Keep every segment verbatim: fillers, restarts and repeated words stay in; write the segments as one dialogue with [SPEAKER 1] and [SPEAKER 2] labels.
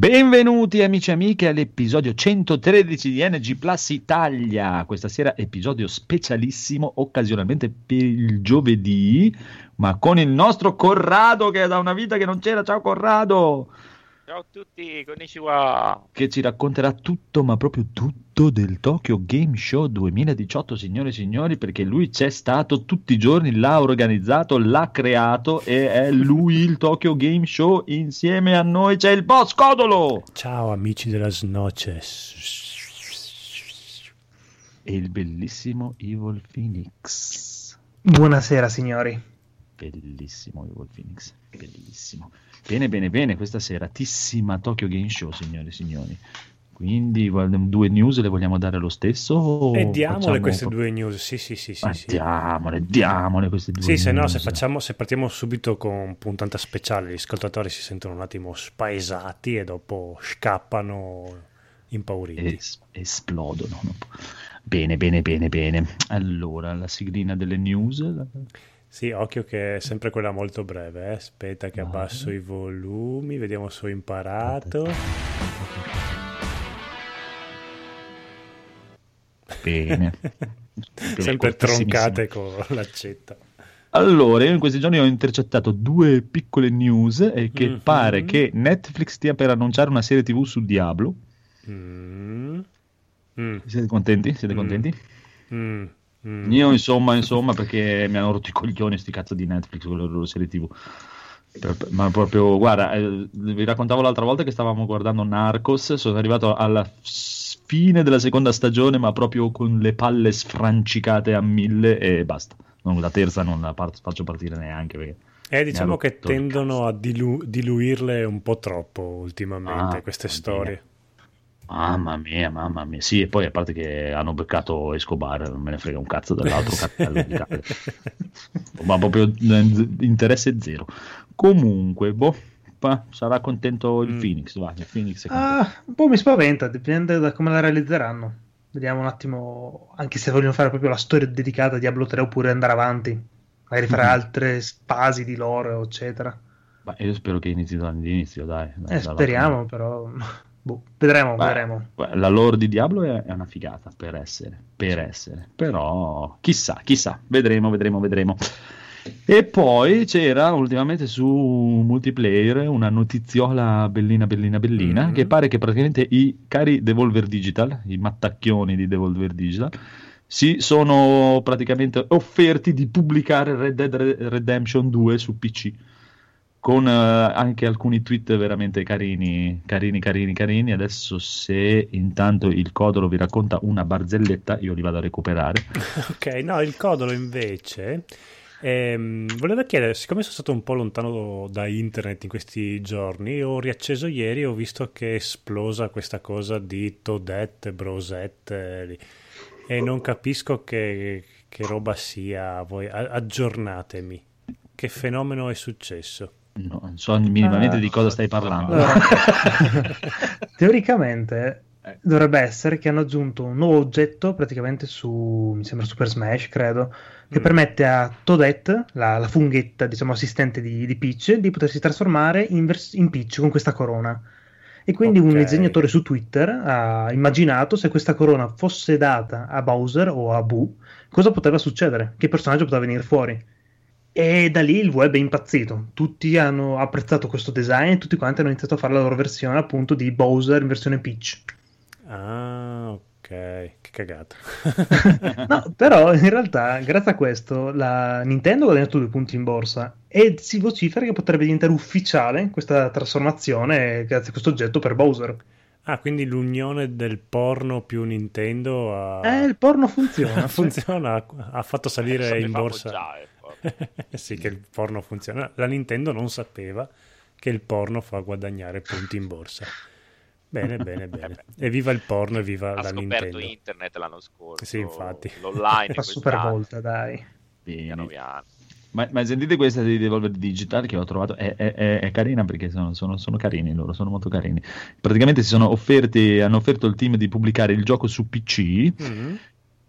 [SPEAKER 1] Benvenuti amici e amiche all'episodio centotredici di N G Plus Italia. Questa sera episodio specialissimo, occasionalmente per il giovedì, ma con il nostro Corrado che è da una vita che non c'era. Ciao Corrado!
[SPEAKER 2] Ciao a tutti, konnichiwa!
[SPEAKER 1] Che ci racconterà tutto, ma proprio tutto del Tokyo Game Show duemiladiciotto, signore e signori, perché lui c'è stato tutti i giorni, l'ha organizzato, l'ha creato e è lui il Tokyo Game Show. Insieme a noi c'è il boss Codolo!
[SPEAKER 3] Ciao amici della Snoces!
[SPEAKER 1] E il bellissimo Evil Phoenix.
[SPEAKER 4] Buonasera signori.
[SPEAKER 1] Bellissimo Evil Phoenix, bellissimo. Bene, bene, bene, questa seratissima Tokyo Game Show, signore e signori. Quindi due news le vogliamo dare lo stesso?
[SPEAKER 3] E diamole queste due news, sì, sì, sì, sì, sì.
[SPEAKER 1] Diamole, diamole queste due
[SPEAKER 3] sì,
[SPEAKER 1] news.
[SPEAKER 3] Sì, se no, se facciamo, se partiamo subito con puntata speciale, gli ascoltatori si sentono un attimo spaesati e dopo scappano impauriti.
[SPEAKER 1] Es- esplodono. Bene, bene, bene, bene. Allora, la siglina delle news...
[SPEAKER 3] Sì, occhio che è sempre quella molto breve, eh. Aspetta che abbasso i volumi, vediamo se ho imparato.
[SPEAKER 1] Bene.
[SPEAKER 3] Sempre troncate con l'accetta.
[SPEAKER 1] Allora, io in questi giorni ho intercettato due piccole news e che mm-hmm. pare che Netflix stia per annunciare una serie tivù su Diablo. Mm. Mm. Siete contenti? Siete contenti?
[SPEAKER 3] Mm.
[SPEAKER 1] Mm. Io insomma, insomma, perché mi hanno rotto i coglioni sti cazzo di Netflix con le loro serie tivù. Per, per, ma proprio, guarda, eh, vi raccontavo l'altra volta che stavamo guardando Narcos, sono arrivato alla fine della seconda stagione, ma proprio con le palle sfrancicate a mille e basta. Non, la terza non la part- faccio partire neanche perché...
[SPEAKER 3] Eh, diciamo che tendono a dilu- diluirle un po' troppo ultimamente, ah, queste storie.
[SPEAKER 1] Mia. Mamma mia, mamma mia, sì, e poi a parte che hanno beccato Escobar, non me ne frega un cazzo dell'altro cartello di Cagliari, ma proprio interesse zero. Comunque, boh, pa, sarà contento il mm. Phoenix, va, il Phoenix è
[SPEAKER 4] ah, un po' mi spaventa, dipende da come la realizzeranno. Vediamo un attimo, anche se vogliono fare proprio la storia dedicata a Diablo tre oppure andare avanti, magari fare mm-hmm. altre fasi di lore, eccetera.
[SPEAKER 1] Ma io spero che inizi dall'inizio, dai. dai
[SPEAKER 4] eh, speriamo, però... Boh, vedremo, Beh, vedremo.
[SPEAKER 1] La lore di Diablo è, è una figata per essere, per essere, però chissà, chissà, vedremo, vedremo, vedremo. E poi c'era ultimamente su Multiplayer una notiziola bellina, bellina, bellina, mm-hmm. che pare che praticamente i cari Devolver Digital, i mattacchioni di Devolver Digital, si sono praticamente offerti di pubblicare Red Dead Redemption due su P C. Con uh, anche alcuni tweet veramente carini, carini, carini, carini. Adesso se intanto il Codolo vi racconta una barzelletta, io li vado a recuperare.
[SPEAKER 3] Ok, no, il Codolo invece ehm, voleva chiedere, siccome sono stato un po' lontano da internet in questi giorni, ho riacceso ieri e ho visto che è esplosa questa cosa di Toadette, Brosette, e non capisco che, che roba sia. Voi aggiornatemi, che fenomeno è successo?
[SPEAKER 1] No, non so minimamente ah, di cosa stai parlando.
[SPEAKER 4] Allora, teoricamente dovrebbe essere che hanno aggiunto un nuovo oggetto praticamente su, mi sembra Super Smash, credo, che mm. permette a Toadette, la, la funghetta, diciamo assistente di, di Peach, di potersi trasformare in, vers- in Peach con questa corona. E quindi okay. un disegnatore su Twitter ha immaginato se questa corona fosse data a Bowser o a Boo, cosa poteva succedere, che personaggio poteva venire fuori. E da lì il web è impazzito, tutti hanno apprezzato questo design e tutti quanti hanno iniziato a fare la loro versione appunto di Bowser in versione Peach.
[SPEAKER 3] Ah, ok, che cagata.
[SPEAKER 4] No, però in realtà grazie a questo la Nintendo ha guadagnato due punti in borsa e si vocifera che potrebbe diventare ufficiale questa trasformazione grazie a questo oggetto per Bowser.
[SPEAKER 3] Ah, quindi l'unione del porno più Nintendo ha...
[SPEAKER 4] Eh, il porno funziona.
[SPEAKER 3] funziona, ha, ha fatto salire in borsa.
[SPEAKER 2] Già, eh.
[SPEAKER 3] Sì, che il porno funziona. La Nintendo non sapeva che il porno fa guadagnare punti in borsa. Bene, bene, bene. Evviva il porno, evviva la Nintendo.
[SPEAKER 2] Ha scoperto internet l'anno scorso.
[SPEAKER 3] Sì, infatti.
[SPEAKER 2] L'online.
[SPEAKER 4] Fa super volta, dai.
[SPEAKER 1] Piano piano. Ma, ma sentite questa di Devolver Digital che ho trovato, è, è, è, è carina perché sono, sono, sono carini loro, sono molto carini. Praticamente si sono offerti, hanno offerto il team di pubblicare il gioco su P C, mm-hmm.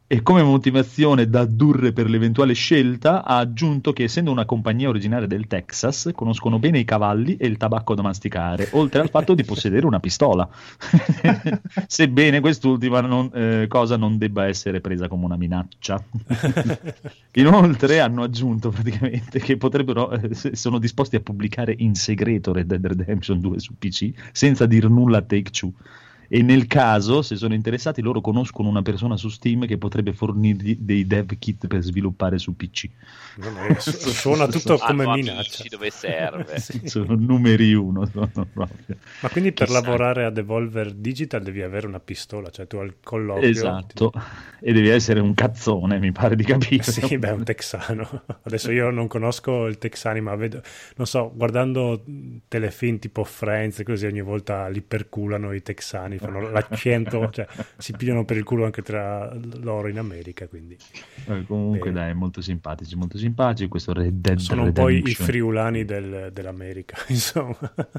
[SPEAKER 1] E come motivazione da addurre per l'eventuale scelta ha aggiunto che essendo una compagnia originaria del Texas conoscono bene i cavalli e il tabacco da masticare, oltre al fatto di possedere una pistola, sebbene quest'ultima non, eh, cosa non debba essere presa come una minaccia. Inoltre hanno aggiunto praticamente che potrebbero, eh, sono disposti a pubblicare in segreto Red Dead Redemption due su P C senza dir nulla a Take-Two. E nel caso, se sono interessati, loro conoscono una persona su Steam che potrebbe fornirgli dei dev kit per sviluppare su P C.
[SPEAKER 3] Non è, su- suona tutto come
[SPEAKER 2] Hanno
[SPEAKER 3] minaccia.
[SPEAKER 2] amici dove serve.
[SPEAKER 3] Sì.
[SPEAKER 1] Sono numeri uno. Sono proprio.
[SPEAKER 3] Ma quindi per
[SPEAKER 2] Chissà.
[SPEAKER 3] lavorare a Devolver Digital devi avere una pistola, cioè tu al colloquio...
[SPEAKER 1] Esatto, e devi essere un cazzone, mi pare di capire.
[SPEAKER 3] Sì, beh, un texano. Adesso io non conosco il texani, ma vedo, non so, guardando telefilm tipo Friends, così ogni volta li perculano i texani, fanno l'accento, cioè si pigliano per il culo anche tra loro in America, quindi...
[SPEAKER 1] Eh, comunque
[SPEAKER 3] Bene.
[SPEAKER 1] dai, molto simpatici, molto simpatici. Questo Red Dead
[SPEAKER 3] Sono un po' i
[SPEAKER 1] Redemption.
[SPEAKER 3] friulani del- dell'America, insomma.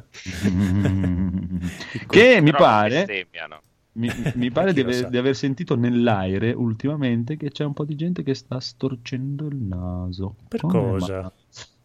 [SPEAKER 1] Che mi
[SPEAKER 2] Però non
[SPEAKER 1] pare...
[SPEAKER 2] bestemmiano.
[SPEAKER 1] Mi, mi pare
[SPEAKER 3] Chi
[SPEAKER 1] di
[SPEAKER 3] lo
[SPEAKER 1] aver,
[SPEAKER 3] sa.
[SPEAKER 1] di aver sentito nell'aere ultimamente che c'è un po' di gente che sta storcendo il naso.
[SPEAKER 3] Per
[SPEAKER 1] Come
[SPEAKER 3] cosa?
[SPEAKER 1] mai?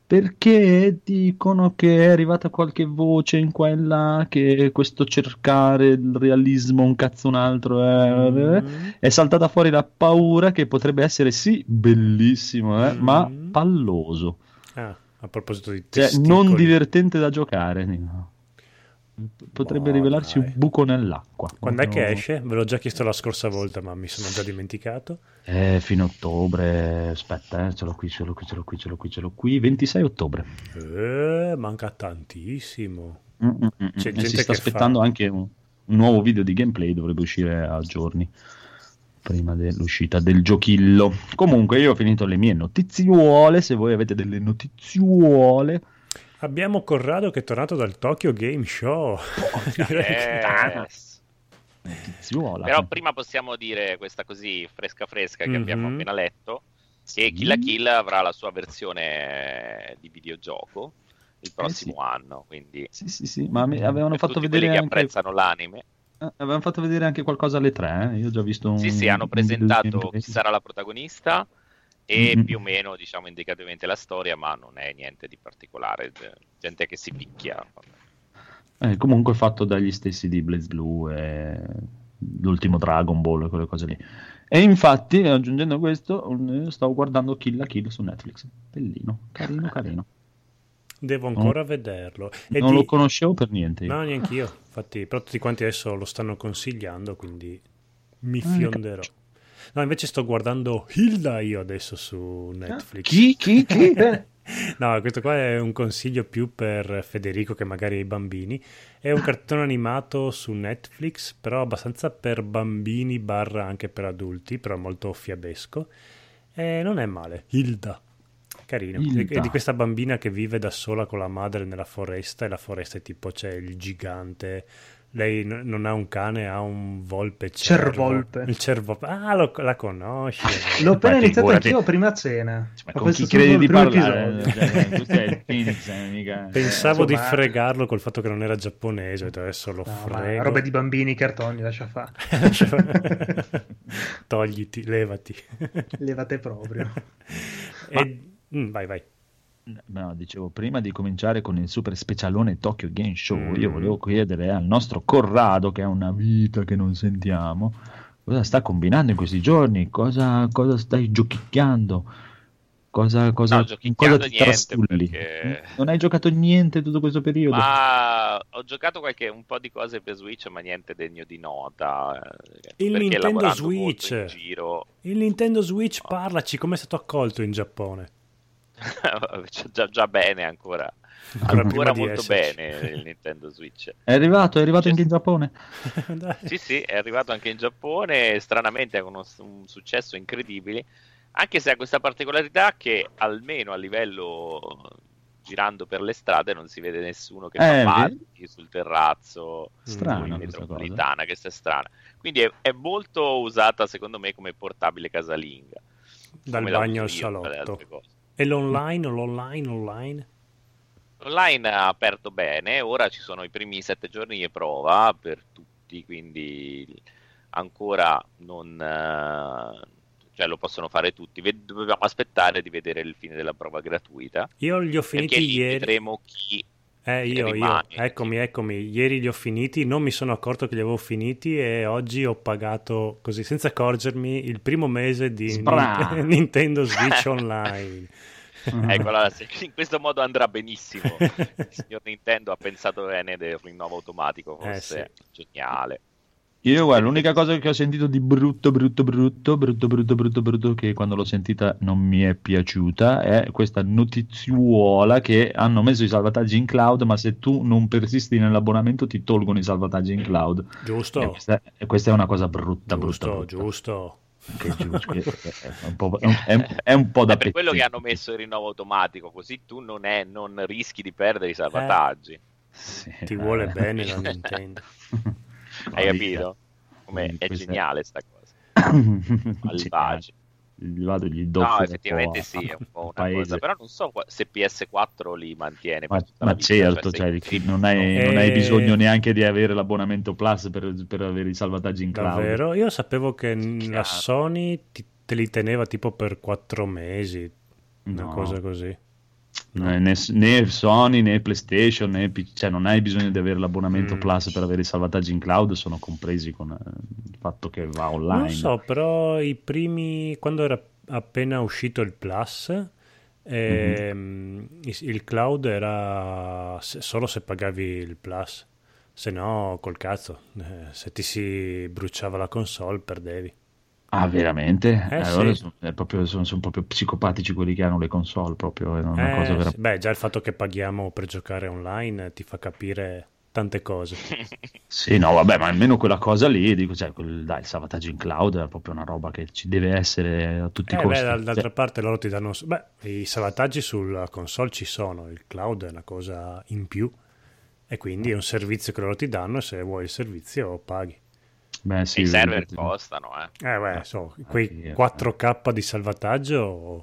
[SPEAKER 1] Perché dicono che è arrivata qualche voce in qua e là che questo cercare il realismo un cazzo un altro è,
[SPEAKER 3] Mm.
[SPEAKER 1] è saltata fuori la paura che potrebbe essere sì bellissimo eh,
[SPEAKER 3] Mm.
[SPEAKER 1] ma palloso,
[SPEAKER 3] Ah, a proposito di
[SPEAKER 1] cioè
[SPEAKER 3] testicoli.
[SPEAKER 1] non divertente da giocare. Dico. Potrebbe
[SPEAKER 3] Boh,
[SPEAKER 1] rivelarsi
[SPEAKER 3] dai.
[SPEAKER 1] un buco nell'acqua.
[SPEAKER 3] Quando è che
[SPEAKER 1] Proprio-
[SPEAKER 3] esce? Ve l'ho già chiesto la scorsa volta, ma mi sono già dimenticato.
[SPEAKER 1] Eh, fino a ottobre, aspetta, eh, ce l'ho qui, ce l'ho qui, ce l'ho qui, ce l'ho qui, ce l'ho qui, ventisei ottobre.
[SPEAKER 3] Eh, manca tantissimo.
[SPEAKER 1] Mm, mm, mm,
[SPEAKER 3] C'è
[SPEAKER 1] mm.
[SPEAKER 3] gente
[SPEAKER 1] E si sta
[SPEAKER 3] che
[SPEAKER 1] aspettando
[SPEAKER 3] fa-
[SPEAKER 1] anche un, un nuovo video di gameplay, dovrebbe uscire a giorni prima dell'uscita del giochillo. Comunque io ho finito le mie notiziuole, se voi avete delle notiziuole...
[SPEAKER 3] Abbiamo Corrado che è tornato dal Tokyo Game Show. Direi che-
[SPEAKER 2] Eh,
[SPEAKER 1] Notiziuola.
[SPEAKER 2] Però prima possiamo dire questa così fresca fresca che
[SPEAKER 3] Mhm.
[SPEAKER 2] abbiamo appena letto,
[SPEAKER 1] Sì.
[SPEAKER 2] che Kill la Kill avrà la sua versione di videogioco il prossimo
[SPEAKER 1] sì.
[SPEAKER 2] anno, quindi
[SPEAKER 1] Sì, sì, sì, ma mi- avevano
[SPEAKER 2] per
[SPEAKER 1] fatto
[SPEAKER 2] tutti
[SPEAKER 1] vedere
[SPEAKER 2] quelli che
[SPEAKER 1] anche...
[SPEAKER 2] apprezzano l'anime.
[SPEAKER 1] eh, avevano fatto vedere anche qualcosa alle tre, eh. Io ho già visto un...
[SPEAKER 2] Sì, sì, hanno
[SPEAKER 1] un video di
[SPEAKER 2] presentato
[SPEAKER 1] gameplay.
[SPEAKER 2] chi sarà la protagonista e
[SPEAKER 1] Mm-mm.
[SPEAKER 2] più o meno, diciamo, indicativamente la storia, ma non è niente di particolare, g- gente che si picchia.
[SPEAKER 1] Eh, comunque fatto dagli stessi di BlazBlue e l'ultimo Dragon Ball e quelle cose lì. E infatti, aggiungendo questo, eh, stavo guardando Kill la Kill su Netflix. Bellino, carino, carino.
[SPEAKER 3] Devo ancora vederlo. E
[SPEAKER 1] Non
[SPEAKER 3] di-
[SPEAKER 1] lo conoscevo per niente. io.
[SPEAKER 3] No, neanche io. Infatti, però tutti quanti adesso lo stanno consigliando, quindi mi
[SPEAKER 1] Ah,
[SPEAKER 3] fionderò. No, invece sto guardando Hilda io adesso su Netflix.
[SPEAKER 1] Chi? Chi? Chi?
[SPEAKER 3] No, questo qua è un consiglio più per Federico che magari ha i bambini. È un cartone animato su Netflix, però abbastanza per bambini barra anche per adulti, però molto fiabesco. E non è male. Hilda. Carino.
[SPEAKER 1] Hilda.
[SPEAKER 3] È di questa bambina che vive da sola con la madre nella foresta e la foresta è tipo c'è il gigante. Lei n- non ha un cane, ha un volpe cervo.
[SPEAKER 4] Cervolpe.
[SPEAKER 3] Il cervo. Ah, lo- la conosci.
[SPEAKER 4] L'ho appena
[SPEAKER 1] Beh,
[SPEAKER 4] iniziato
[SPEAKER 1] figurati.
[SPEAKER 4] anch'io prima cena.
[SPEAKER 1] Ma
[SPEAKER 4] Ho
[SPEAKER 1] con
[SPEAKER 4] questo
[SPEAKER 1] chi credi
[SPEAKER 4] solo
[SPEAKER 1] di
[SPEAKER 4] il primo
[SPEAKER 1] parlare?
[SPEAKER 4] episodio.
[SPEAKER 1] Cioè, tu sei il Phoenix, eh, mica...
[SPEAKER 3] Pensavo di
[SPEAKER 4] Insomma-
[SPEAKER 3] fregarlo col fatto che non era giapponese, ho detto, adesso lo
[SPEAKER 4] No, ma
[SPEAKER 3] frego.
[SPEAKER 4] robe di bambini, cartoni, lascia fare.
[SPEAKER 3] Togliti, levati.
[SPEAKER 4] Levate proprio.
[SPEAKER 3] E- mm, vai, vai.
[SPEAKER 1] No, dicevo, prima di cominciare con il super specialone Tokyo Game Show,
[SPEAKER 3] Mm.
[SPEAKER 1] io volevo chiedere al nostro Corrado, che ha una vita che non sentiamo, cosa sta combinando in questi giorni, cosa, cosa stai giochicchiando, cosa, cosa,
[SPEAKER 2] No,
[SPEAKER 1] in
[SPEAKER 2] giochicchiando
[SPEAKER 1] cosa ti
[SPEAKER 2] niente,
[SPEAKER 1] trastulli?
[SPEAKER 2] perché-
[SPEAKER 1] Non hai giocato niente tutto questo periodo?
[SPEAKER 2] Ma ho giocato qualche, un po' di cose per Switch, ma niente degno di nota. eh,
[SPEAKER 3] Il
[SPEAKER 2] perché
[SPEAKER 3] Nintendo
[SPEAKER 2] lavorando
[SPEAKER 3] Switch.
[SPEAKER 2] molto in giro,
[SPEAKER 3] Il Nintendo Switch, parlaci, come è stato accolto in Giappone?
[SPEAKER 2] c'è già, già bene ancora.
[SPEAKER 3] Ancora prima
[SPEAKER 2] Ancora
[SPEAKER 3] di
[SPEAKER 2] molto
[SPEAKER 3] esserci.
[SPEAKER 2] bene il Nintendo Switch.
[SPEAKER 1] È arrivato, è arrivato
[SPEAKER 2] C'è-
[SPEAKER 1] anche in Giappone?
[SPEAKER 3] Dai.
[SPEAKER 2] Sì, sì, è arrivato anche in Giappone, stranamente con uno- un successo incredibile, anche se ha questa particolarità che almeno a livello girando per le strade non si vede nessuno che
[SPEAKER 1] Eh,
[SPEAKER 2] fa
[SPEAKER 1] vedi?
[SPEAKER 2] party sul terrazzo
[SPEAKER 1] Strana
[SPEAKER 2] in
[SPEAKER 1] questa
[SPEAKER 2] metropolitana, che è strana. Quindi è, è molto usata secondo me come portabile casalinga.
[SPEAKER 3] Dal
[SPEAKER 2] come la
[SPEAKER 3] bagno
[SPEAKER 2] uso
[SPEAKER 3] al
[SPEAKER 2] io per le
[SPEAKER 3] salotto.
[SPEAKER 2] altre cose.
[SPEAKER 3] E l'online, l'online, online?
[SPEAKER 2] Online ha aperto bene, ora ci sono i primi sette giorni di prova per tutti, quindi ancora non, eh, cioè lo possono fare tutti. Ved- dobbiamo aspettare di vedere il fine della prova gratuita.
[SPEAKER 3] Io li ho finiti
[SPEAKER 2] perché
[SPEAKER 3] ieri.
[SPEAKER 2] Vedremo chi
[SPEAKER 3] Eh, io, io,
[SPEAKER 2] rimane.
[SPEAKER 3] eccomi, eccomi, ieri li ho finiti, non mi sono accorto che li avevo finiti e oggi ho pagato così, senza accorgermi, il primo mese di
[SPEAKER 1] Sbra.
[SPEAKER 3] Nin- Nintendo Switch Online.
[SPEAKER 2] Ecco, allora, se in questo modo andrà benissimo. Il signor Nintendo ha pensato bene del rinnovo automatico, forse
[SPEAKER 3] Eh,
[SPEAKER 2] geniale.
[SPEAKER 1] Io guarda, l'unica cosa che ho sentito di brutto, brutto, brutto, brutto, brutto, brutto, brutto, che quando l'ho sentita non mi è piaciuta, è questa notiziuola che hanno messo i salvataggi in cloud, ma se tu non persisti nell'abbonamento ti tolgono i salvataggi in cloud.
[SPEAKER 3] Giusto.
[SPEAKER 1] E questa, e questa è una cosa brutta,
[SPEAKER 3] Giusto,
[SPEAKER 1] brutta, brutta.
[SPEAKER 3] giusto.
[SPEAKER 1] Che giusto, che è, un po', è, un, è, un, è un po' da
[SPEAKER 2] È per quello che
[SPEAKER 1] pezzetti.
[SPEAKER 2] hanno messo il rinnovo automatico, così tu non, è, non rischi di perdere i salvataggi.
[SPEAKER 1] Sì,
[SPEAKER 3] Ti
[SPEAKER 1] eh.
[SPEAKER 3] vuole bene la Nintendo.
[SPEAKER 2] Hai
[SPEAKER 1] No,
[SPEAKER 2] capito? Come
[SPEAKER 1] Quindi
[SPEAKER 2] è
[SPEAKER 1] questa-
[SPEAKER 2] geniale sta cosa. Malvagi.
[SPEAKER 1] Gli vado gli do
[SPEAKER 2] No,
[SPEAKER 1] fuoco
[SPEAKER 2] effettivamente
[SPEAKER 1] a-
[SPEAKER 2] sì, è un po' una
[SPEAKER 1] paese.
[SPEAKER 2] cosa, però non so qua- se P S quattro li mantiene
[SPEAKER 1] Ma,
[SPEAKER 2] per tutta la
[SPEAKER 1] ma
[SPEAKER 2] vita,
[SPEAKER 1] certo,
[SPEAKER 2] cioè,
[SPEAKER 1] cioè,
[SPEAKER 2] se-
[SPEAKER 1] non, hai,
[SPEAKER 3] Eh,
[SPEAKER 1] non hai bisogno neanche di avere l'abbonamento Plus per, per avere i salvataggi in cloud.
[SPEAKER 3] Davvero? Io sapevo che n- la
[SPEAKER 2] Chiaro.
[SPEAKER 3] Sony ti- te li teneva tipo per quattro mesi, una
[SPEAKER 1] No.
[SPEAKER 3] cosa così.
[SPEAKER 1] Né, né- né Sony né PlayStation, né P- cioè non hai bisogno di avere l'abbonamento
[SPEAKER 3] Mm.
[SPEAKER 1] Plus per avere i salvataggi in cloud, sono compresi con eh, il fatto che va online.
[SPEAKER 3] Non so, però i primi, quando era appena uscito il Plus, ehm, il, il cloud era se- solo se pagavi il Plus, se no col cazzo, eh, se ti si bruciava la console perdevi.
[SPEAKER 1] Ah, veramente?
[SPEAKER 3] Eh,
[SPEAKER 1] allora
[SPEAKER 3] sì.
[SPEAKER 1] sono, è proprio, sono, sono proprio psicopatici quelli che hanno le console, proprio è una
[SPEAKER 3] Eh,
[SPEAKER 1] cosa vera.
[SPEAKER 3] sì, beh, già il fatto che paghiamo per giocare online ti fa capire tante cose.
[SPEAKER 1] Sì, no, vabbè, ma almeno quella cosa lì, dico, cioè, quel- dai, il salvataggio in cloud è proprio una roba che ci deve essere a tutti i
[SPEAKER 3] Eh,
[SPEAKER 1] costi.
[SPEAKER 3] beh, dal- d'altra
[SPEAKER 1] Cioè,
[SPEAKER 3] parte loro ti danno... Beh, i salvataggi sulla console ci sono, il cloud è una cosa in più e quindi è un servizio che loro ti danno e se vuoi il servizio paghi.
[SPEAKER 1] beh,
[SPEAKER 2] E
[SPEAKER 1] sì,
[SPEAKER 2] i server
[SPEAKER 1] vedi,
[SPEAKER 2] costano, eh.
[SPEAKER 3] Eh, beh, so, quei
[SPEAKER 1] sì,
[SPEAKER 3] quattro K di salvataggio...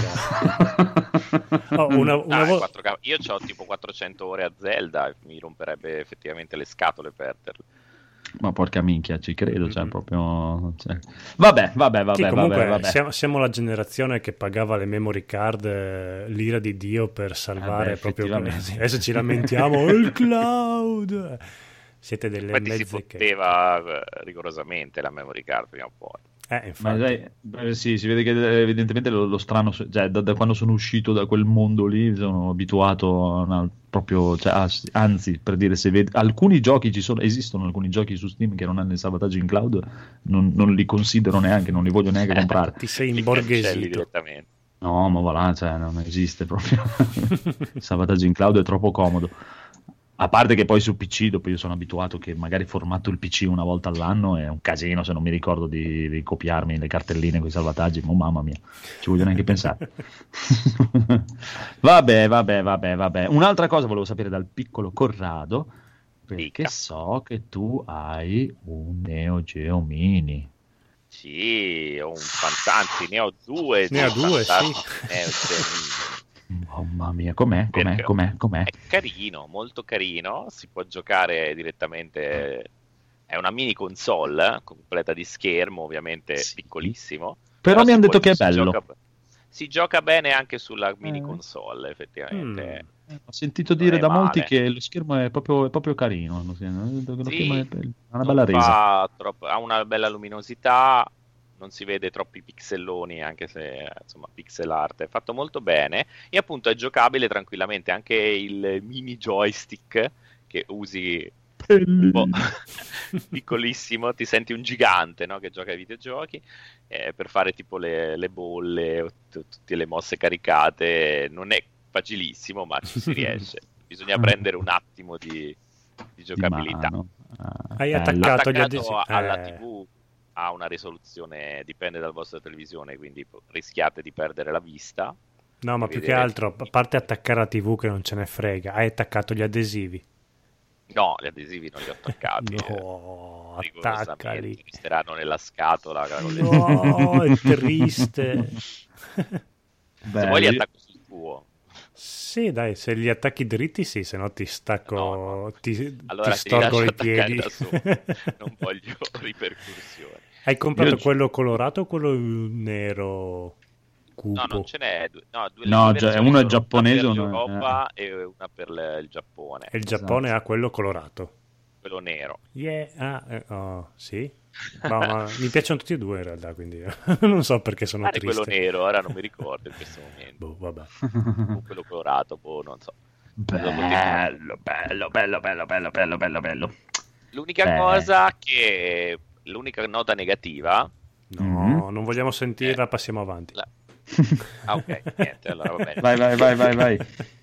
[SPEAKER 3] Oh, una, una
[SPEAKER 2] Dai,
[SPEAKER 3] vo-
[SPEAKER 2] quattro K. Io ho tipo quattrocento ore a Zelda e mi romperebbe effettivamente le scatole perderle.
[SPEAKER 1] Ma porca minchia, ci credo, cioè,
[SPEAKER 3] Mm.
[SPEAKER 1] proprio... cioè. Vabbè, vabbè, vabbè,
[SPEAKER 3] Sì, comunque
[SPEAKER 1] vabbè, vabbè.
[SPEAKER 3] Siamo, siamo la generazione che pagava le memory card, eh, l'ira di Dio per salvare
[SPEAKER 1] Eh beh,
[SPEAKER 3] proprio...
[SPEAKER 1] effettivamente.
[SPEAKER 3] Adesso ci lamentiamo, "Oh, il cloud! Siete delle
[SPEAKER 2] Infatti si
[SPEAKER 3] mezze che...
[SPEAKER 2] poteva eh, rigorosamente la memory card prima o poi.
[SPEAKER 3] Eh,
[SPEAKER 1] Ma
[SPEAKER 3] infatti.
[SPEAKER 1] sai, beh, sì, si vede che eh, evidentemente lo, lo strano, cioè da, da quando sono uscito da quel mondo lì sono abituato a una- proprio, cioè, ah, sì, anzi, per dire, se ved- alcuni giochi ci sono, esistono alcuni giochi su Steam che non hanno il salvataggio in cloud, non, non li considero neanche, non li voglio neanche comprare.
[SPEAKER 3] Ti sei
[SPEAKER 2] Li
[SPEAKER 3] imborghesito.
[SPEAKER 2] cancelli direttamente.
[SPEAKER 1] No, ma voilà, cioè, non esiste proprio. Il salvataggio in cloud è troppo comodo. A parte che poi su P C, dopo io sono abituato che magari formato il P C una volta all'anno è un casino se non mi ricordo di, di copiarmi le cartelline con i salvataggi. Oh, mamma mia, ci voglio neanche pensare. Vabbè, vabbè, vabbè, vabbè. Un'altra cosa volevo sapere dal piccolo Corrado, perché
[SPEAKER 2] Dica.
[SPEAKER 1] so che tu hai un Neo Geo Mini.
[SPEAKER 2] Sì, ho un fantastic, ne ho due.
[SPEAKER 3] Ne ha
[SPEAKER 2] di
[SPEAKER 3] due,
[SPEAKER 2] fantastici Neo Geo
[SPEAKER 1] Mamma mia, com'è? Com'è?
[SPEAKER 2] Perché
[SPEAKER 1] Com'è? Com'è?
[SPEAKER 2] È carino, molto carino, si può giocare direttamente, è una mini console, eh, completa di schermo, ovviamente
[SPEAKER 1] Sì.
[SPEAKER 2] piccolissimo.
[SPEAKER 1] Però mi
[SPEAKER 2] si
[SPEAKER 1] hanno detto
[SPEAKER 2] può-
[SPEAKER 1] che è
[SPEAKER 2] si
[SPEAKER 1] bello.
[SPEAKER 2] Gioca, si gioca bene anche sulla mini
[SPEAKER 1] Eh.
[SPEAKER 2] console, effettivamente.
[SPEAKER 3] Mm.
[SPEAKER 1] Ho sentito
[SPEAKER 2] Non
[SPEAKER 1] dire
[SPEAKER 2] è
[SPEAKER 1] da molti
[SPEAKER 2] male.
[SPEAKER 1] che lo schermo è proprio, è proprio carino. Lo schermo
[SPEAKER 2] Sì,
[SPEAKER 1] è be- ha una
[SPEAKER 2] non
[SPEAKER 1] bella resa.
[SPEAKER 2] fa troppo- ha una bella luminosità, non si vede troppi pixelloni, anche se insomma pixel art è fatto molto bene e appunto è giocabile tranquillamente anche il mini joystick che usi un po' piccolissimo, ti senti un gigante, no? Che gioca ai videogiochi eh, per fare tipo le, le bolle o t- tutte le mosse caricate. Non è facilissimo, ma ci si riesce. Bisogna prendere un attimo di, di
[SPEAKER 1] Di
[SPEAKER 2] giocabilità.
[SPEAKER 1] mano. Ah,
[SPEAKER 3] Hai
[SPEAKER 1] bello.
[SPEAKER 3] attaccato gli
[SPEAKER 2] Attaccato
[SPEAKER 3] adesivi.
[SPEAKER 2] alla
[SPEAKER 3] Eh.
[SPEAKER 2] tivù ha una risoluzione, dipende dalla vostra televisione, quindi po- rischiate di perdere la vista.
[SPEAKER 3] No, ma
[SPEAKER 2] di
[SPEAKER 3] più che
[SPEAKER 2] vedere-
[SPEAKER 3] altro, a parte attaccare la tivù che non ce ne frega, hai attaccato gli adesivi.
[SPEAKER 2] No, gli adesivi non li ho attaccati.
[SPEAKER 3] No,
[SPEAKER 2] eh, rigorosamente.
[SPEAKER 3] attaccali.
[SPEAKER 2] Resteranno nella scatola. con le-
[SPEAKER 3] No, è triste.
[SPEAKER 2] Se
[SPEAKER 1] Bello.
[SPEAKER 2] vuoi li attacco sul tuo.
[SPEAKER 3] Sì, dai, se li attacchi dritti, sì, se no ti stacco,
[SPEAKER 2] No, no.
[SPEAKER 3] ti,
[SPEAKER 2] Allora
[SPEAKER 3] ti
[SPEAKER 2] te li
[SPEAKER 3] storgo
[SPEAKER 2] lascio
[SPEAKER 3] i
[SPEAKER 2] attaccare
[SPEAKER 3] piedi.
[SPEAKER 2] da solo. Non voglio ripercussioni.
[SPEAKER 3] Hai comprato
[SPEAKER 1] Io-
[SPEAKER 3] quello colorato o quello nero cupo?
[SPEAKER 2] No, non ce n'è due. No, due,
[SPEAKER 1] No,
[SPEAKER 2] due
[SPEAKER 1] già-
[SPEAKER 2] versioni
[SPEAKER 1] uno è
[SPEAKER 2] sono,
[SPEAKER 1] giapponese,
[SPEAKER 2] una per
[SPEAKER 1] uno è-
[SPEAKER 2] l'Europa e una per l- il Giappone.
[SPEAKER 3] E il Giappone
[SPEAKER 1] Esatto.
[SPEAKER 3] ha quello colorato.
[SPEAKER 2] Quello nero.
[SPEAKER 3] Yeah, ah, eh, oh, sì. Ma, ma mi piacciono tutti e due in realtà, quindi non so perché sono
[SPEAKER 2] Magari quello
[SPEAKER 3] triste.
[SPEAKER 2] nero, ora non mi ricordo in questo momento.
[SPEAKER 3] Boh, vabbè.
[SPEAKER 2] O quello colorato, boh, non so.
[SPEAKER 1] Bello, bello, bello, bello, bello, bello, bello, bello.
[SPEAKER 2] L'unica
[SPEAKER 1] Beh.
[SPEAKER 2] cosa che... L'unica nota negativa...
[SPEAKER 3] No,
[SPEAKER 1] Mhm.
[SPEAKER 3] non vogliamo sentirla,
[SPEAKER 2] Eh.
[SPEAKER 3] passiamo avanti.
[SPEAKER 2] la- Ah, ok, niente, allora va bene.
[SPEAKER 1] Vai, vai, vai, vai, vai.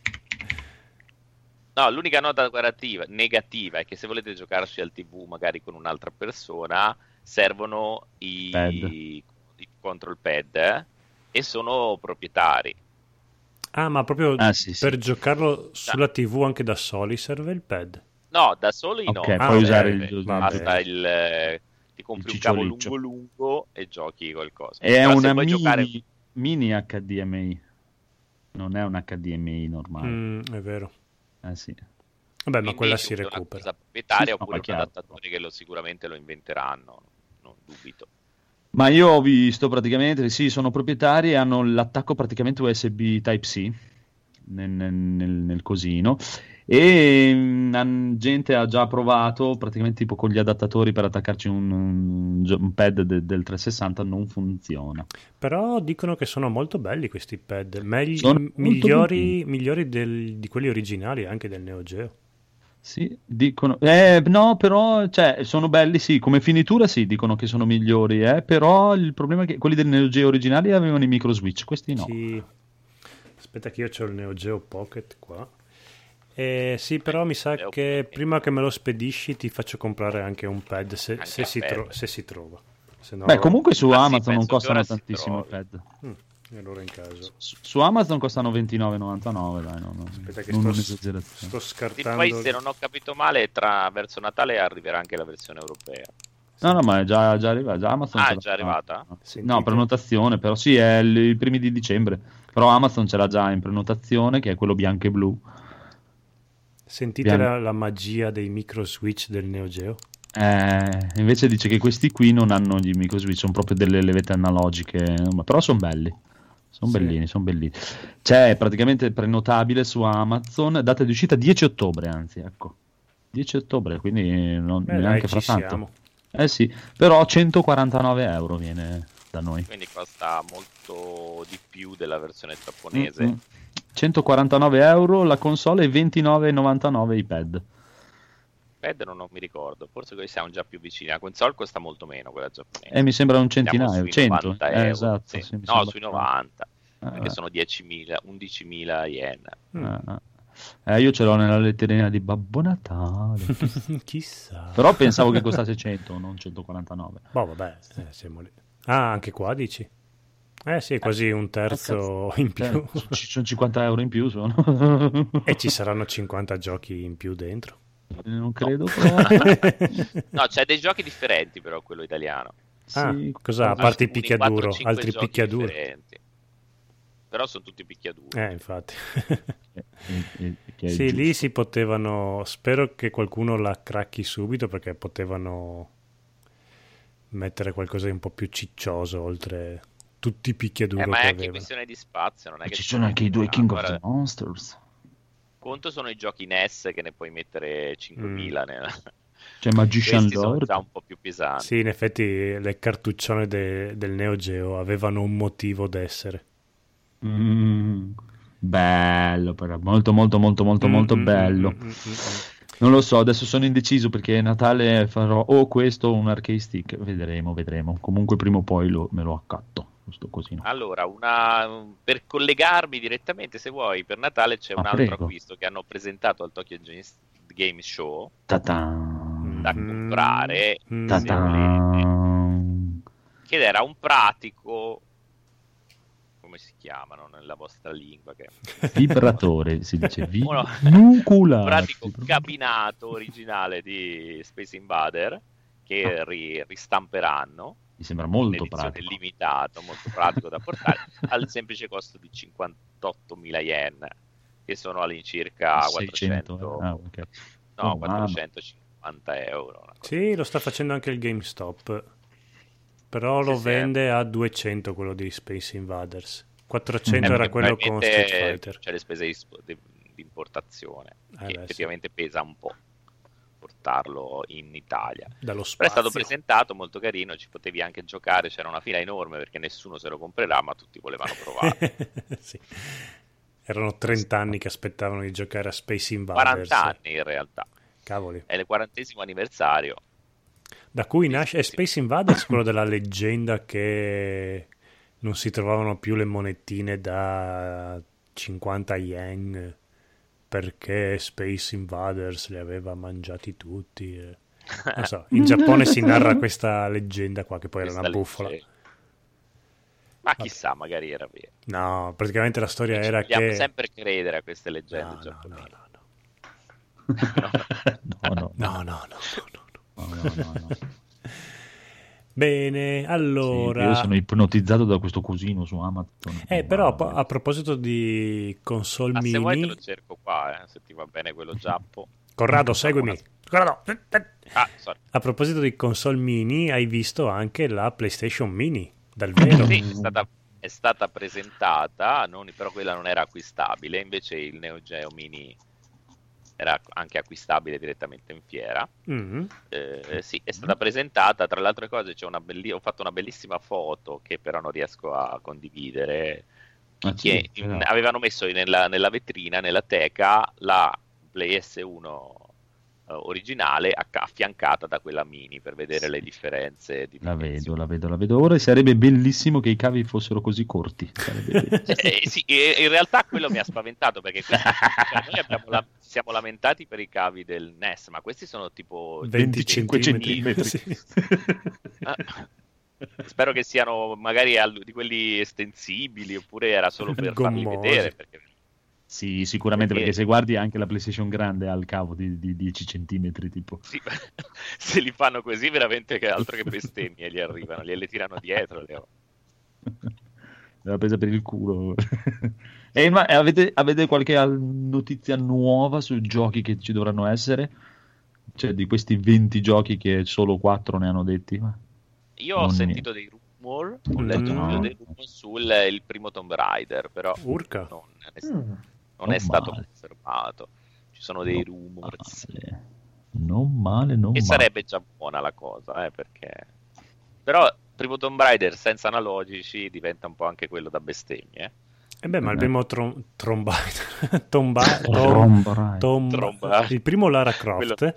[SPEAKER 2] No, l'unica nota negativa, negativa è che se volete giocarci al tivù magari con un'altra persona, servono i,
[SPEAKER 1] Pad.
[SPEAKER 2] i control pad eh, e sono proprietari.
[SPEAKER 3] Ah, ma proprio
[SPEAKER 1] Ah, sì, sì.
[SPEAKER 3] per giocarlo sulla tivù anche da soli serve il pad.
[SPEAKER 2] No, da soli no.
[SPEAKER 1] Ok,
[SPEAKER 2] non
[SPEAKER 3] puoi
[SPEAKER 1] usare
[SPEAKER 2] serve.
[SPEAKER 1] il-
[SPEAKER 2] Basta
[SPEAKER 3] vabbè.
[SPEAKER 2] il... eh, ti compri
[SPEAKER 1] Il
[SPEAKER 2] un cavo
[SPEAKER 1] ciccioliccio.
[SPEAKER 2] lungo lungo e giochi qualcosa.
[SPEAKER 1] È
[SPEAKER 2] Però se
[SPEAKER 1] una
[SPEAKER 2] vuoi
[SPEAKER 1] mini,
[SPEAKER 2] giocare...
[SPEAKER 1] mini H D M I. Non è un H D M I normale.
[SPEAKER 3] Mm, è vero.
[SPEAKER 1] Eh sì.
[SPEAKER 3] Vabbè, ma
[SPEAKER 2] quindi
[SPEAKER 3] quella si
[SPEAKER 2] è una
[SPEAKER 3] recupera.
[SPEAKER 2] cosa proprietaria
[SPEAKER 1] Sì, no,
[SPEAKER 2] oppure
[SPEAKER 1] ma
[SPEAKER 2] un
[SPEAKER 1] chiaro.
[SPEAKER 2] adattatore che lo, sicuramente lo inventeranno, non dubito.
[SPEAKER 1] Ma io ho visto praticamente, sì, sono proprietari e hanno l'attacco praticamente U S B Type-C nel, nel- nel- nel cosino e mm, han- gente ha già provato praticamente tipo con gli adattatori per attaccarci un, un, un pad de- del trecentosessanta, non funziona.
[SPEAKER 3] Però dicono che sono molto belli questi pad, Megli-
[SPEAKER 1] Sono
[SPEAKER 3] m-
[SPEAKER 1] molto
[SPEAKER 3] migliori, migliori del- di quelli originali, anche del Neo Geo.
[SPEAKER 1] Sì, dicono, eh, no, però, cioè, sono belli, sì, come finitura sì, dicono che sono migliori, eh, però il problema è che quelli del Neo Geo originali avevano i micro switch, questi no.
[SPEAKER 3] Sì. Aspetta che io ho il Neo Geo Pocket qua. Eh, sì, però mi sa
[SPEAKER 2] Neo
[SPEAKER 3] che
[SPEAKER 2] Pocket.
[SPEAKER 3] prima che me lo spedisci ti faccio comprare anche un pad se,
[SPEAKER 2] Anche
[SPEAKER 3] se
[SPEAKER 2] un
[SPEAKER 3] si,
[SPEAKER 2] pad.
[SPEAKER 3] tro- se si trova. Se no,
[SPEAKER 1] Beh, comunque su
[SPEAKER 2] Ah, sì,
[SPEAKER 1] Amazon non
[SPEAKER 2] penso che
[SPEAKER 1] costano
[SPEAKER 2] ora si
[SPEAKER 1] tantissimo i
[SPEAKER 2] trovi.
[SPEAKER 1] pad.
[SPEAKER 3] Mm, allora in caso.
[SPEAKER 1] Su, su Amazon costano ventinove e novantanove, dai, no, no,
[SPEAKER 3] Aspetta che
[SPEAKER 1] non
[SPEAKER 3] sto,
[SPEAKER 1] un'esagerazione.
[SPEAKER 3] sto
[SPEAKER 2] Sì,
[SPEAKER 3] scartando.
[SPEAKER 2] poi se non ho capito male, tra verso Natale arriverà anche la versione europea.
[SPEAKER 1] No, no, ma è già, già arrivata, già Amazon
[SPEAKER 2] Ah,
[SPEAKER 1] ce
[SPEAKER 2] è
[SPEAKER 1] l'ha
[SPEAKER 2] già
[SPEAKER 1] fatta.
[SPEAKER 2] arrivata?
[SPEAKER 1] Sì,
[SPEAKER 3] Sentite.
[SPEAKER 1] no, prenotazione, però sì, è il- i primi di dicembre, però Amazon ce l'ha già in prenotazione, che è quello bianco e blu.
[SPEAKER 3] Sentite
[SPEAKER 1] Bianco.
[SPEAKER 3] la, la magia dei micro switch del Neo Geo?
[SPEAKER 1] Eh, invece dice che questi qui non hanno gli micro switch, sono proprio delle levette analogiche, ma però sono belli. Sono
[SPEAKER 3] Sì.
[SPEAKER 1] bellini, sono bellini. C'è praticamente prenotabile su Amazon, data di uscita dieci ottobre, anzi, ecco. dieci ottobre, quindi non,
[SPEAKER 3] Beh,
[SPEAKER 1] neanche
[SPEAKER 3] dai,
[SPEAKER 1] fra
[SPEAKER 3] ci
[SPEAKER 1] tanto.
[SPEAKER 3] siamo.
[SPEAKER 1] Eh sì, però centoquarantanove euro viene da noi.
[SPEAKER 2] Quindi costa molto di più della versione giapponese.
[SPEAKER 1] Mm-mm. centoquarantanove euro la console e ventinove e novantanove i pad.
[SPEAKER 2] Pad non, non mi ricordo, forse noi siamo già più vicini. La console costa molto meno quella giapponese.
[SPEAKER 1] E mi sembra un
[SPEAKER 2] Siamo
[SPEAKER 1] centinaio,
[SPEAKER 2] sui
[SPEAKER 1] cento.
[SPEAKER 2] novanta
[SPEAKER 1] Eh,
[SPEAKER 2] euro,
[SPEAKER 1] esatto,
[SPEAKER 2] sì.
[SPEAKER 1] sì, mi
[SPEAKER 2] No,
[SPEAKER 1] sembra-
[SPEAKER 2] sui novanta,
[SPEAKER 1] Eh,
[SPEAKER 2] perché
[SPEAKER 1] eh.
[SPEAKER 2] sono diecimila, undicimila yen.
[SPEAKER 3] Mm.
[SPEAKER 1] Eh, eh. Eh, io ce l'ho nella letterina di Babbo Natale.
[SPEAKER 3] Chissà.
[SPEAKER 1] Però pensavo che costasse cento, non centoquarantanove.
[SPEAKER 3] Boh, vabbè, eh, siamo lì. Ah, anche qua dici? Eh sì, è quasi un terzo in più.
[SPEAKER 1] Eh, ci sono cinquanta euro in più, sono.
[SPEAKER 3] E ci saranno cinquanta giochi in più dentro.
[SPEAKER 1] Non credo, però.
[SPEAKER 2] No, c'è dei giochi differenti però quello italiano.
[SPEAKER 3] Ah,
[SPEAKER 1] Sì,
[SPEAKER 3] cos'ha? A
[SPEAKER 1] cosa-
[SPEAKER 3] parte i
[SPEAKER 2] Alcuni
[SPEAKER 3] picchiaduro,
[SPEAKER 2] quattro cinque
[SPEAKER 3] altri
[SPEAKER 2] giochi
[SPEAKER 3] picchiaduro.
[SPEAKER 2] differenti. Però sono tutti picchiaduro.
[SPEAKER 3] Eh, infatti.
[SPEAKER 1] Eh, eh, che è
[SPEAKER 3] Sì,
[SPEAKER 1] giusto.
[SPEAKER 3] lì si potevano... Spero che qualcuno la cracchi subito perché potevano mettere qualcosa di un po' più ciccioso oltre tutti i picchiaduro
[SPEAKER 2] Eh, ma
[SPEAKER 3] che
[SPEAKER 2] è anche
[SPEAKER 3] avevano.
[SPEAKER 2] questione di spazio, non è
[SPEAKER 1] E
[SPEAKER 2] che
[SPEAKER 1] ci sono anche i due
[SPEAKER 2] Ah,
[SPEAKER 1] King of
[SPEAKER 2] guarda,
[SPEAKER 1] the Monsters.
[SPEAKER 2] conto sono i giochi N E S che ne puoi mettere cinquemila. nel-
[SPEAKER 1] C'è Magician
[SPEAKER 2] Questi sono
[SPEAKER 1] Lord.
[SPEAKER 2] già un po' più pesanti.
[SPEAKER 3] Sì, in effetti le cartuccione de- del Neo Geo avevano un motivo d'essere.
[SPEAKER 1] Mm, bello, però. Molto, molto, molto, molto, molto
[SPEAKER 3] Mm, mm,
[SPEAKER 1] bello.
[SPEAKER 3] mm, mm, mm, mm.
[SPEAKER 1] Non lo so, adesso sono indeciso perché a Natale farò o questo o un arcade stick. Vedremo, vedremo. Comunque prima o poi lo- me lo accatto. Giusto così. No?
[SPEAKER 2] Allora, una... per collegarmi direttamente, se vuoi, per Natale c'è
[SPEAKER 1] Ah,
[SPEAKER 2] un altro
[SPEAKER 1] prego.
[SPEAKER 2] acquisto che hanno presentato al Tokyo Games- Game Show
[SPEAKER 1] Ta-tan.
[SPEAKER 2] da
[SPEAKER 3] Mm.
[SPEAKER 2] comprare,
[SPEAKER 3] Mm.
[SPEAKER 2] se volete,
[SPEAKER 1] Ta-tan.
[SPEAKER 2] che era un pratico, come si chiamano nella vostra lingua? Che...
[SPEAKER 1] Vibratore, si dice vi-
[SPEAKER 2] Uno-
[SPEAKER 1] nucleare.
[SPEAKER 2] un pratico cabinato originale di Space Invader che ri- ristamperanno
[SPEAKER 1] Mi sembra
[SPEAKER 2] in
[SPEAKER 1] molto
[SPEAKER 2] edizione
[SPEAKER 1] pratico.
[SPEAKER 2] limitata, molto pratico da portare, al semplice costo di cinquantottomila yen, che sono all'incirca
[SPEAKER 1] seicento,
[SPEAKER 2] quattrocento,
[SPEAKER 1] eh. Ah, ok.
[SPEAKER 2] no,
[SPEAKER 1] Oh, mamma.
[SPEAKER 2] quattrocentocinquanta euro. una cosa.
[SPEAKER 3] Sì, lo sta facendo anche il GameStop. però lo
[SPEAKER 2] Sì, sì.
[SPEAKER 3] vende a duecento quello di Space Invaders. quattrocento
[SPEAKER 2] Eh,
[SPEAKER 3] era
[SPEAKER 2] perché
[SPEAKER 3] quello con
[SPEAKER 2] probabilmente
[SPEAKER 3] Street Fighter.
[SPEAKER 2] c'è le spese di, di- di importazione,
[SPEAKER 3] Eh,
[SPEAKER 2] che
[SPEAKER 3] beh,
[SPEAKER 2] effettivamente pesa un po' portarlo in Italia.
[SPEAKER 3] Dallo
[SPEAKER 2] Però è stato
[SPEAKER 3] spazio.
[SPEAKER 2] presentato molto carino, ci potevi anche giocare, c'era una fila enorme perché nessuno se lo comprerà, ma tutti volevano provare.
[SPEAKER 3] Sì. Erano trenta anni che aspettavano di giocare a Space Invaders.
[SPEAKER 2] quaranta anni in realtà,
[SPEAKER 3] Cavoli.
[SPEAKER 2] è il quarantesimo anniversario.
[SPEAKER 3] Da cui
[SPEAKER 2] Sì,
[SPEAKER 3] nasce
[SPEAKER 2] sì, sì.
[SPEAKER 3] Space Invaders, quello della leggenda che non si trovavano più le monetine da cinquanta yen perché Space Invaders li aveva mangiati tutti. eh. Non so, in Giappone si narra questa leggenda qua, che poi era
[SPEAKER 2] Questa
[SPEAKER 3] una bufala.
[SPEAKER 2] leggenda. Ma chissà, magari era vero.
[SPEAKER 3] No, praticamente la storia
[SPEAKER 2] Ci
[SPEAKER 3] era
[SPEAKER 2] vogliamo
[SPEAKER 3] che...
[SPEAKER 2] sempre credere a queste
[SPEAKER 3] No,
[SPEAKER 2] leggende
[SPEAKER 3] no,
[SPEAKER 2] giapponesi.
[SPEAKER 3] no, no.
[SPEAKER 1] no, no,
[SPEAKER 3] No, no, no, no, no.
[SPEAKER 1] no, no, no, no.
[SPEAKER 3] Bene,
[SPEAKER 1] Sì,
[SPEAKER 3] allora...
[SPEAKER 1] io sono ipnotizzato da questo cosino su Amazon.
[SPEAKER 3] Eh,
[SPEAKER 1] Oh,
[SPEAKER 3] però
[SPEAKER 1] mamma
[SPEAKER 3] a,
[SPEAKER 1] mia.
[SPEAKER 3] a proposito di console
[SPEAKER 2] Ma se vuoi te
[SPEAKER 3] mini...
[SPEAKER 2] lo cerco qua, eh, se ti va bene quello giappo.
[SPEAKER 3] Corrado, seguimi. Corrado.
[SPEAKER 2] Ah, sorry.
[SPEAKER 3] A proposito di console mini, hai visto anche la PlayStation Mini, dal vero?
[SPEAKER 2] Sì, è stata, è stata presentata, non- però quella non era acquistabile, invece il Neo Geo Mini era anche acquistabile direttamente in fiera.
[SPEAKER 3] Mm.
[SPEAKER 2] Eh, sì, è stata presentata, tra le altre cose c'è una belli- ho fatto una bellissima foto che però non riesco a condividere,
[SPEAKER 1] Ah, sì,
[SPEAKER 2] che
[SPEAKER 1] però.
[SPEAKER 2] in- avevano messo nella, nella vetrina, nella teca, la Play S uno eh, originale acc- affiancata da quella mini per vedere
[SPEAKER 1] Sì.
[SPEAKER 2] le differenze di
[SPEAKER 1] La
[SPEAKER 2] dimensioni.
[SPEAKER 1] vedo, la vedo, la vedo ora e sarebbe bellissimo che i cavi fossero così corti. Sarebbe bello.
[SPEAKER 2] Eh, sì, e- in realtà quello mi ha spaventato perché questi- cioè, noi abbiamo la- siamo lamentati per i cavi del N E S, ma questi sono tipo
[SPEAKER 3] venti
[SPEAKER 1] venticinque
[SPEAKER 3] centimetri.
[SPEAKER 1] centimetri.
[SPEAKER 3] Sì.
[SPEAKER 2] Ah, spero che siano magari al- di quelli estensibili oppure era solo per farli
[SPEAKER 3] Gommosi.
[SPEAKER 2] vedere perché
[SPEAKER 1] Sì, sicuramente,
[SPEAKER 2] Perché-
[SPEAKER 1] perché se guardi anche la PlayStation grande ha il cavo di, di dieci centimetri, tipo.
[SPEAKER 2] sì, se li fanno così veramente che altro che bestemmie gli arrivano, gliele tirano dietro le-
[SPEAKER 1] L'ha presa per il culo. E ma avete, avete qualche al- notizia nuova sui giochi che ci dovranno essere? Cioè, di questi venti giochi che solo quattro ne hanno detti? Ma
[SPEAKER 2] Io ho
[SPEAKER 1] non
[SPEAKER 2] sentito dei rumor, ho letto
[SPEAKER 3] Mm.
[SPEAKER 2] proprio dei rumor sul il primo Tomb Raider, però
[SPEAKER 3] Urca.
[SPEAKER 2] non è,
[SPEAKER 4] Mm.
[SPEAKER 2] non è
[SPEAKER 1] Non
[SPEAKER 2] stato
[SPEAKER 1] male.
[SPEAKER 2] confermato. Ci sono dei
[SPEAKER 1] Non
[SPEAKER 2] rumors.
[SPEAKER 1] male. Non male, non
[SPEAKER 2] E
[SPEAKER 1] male.
[SPEAKER 2] sarebbe già buona la cosa, eh, perché... Però primo Tomb Raider senza analogici diventa un po' anche quello da bestemmie. Eh?
[SPEAKER 3] E beh, ma il
[SPEAKER 1] Eh.
[SPEAKER 3] primo trom- Tromba- Tomba- Tom-
[SPEAKER 1] Tomb Raider.
[SPEAKER 3] Tom-
[SPEAKER 2] Tromba.
[SPEAKER 3] il primo Lara Croft.
[SPEAKER 2] Quello-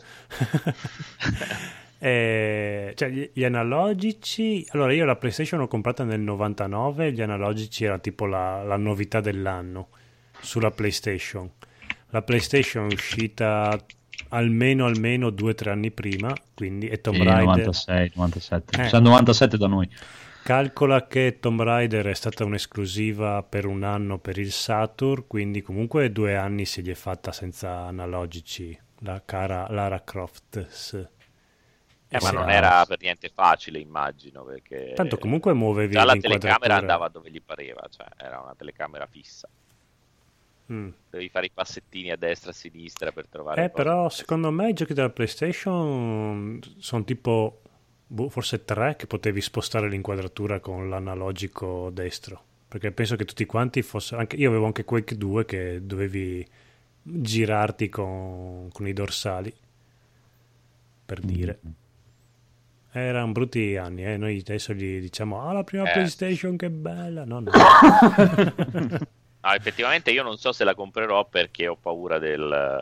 [SPEAKER 3] Eh, cioè gli, gli analogici, allora io la PlayStation l'ho comprata nel novantanove, gli analogici era tipo la, la novità dell'anno sulla PlayStation. La PlayStation è uscita almeno almeno due o tre anni prima, quindi e Tomb
[SPEAKER 1] Sì,
[SPEAKER 3] Raider
[SPEAKER 1] novantasei, novantasette.
[SPEAKER 3] Eh.
[SPEAKER 1] Sa novantasette da noi.
[SPEAKER 3] calcola che Tomb Raider è stata un'esclusiva per un anno per il Saturn, quindi comunque due anni se li è fatta senza analogici la cara Lara Croft. Sì.
[SPEAKER 2] Eh, ma
[SPEAKER 1] Sì,
[SPEAKER 2] non
[SPEAKER 1] ah,
[SPEAKER 2] era
[SPEAKER 1] sì.
[SPEAKER 2] per niente facile, immagino, perché
[SPEAKER 3] Tanto comunque muovevi
[SPEAKER 2] già la
[SPEAKER 3] l'inquadratura.
[SPEAKER 2] telecamera andava dove gli pareva, cioè era una telecamera fissa.
[SPEAKER 3] Mm.
[SPEAKER 2] Devi fare i passettini a destra e a sinistra per trovare
[SPEAKER 3] Eh,
[SPEAKER 2] cose.
[SPEAKER 3] però secondo me i giochi della PlayStation sono tipo boh, forse tre che potevi spostare l'inquadratura con l'analogico destro. Perché penso che tutti quanti fossero. Anche, io avevo anche Quake due che dovevi girarti con, con i dorsali. Per dire.
[SPEAKER 1] Mm.
[SPEAKER 3] Erano brutti anni, eh. Noi adesso gli diciamo: ah, la prima
[SPEAKER 2] Eh.
[SPEAKER 3] PlayStation che bella. No, no.
[SPEAKER 2] No, effettivamente io non so se la comprerò perché ho paura del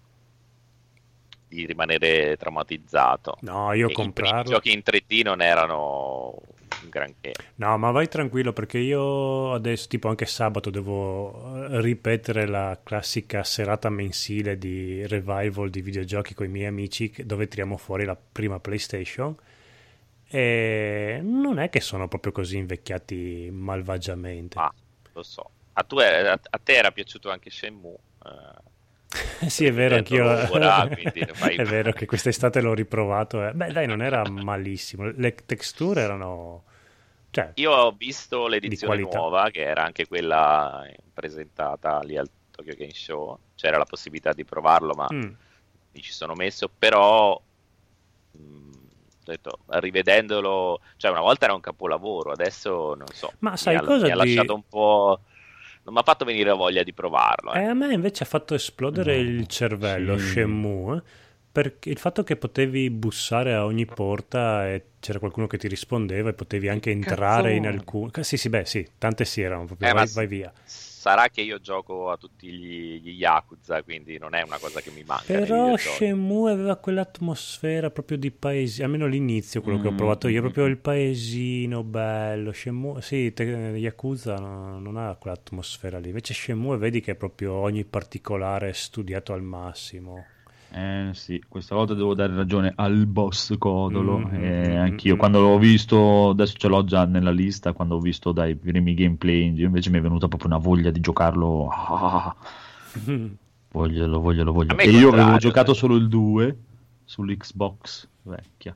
[SPEAKER 2] di rimanere traumatizzato.
[SPEAKER 3] No, io
[SPEAKER 2] E i primi
[SPEAKER 3] comprarlo.
[SPEAKER 2] giochi in tre D non erano un granché.
[SPEAKER 3] No, ma vai tranquillo perché io adesso, tipo anche sabato, devo eh, ripetere la classica serata mensile di revival di videogiochi con i miei amici che- dove tiriamo fuori la prima PlayStation e non è che sono proprio così invecchiati malvagiamente.
[SPEAKER 2] Ma lo so. A, tu è- a, a te era piaciuto anche Shenmue? Eh,
[SPEAKER 3] Sì, è vero, anch'io.
[SPEAKER 2] vedendolo ora, quindi ne fai-
[SPEAKER 3] È vero che quest'estate l'ho riprovato. eh. Beh, dai, non era malissimo. Le texture erano. Cioè,
[SPEAKER 2] Io ho visto l'edizione
[SPEAKER 3] qualità.
[SPEAKER 2] nuova, che era anche quella presentata lì al Tokyo Game Show. C'era la possibilità di provarlo, ma
[SPEAKER 3] mm,
[SPEAKER 2] mi ci sono messo. Però mh, detto, rivedendolo, cioè una volta era un capolavoro, adesso non so,
[SPEAKER 3] Ma sai
[SPEAKER 2] mi ha,
[SPEAKER 3] cosa
[SPEAKER 2] mi ha
[SPEAKER 3] di-
[SPEAKER 2] lasciato un po', non mi ha fatto venire la voglia di provarlo.
[SPEAKER 3] Eh,
[SPEAKER 2] eh.
[SPEAKER 3] a me invece ha fatto esplodere
[SPEAKER 1] No,
[SPEAKER 3] il cervello
[SPEAKER 1] sì.
[SPEAKER 3] Shenmue, eh, perché il fatto che potevi bussare a ogni porta e c'era qualcuno che ti rispondeva e potevi anche entrare in
[SPEAKER 1] Cazzone.
[SPEAKER 3] alcune... Sì, sì, beh, sì, tante sì erano, proprio
[SPEAKER 2] Eh, ma
[SPEAKER 3] vai,
[SPEAKER 2] s-
[SPEAKER 3] vai via.
[SPEAKER 2] Sarà che io gioco a tutti gli, gli Yakuza, quindi non è una cosa che mi manca nei
[SPEAKER 3] Però
[SPEAKER 2] videogiochi.
[SPEAKER 3] Shenmue aveva quell'atmosfera proprio di paesino, almeno l'inizio, quello che ho
[SPEAKER 1] Mm,
[SPEAKER 3] provato io,
[SPEAKER 1] mm,
[SPEAKER 3] proprio
[SPEAKER 1] mm.
[SPEAKER 3] il paesino bello. Shenmue, sì, te- Yakuza no- non ha quell'atmosfera lì, invece Shenmue vedi che è proprio ogni particolare è studiato al massimo.
[SPEAKER 1] Eh sì, questa volta devo dare ragione al boss Codolo.
[SPEAKER 3] Mm,
[SPEAKER 1] E
[SPEAKER 3] mm,
[SPEAKER 1] anch'io
[SPEAKER 3] mm,
[SPEAKER 1] quando l'ho visto, adesso ce l'ho già nella lista, quando ho visto dai primi gameplay, invece mi è venuta proprio una voglia di giocarlo. Ah,
[SPEAKER 3] mm.
[SPEAKER 1] voglio, voglio,
[SPEAKER 2] A
[SPEAKER 1] voglio.
[SPEAKER 2] me
[SPEAKER 1] E
[SPEAKER 2] il
[SPEAKER 1] io avevo
[SPEAKER 2] contrario,
[SPEAKER 1] giocato
[SPEAKER 2] sai.
[SPEAKER 1] solo il due sull'Xbox vecchia.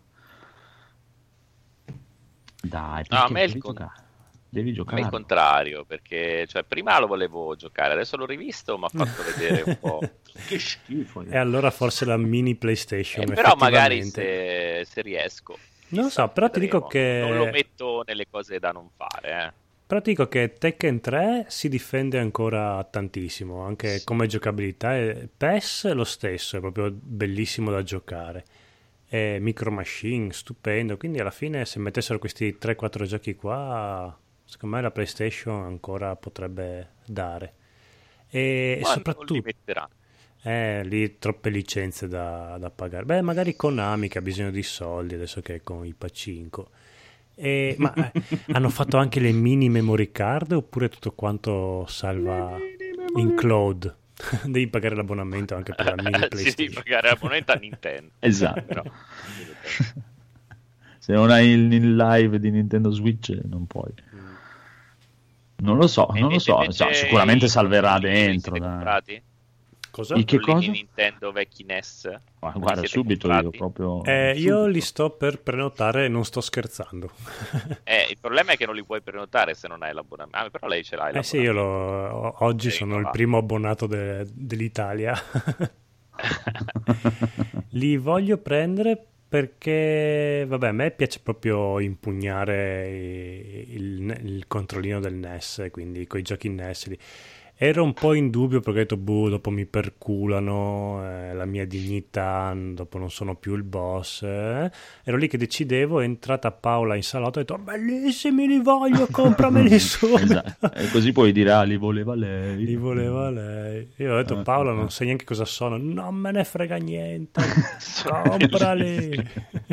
[SPEAKER 1] Dai,
[SPEAKER 2] No, a
[SPEAKER 1] perché
[SPEAKER 2] me il
[SPEAKER 1] devi
[SPEAKER 2] con-
[SPEAKER 1] giocare? Devi
[SPEAKER 2] A me il
[SPEAKER 1] giocare.
[SPEAKER 2] contrario, perché cioè, prima lo volevo giocare, adesso l'ho rivisto, mi ha fatto vedere un po'.
[SPEAKER 1] Che schifo.
[SPEAKER 3] E allora forse la mini PlayStation,
[SPEAKER 2] Eh, però magari
[SPEAKER 3] effettivamente.
[SPEAKER 2] se, se riesco.
[SPEAKER 3] Non lo
[SPEAKER 2] chissà,
[SPEAKER 3] so, però ti dico
[SPEAKER 2] vedremo. Non lo
[SPEAKER 3] che...
[SPEAKER 2] metto nelle cose da non fare, eh.
[SPEAKER 3] Però ti dico che Tekken tre si difende ancora tantissimo, anche
[SPEAKER 2] Sì.
[SPEAKER 3] come giocabilità. E P E S è lo stesso, è proprio bellissimo da giocare. E Micro Machine, stupendo. Quindi alla fine se mettessero questi tre quattro giochi qua, secondo me la PlayStation ancora potrebbe dare. E, e
[SPEAKER 2] Ma non li
[SPEAKER 3] soprattutto...
[SPEAKER 2] metteranno.
[SPEAKER 3] Eh, lì troppe licenze da, da pagare. Beh, magari Konami che ha bisogno di soldi adesso che è con i Pacinco. E, ma eh, hanno fatto anche le mini memory card oppure tutto quanto salva in cloud? Devi pagare l'abbonamento anche per la mini
[SPEAKER 2] Sì, devi
[SPEAKER 3] PlayStation.
[SPEAKER 2] pagare l'abbonamento a Nintendo.
[SPEAKER 1] Esatto.
[SPEAKER 2] Però,
[SPEAKER 1] Se non hai il, il live di Nintendo Switch non puoi. Non lo so,
[SPEAKER 2] E
[SPEAKER 1] non lo so,
[SPEAKER 2] invece
[SPEAKER 1] so, sicuramente
[SPEAKER 2] i-
[SPEAKER 1] salverà
[SPEAKER 2] i libri li
[SPEAKER 1] dentro.
[SPEAKER 2] siete
[SPEAKER 1] Dai.
[SPEAKER 2] comprati?
[SPEAKER 3] Cosa?
[SPEAKER 1] I che
[SPEAKER 2] Quelli
[SPEAKER 1] cosa?
[SPEAKER 2] Nintendo vecchi N E S?
[SPEAKER 1] Ma
[SPEAKER 2] Li
[SPEAKER 1] guarda,
[SPEAKER 2] siete
[SPEAKER 1] subito io
[SPEAKER 2] comprati?
[SPEAKER 1] proprio.
[SPEAKER 3] Eh, io
[SPEAKER 1] subito.
[SPEAKER 3] li sto per prenotare, non sto scherzando.
[SPEAKER 2] Eh, il problema è che non li puoi prenotare se non hai l'abbonamento. Ah, però lei ce l'ha
[SPEAKER 3] Eh sì, io
[SPEAKER 2] l'abbonamento.
[SPEAKER 3] lo- oggi
[SPEAKER 2] Eh,
[SPEAKER 3] sono il
[SPEAKER 2] va.
[SPEAKER 3] primo abbonato de- dell'Italia. Li voglio prendere perché, vabbè, a me piace proprio impugnare il, il controllino del N E S, quindi con i giochi N E S lì. Ero un po' in dubbio perché ho detto, boh, dopo mi perculano, eh, la mia dignità, dopo non sono più il boss. eh. Ero lì che decidevo, è entrata Paola in salotto e ho detto, bellissimi, li voglio, comprameli su.
[SPEAKER 1] Esatto. E così puoi dire, ah, li voleva lei.
[SPEAKER 3] Li voleva lei. Io ho detto, Paola, non sai neanche cosa sono. Non me ne frega niente. Comprali.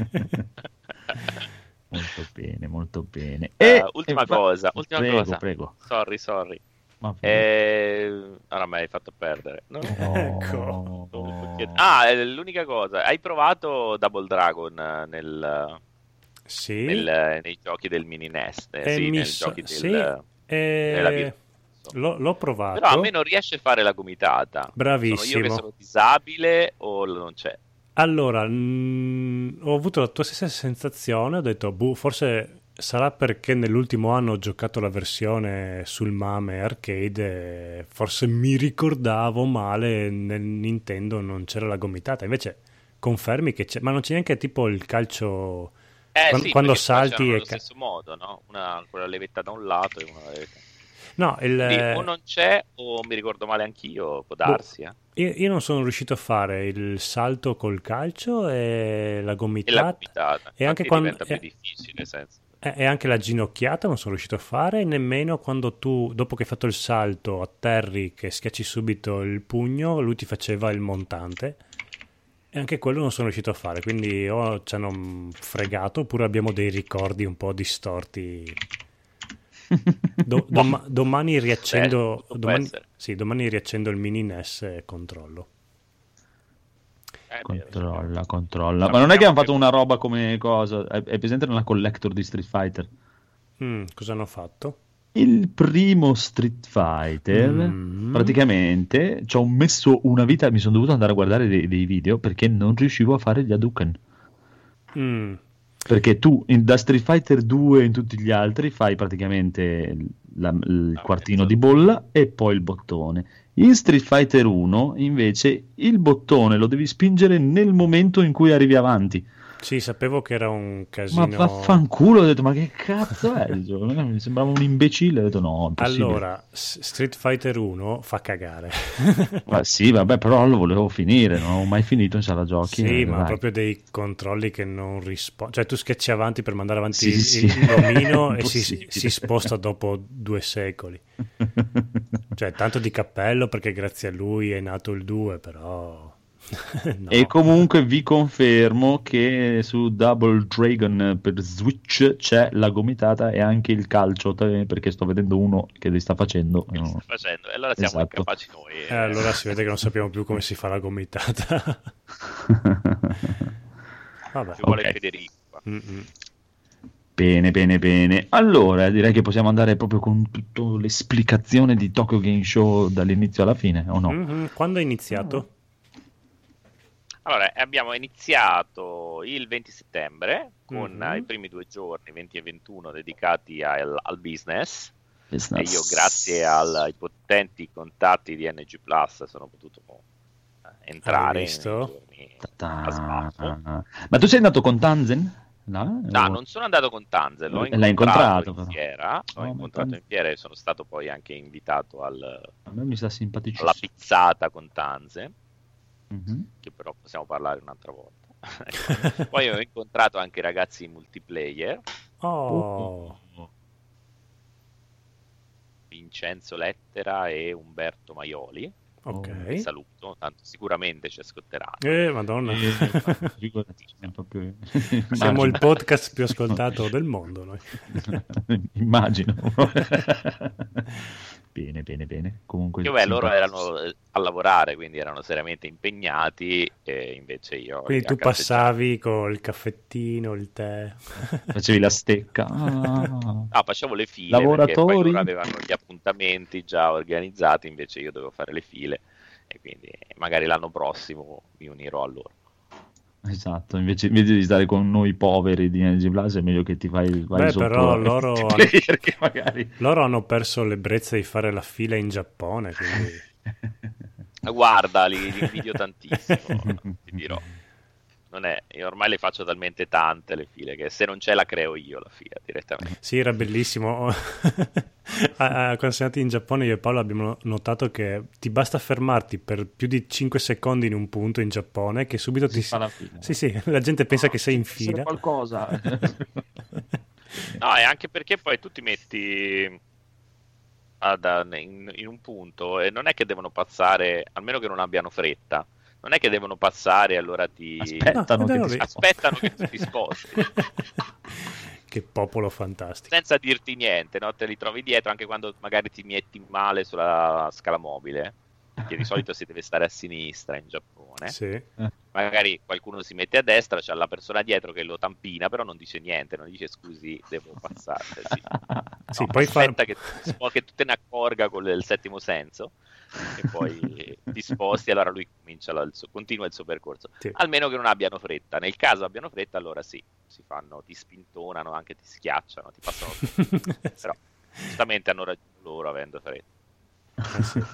[SPEAKER 1] Molto bene, molto bene.
[SPEAKER 2] Eh,
[SPEAKER 1] E,
[SPEAKER 2] ultima
[SPEAKER 1] e fa-
[SPEAKER 2] cosa, ultima
[SPEAKER 1] prego,
[SPEAKER 2] cosa.
[SPEAKER 1] prego.
[SPEAKER 2] Sorry, sorry.
[SPEAKER 1] Ma
[SPEAKER 2] Eh... Ora mi hai fatto perdere. No.
[SPEAKER 1] no.
[SPEAKER 2] Ah, eh, l'unica cosa. Hai provato Double Dragon eh, nel,
[SPEAKER 3] Sì.
[SPEAKER 2] nel- nei giochi del mini N E S? Eh,
[SPEAKER 3] E
[SPEAKER 2] sì,
[SPEAKER 3] mi
[SPEAKER 2] nei
[SPEAKER 3] so-
[SPEAKER 2] giochi del,
[SPEAKER 3] sì,
[SPEAKER 2] della
[SPEAKER 3] e...
[SPEAKER 2] vita.
[SPEAKER 3] l'ho, l'ho provato.
[SPEAKER 2] Però a me non riesce a fare la gomitata.
[SPEAKER 3] Bravissimo.
[SPEAKER 2] Sono io che sono disabile o non c'è?
[SPEAKER 3] Allora, mh, ho avuto la tua stessa sensazione, ho detto, boh, forse sarà perché nell'ultimo anno ho giocato la versione sul MAME arcade, e forse mi ricordavo male, nel Nintendo non c'era la gomitata, invece confermi che c'è, ma non c'è neanche tipo il calcio,
[SPEAKER 2] Eh
[SPEAKER 3] Quan-
[SPEAKER 2] sì,
[SPEAKER 3] quando
[SPEAKER 2] perché
[SPEAKER 3] salti
[SPEAKER 2] facciano
[SPEAKER 3] e
[SPEAKER 2] allo
[SPEAKER 3] ca-
[SPEAKER 2] stesso modo, no? Una con la levetta da un lato e una levetta.
[SPEAKER 3] no, il...
[SPEAKER 2] Quindi o non c'è o mi ricordo male anch'io, può darsi. Eh.
[SPEAKER 3] Io, io non sono riuscito a fare il salto col calcio e la
[SPEAKER 2] E la
[SPEAKER 3] gomitata
[SPEAKER 2] gomitata.
[SPEAKER 3] e anche
[SPEAKER 2] Infatti
[SPEAKER 3] quando
[SPEAKER 2] diventa più
[SPEAKER 3] e-
[SPEAKER 2] difficile senza.
[SPEAKER 3] e e anche la ginocchiata non sono riuscito a fare, nemmeno quando tu, dopo che hai fatto il salto, atterri, che schiacci subito il pugno, lui ti faceva il montante. E anche quello non sono riuscito a fare, quindi o ci hanno fregato oppure abbiamo dei ricordi un po' distorti. Do- doma- domani riaccendo
[SPEAKER 2] Beh, può
[SPEAKER 3] domani,
[SPEAKER 2] essere.
[SPEAKER 3] sì, domani riaccendo il mini N E S e controllo.
[SPEAKER 2] Eh,
[SPEAKER 1] Controlla, controlla. Ma non è che hanno fatto una roba come cosa? È, è presente nella collector di Street Fighter?
[SPEAKER 3] Mm, cosa hanno fatto?
[SPEAKER 1] Il primo Street Fighter,
[SPEAKER 3] Mm.
[SPEAKER 1] praticamente, ci ho messo una vita, mi sono dovuto andare a guardare dei, dei video perché non riuscivo a fare gli Hadouken.
[SPEAKER 3] Mm.
[SPEAKER 1] Perché tu in, da Street Fighter due in tutti gli altri fai praticamente la- il
[SPEAKER 2] Ah,
[SPEAKER 1] quartino
[SPEAKER 2] esatto.
[SPEAKER 1] di bolla e poi il bottone. In Street Fighter uno invece il bottone lo devi spingere nel momento in cui arrivi avanti.
[SPEAKER 3] Sì, sapevo che era un casino.
[SPEAKER 1] Ma vaffanculo, ho detto, ma che cazzo è? Mi sembrava un imbecille, ho detto no, impossibile.
[SPEAKER 3] Allora, Street Fighter uno fa cagare.
[SPEAKER 1] Ma sì, vabbè, però lo volevo finire, non ho mai finito in sala giochi.
[SPEAKER 3] Sì,
[SPEAKER 1] eh,
[SPEAKER 3] ma
[SPEAKER 1] dai.
[SPEAKER 3] proprio dei controlli che non rispondono. Cioè tu schiacci avanti per mandare avanti
[SPEAKER 1] Sì,
[SPEAKER 3] il,
[SPEAKER 1] sì,
[SPEAKER 3] il
[SPEAKER 1] sì.
[SPEAKER 3] omino e si,
[SPEAKER 1] Impossibile.
[SPEAKER 3] si sposta dopo due secoli. Cioè tanto di cappello perché grazie a lui è nato il due, però... no.
[SPEAKER 1] E comunque vi confermo che su Double Dragon per Switch c'è la gomitata e anche il calcio, te- perché sto vedendo uno che li sta facendo.
[SPEAKER 2] Che sta facendo. E allora siamo
[SPEAKER 1] Esatto.
[SPEAKER 2] incapaci noi.
[SPEAKER 3] Eh, allora si vede che non sappiamo più come si fa la gomitata. Vabbè.
[SPEAKER 2] Ci vuole
[SPEAKER 1] Ok.
[SPEAKER 2] Federico. qua.
[SPEAKER 3] Mm-mm.
[SPEAKER 1] Bene, bene, bene. Allora, direi che possiamo andare proprio con tutta l'esplicazione di Tokyo Game Show dall'inizio alla fine, o no?
[SPEAKER 3] Mhm. Quando è iniziato?
[SPEAKER 2] Allora, abbiamo iniziato il venti settembre con
[SPEAKER 3] Mhm.
[SPEAKER 2] eh, i primi due giorni, venti e ventuno, dedicati al, al business.
[SPEAKER 1] Business.
[SPEAKER 2] E io, grazie al- ai potenti contatti di N G Plus, sono potuto eh, entrare
[SPEAKER 3] Hai
[SPEAKER 2] in
[SPEAKER 3] visto?
[SPEAKER 2] giorni
[SPEAKER 1] Ta-ta.
[SPEAKER 2] a sbafo.
[SPEAKER 1] Ma tu sei andato con Tanzen? No,
[SPEAKER 2] No, non sono andato con Tanzel, l'ho
[SPEAKER 1] L'hai
[SPEAKER 2] incontrato,
[SPEAKER 1] incontrato,
[SPEAKER 2] in
[SPEAKER 1] però.
[SPEAKER 2] fiera, l'ho
[SPEAKER 1] Oh, ma
[SPEAKER 2] incontrato
[SPEAKER 1] Tanz-
[SPEAKER 2] in fiera e sono stato poi anche invitato al-
[SPEAKER 1] A me mi sta
[SPEAKER 2] alla
[SPEAKER 1] simpaticissimo.
[SPEAKER 2] pizzata con Tanze,
[SPEAKER 1] Mhm.
[SPEAKER 2] che però possiamo parlare un'altra volta. Ecco. Poi ho incontrato anche i ragazzi in multiplayer,
[SPEAKER 3] Oh,
[SPEAKER 2] Vincenzo Lettera e Umberto Maioli,
[SPEAKER 3] ok.
[SPEAKER 2] che saluto, tanto sicuramente ci ascolteranno.
[SPEAKER 3] Eh, madonna.
[SPEAKER 1] Eh, figurati, siamo proprio-
[SPEAKER 3] Siamo il
[SPEAKER 1] immagino.
[SPEAKER 3] podcast più ascoltato del mondo noi.
[SPEAKER 1] Immagino. Bene, bene, bene. Comunque,
[SPEAKER 2] Che beh, loro
[SPEAKER 1] simpatici.
[SPEAKER 2] erano eh, a lavorare, quindi erano seriamente impegnati, e invece io...
[SPEAKER 3] Quindi
[SPEAKER 2] lì
[SPEAKER 3] tu
[SPEAKER 2] a cazzeggiare.
[SPEAKER 3] passavi col caffettino, il tè.
[SPEAKER 1] Facevi la stecca. Ah.
[SPEAKER 2] Ah, facevo le file perché poi
[SPEAKER 1] Lavoratori.
[SPEAKER 2] loro avevano gli appuntamenti già organizzati, invece io dovevo fare le file e quindi magari l'anno prossimo mi unirò a loro.
[SPEAKER 1] Esatto, invece, invece di stare con noi poveri di N G Plus è meglio che ti fai, vai
[SPEAKER 3] Beh,
[SPEAKER 1] sotto
[SPEAKER 3] però
[SPEAKER 1] a-
[SPEAKER 3] loro hanno-
[SPEAKER 1] player che magari...
[SPEAKER 3] Loro hanno perso l'ebbrezza di fare la fila in Giappone, quindi...
[SPEAKER 2] Ma guarda, li, li invidio tantissimo, ti dirò. Non è, io ormai le faccio talmente tante le file che se non c'è la creo io la fila direttamente.
[SPEAKER 3] Sì, era bellissimo. Ah, ah, Quando siamo andati in Giappone io e Paolo abbiamo notato che ti basta fermarti per più di cinque secondi in un punto in Giappone che subito
[SPEAKER 1] Si
[SPEAKER 3] ti...
[SPEAKER 1] fa la fila.
[SPEAKER 3] Sì, sì, la gente pensa che sei in
[SPEAKER 1] Deve essere
[SPEAKER 3] fila.
[SPEAKER 1] qualcosa.
[SPEAKER 2] No, e anche perché poi tu ti metti ad- in, in un punto e non è che devono passare, almeno che non abbiano fretta, non è che devono passare e allora ti
[SPEAKER 1] Aspettano
[SPEAKER 3] No,
[SPEAKER 1] che
[SPEAKER 3] no,
[SPEAKER 1] ti
[SPEAKER 3] no,
[SPEAKER 2] aspettano che tu ti sposti.
[SPEAKER 3] Che popolo fantastico.
[SPEAKER 2] Senza dirti niente, no? Te li trovi dietro anche quando magari ti metti male sulla scala mobile, che di solito si deve stare a sinistra in Giappone.
[SPEAKER 3] Sì.
[SPEAKER 2] Magari qualcuno si mette a destra, c'è la persona dietro che lo tampina, però non dice niente, non dice scusi, devo passare. Cioè, sì.
[SPEAKER 3] Sì,
[SPEAKER 2] No,
[SPEAKER 3] poi fa-
[SPEAKER 2] aspetta che, che tu te ne accorga con il settimo senso e poi ti sposti, allora lui comincia la- il suo- continua il suo percorso.
[SPEAKER 3] Sì.
[SPEAKER 2] Almeno che non abbiano fretta. Nel caso abbiano fretta, allora sì, si fanno, ti spintonano, anche ti schiacciano, ti passano tutto. Però giustamente hanno ragione loro avendo fretta.
[SPEAKER 3] Eh sì.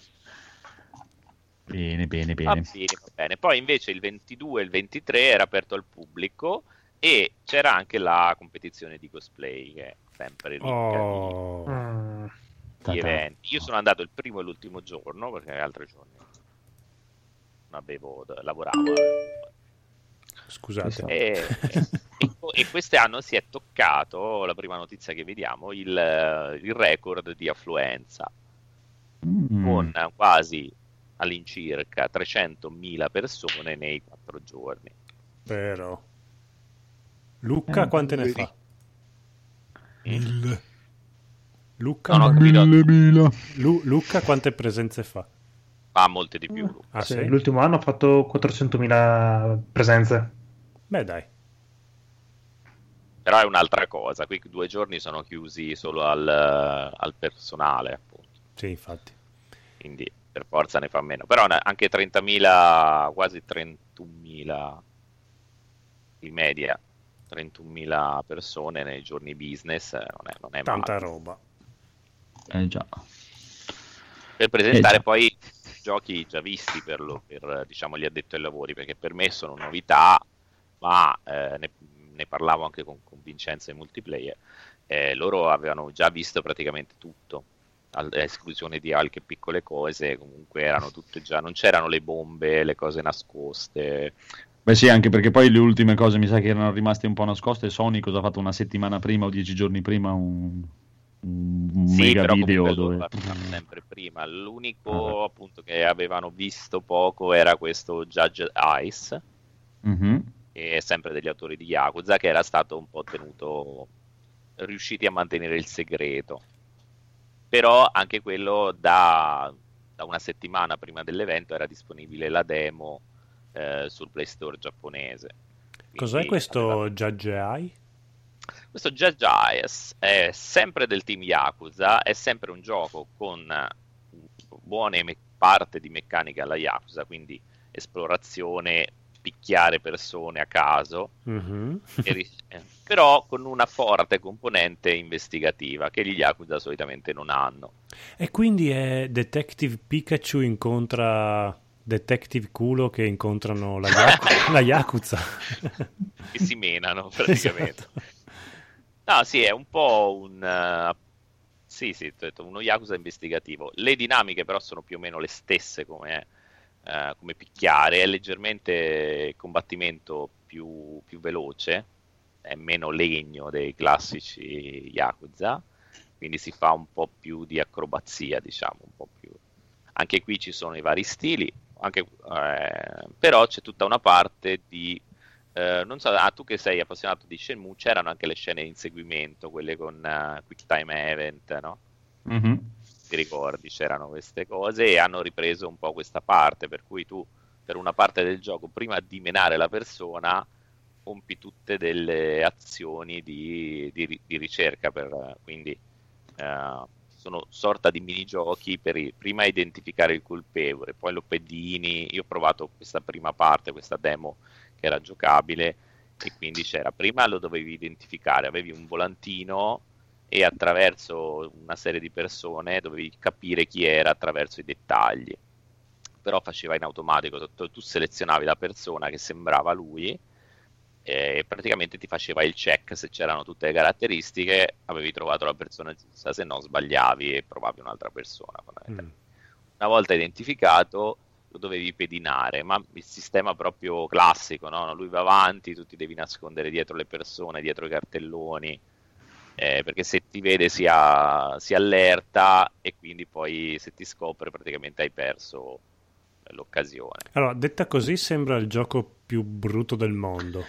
[SPEAKER 1] Bene, bene,
[SPEAKER 2] Va
[SPEAKER 1] bene.
[SPEAKER 2] bene, va bene. Poi invece il ventidue e il ventitré era aperto al pubblico e c'era anche la competizione di cosplay, che è sempre ricca
[SPEAKER 3] Oh.
[SPEAKER 4] Mm.
[SPEAKER 2] di,
[SPEAKER 1] Ta-ta.
[SPEAKER 2] di eventi. Io sono andato il primo e l'ultimo giorno, perché gli altri giorni non avevo, lavoravo.
[SPEAKER 3] Scusate.
[SPEAKER 2] E, e, e quest'anno si è toccato, la prima notizia che vediamo, il, il record di affluenza,
[SPEAKER 1] Mm.
[SPEAKER 2] con quasi all'incirca trecentomila persone nei quattro giorni.
[SPEAKER 3] Però. Luca
[SPEAKER 1] Eh,
[SPEAKER 3] quante ne
[SPEAKER 1] vedi.
[SPEAKER 3] fa? Mille. Luca,
[SPEAKER 2] Non ho capito.
[SPEAKER 1] Mille, mille.
[SPEAKER 3] Lu- Luca quante presenze fa?
[SPEAKER 2] Ha molte di più. Luca.
[SPEAKER 3] Ah,
[SPEAKER 4] Sì,
[SPEAKER 3] sì?
[SPEAKER 4] l'ultimo anno ha fatto quattrocentomila presenze.
[SPEAKER 3] Beh, dai.
[SPEAKER 2] Però è un'altra cosa, qui due giorni sono chiusi solo al, al personale, appunto,
[SPEAKER 3] Sì, infatti.
[SPEAKER 2] quindi per forza ne fa meno. Però ne- anche trentamila, quasi trentunomila in media, trentunomila persone nei giorni business, eh, non è, non è
[SPEAKER 3] Tanta
[SPEAKER 2] male.
[SPEAKER 3] roba.
[SPEAKER 1] Eh già.
[SPEAKER 2] Per presentare
[SPEAKER 1] Eh, già.
[SPEAKER 2] poi giochi già visti per, lo, per diciamo, gli addetti ai lavori, perché per me sono novità ma eh, ne, ne parlavo anche con, con Vincenzo in multiplayer, eh, loro avevano già visto praticamente tutto, a esclusione di qualche piccole cose, comunque erano tutte già, non c'erano le bombe, le cose nascoste.
[SPEAKER 1] Beh sì, anche perché poi le ultime cose mi sa che erano rimaste un po' nascoste. Sony cosa ha fatto una settimana prima o dieci giorni prima un, un
[SPEAKER 2] Sì,
[SPEAKER 1] mega
[SPEAKER 2] però
[SPEAKER 1] video
[SPEAKER 2] comunque loro
[SPEAKER 1] dove...
[SPEAKER 2] parlavano sempre prima. L'unico
[SPEAKER 1] Vabbè.
[SPEAKER 2] appunto che avevano visto poco era questo Judge Ice,
[SPEAKER 1] Mhm.
[SPEAKER 2] che è sempre degli autori di Yakuza, che era stato un po' tenuto, riusciti a mantenere il segreto. Però anche quello da, da una settimana prima dell'evento era disponibile la demo eh, sul Play Store giapponese.
[SPEAKER 3] Cos'è
[SPEAKER 2] Quindi
[SPEAKER 3] questo
[SPEAKER 2] aveva-
[SPEAKER 3] Judge Eye?
[SPEAKER 2] questo Judge Eyes è sempre del team Yakuza, è sempre un gioco con buone me- parte di meccanica alla Yakuza, quindi esplorazione, picchiare persone a caso,
[SPEAKER 3] Mhm.
[SPEAKER 2] e ri- eh, però con una forte componente investigativa che gli Yakuza solitamente non hanno.
[SPEAKER 3] E quindi è Detective Pikachu incontra Detective Culo che incontrano la, Yaku- la Yakuza.
[SPEAKER 2] Che si menano praticamente.
[SPEAKER 3] Esatto.
[SPEAKER 2] No, sì, è un po' un... eh, sì, sì, t'ho detto, uno Yakuza investigativo. Le dinamiche però sono più o meno le stesse come, eh, come picchiare, è leggermente combattimento più, più veloce, è meno legno dei classici Yakuza, quindi si fa un po' più di acrobazia, diciamo, un po' più... Anche qui ci sono i vari stili, anche, eh, però c'è tutta una parte di... eh, non so, ah, tu che sei appassionato di Shenmue, c'erano anche le scene di inseguimento, quelle con eh, Quick Time Event, no?
[SPEAKER 1] Mhm.
[SPEAKER 2] Ti ricordi, c'erano queste cose e hanno ripreso un po' questa parte, per cui tu per una parte del gioco, prima di menare la persona, compi tutte delle azioni di, di, di ricerca, per, quindi eh, sono sorta di minigiochi per i- prima identificare il colpevole, poi lo pedini. Io ho provato questa prima parte, questa demo che era giocabile, e quindi c'era, prima lo dovevi identificare, avevi un volantino e attraverso una serie di persone dovevi capire chi era attraverso i dettagli, però faceva in automatico, tu, tu selezionavi la persona che sembrava lui e praticamente ti faceva il check se c'erano tutte le caratteristiche, avevi trovato la persona giusta, se no sbagliavi e provavi un'altra persona.
[SPEAKER 3] Mm.
[SPEAKER 2] Una volta identificato lo dovevi pedinare, ma il sistema proprio classico, no? Lui va avanti, tu ti devi nascondere dietro le persone, dietro i cartelloni, eh, perché se ti vede si, a- si allerta e quindi poi se ti scopre praticamente hai perso l'occasione.
[SPEAKER 3] Allora, detta così sembra il gioco più brutto del mondo.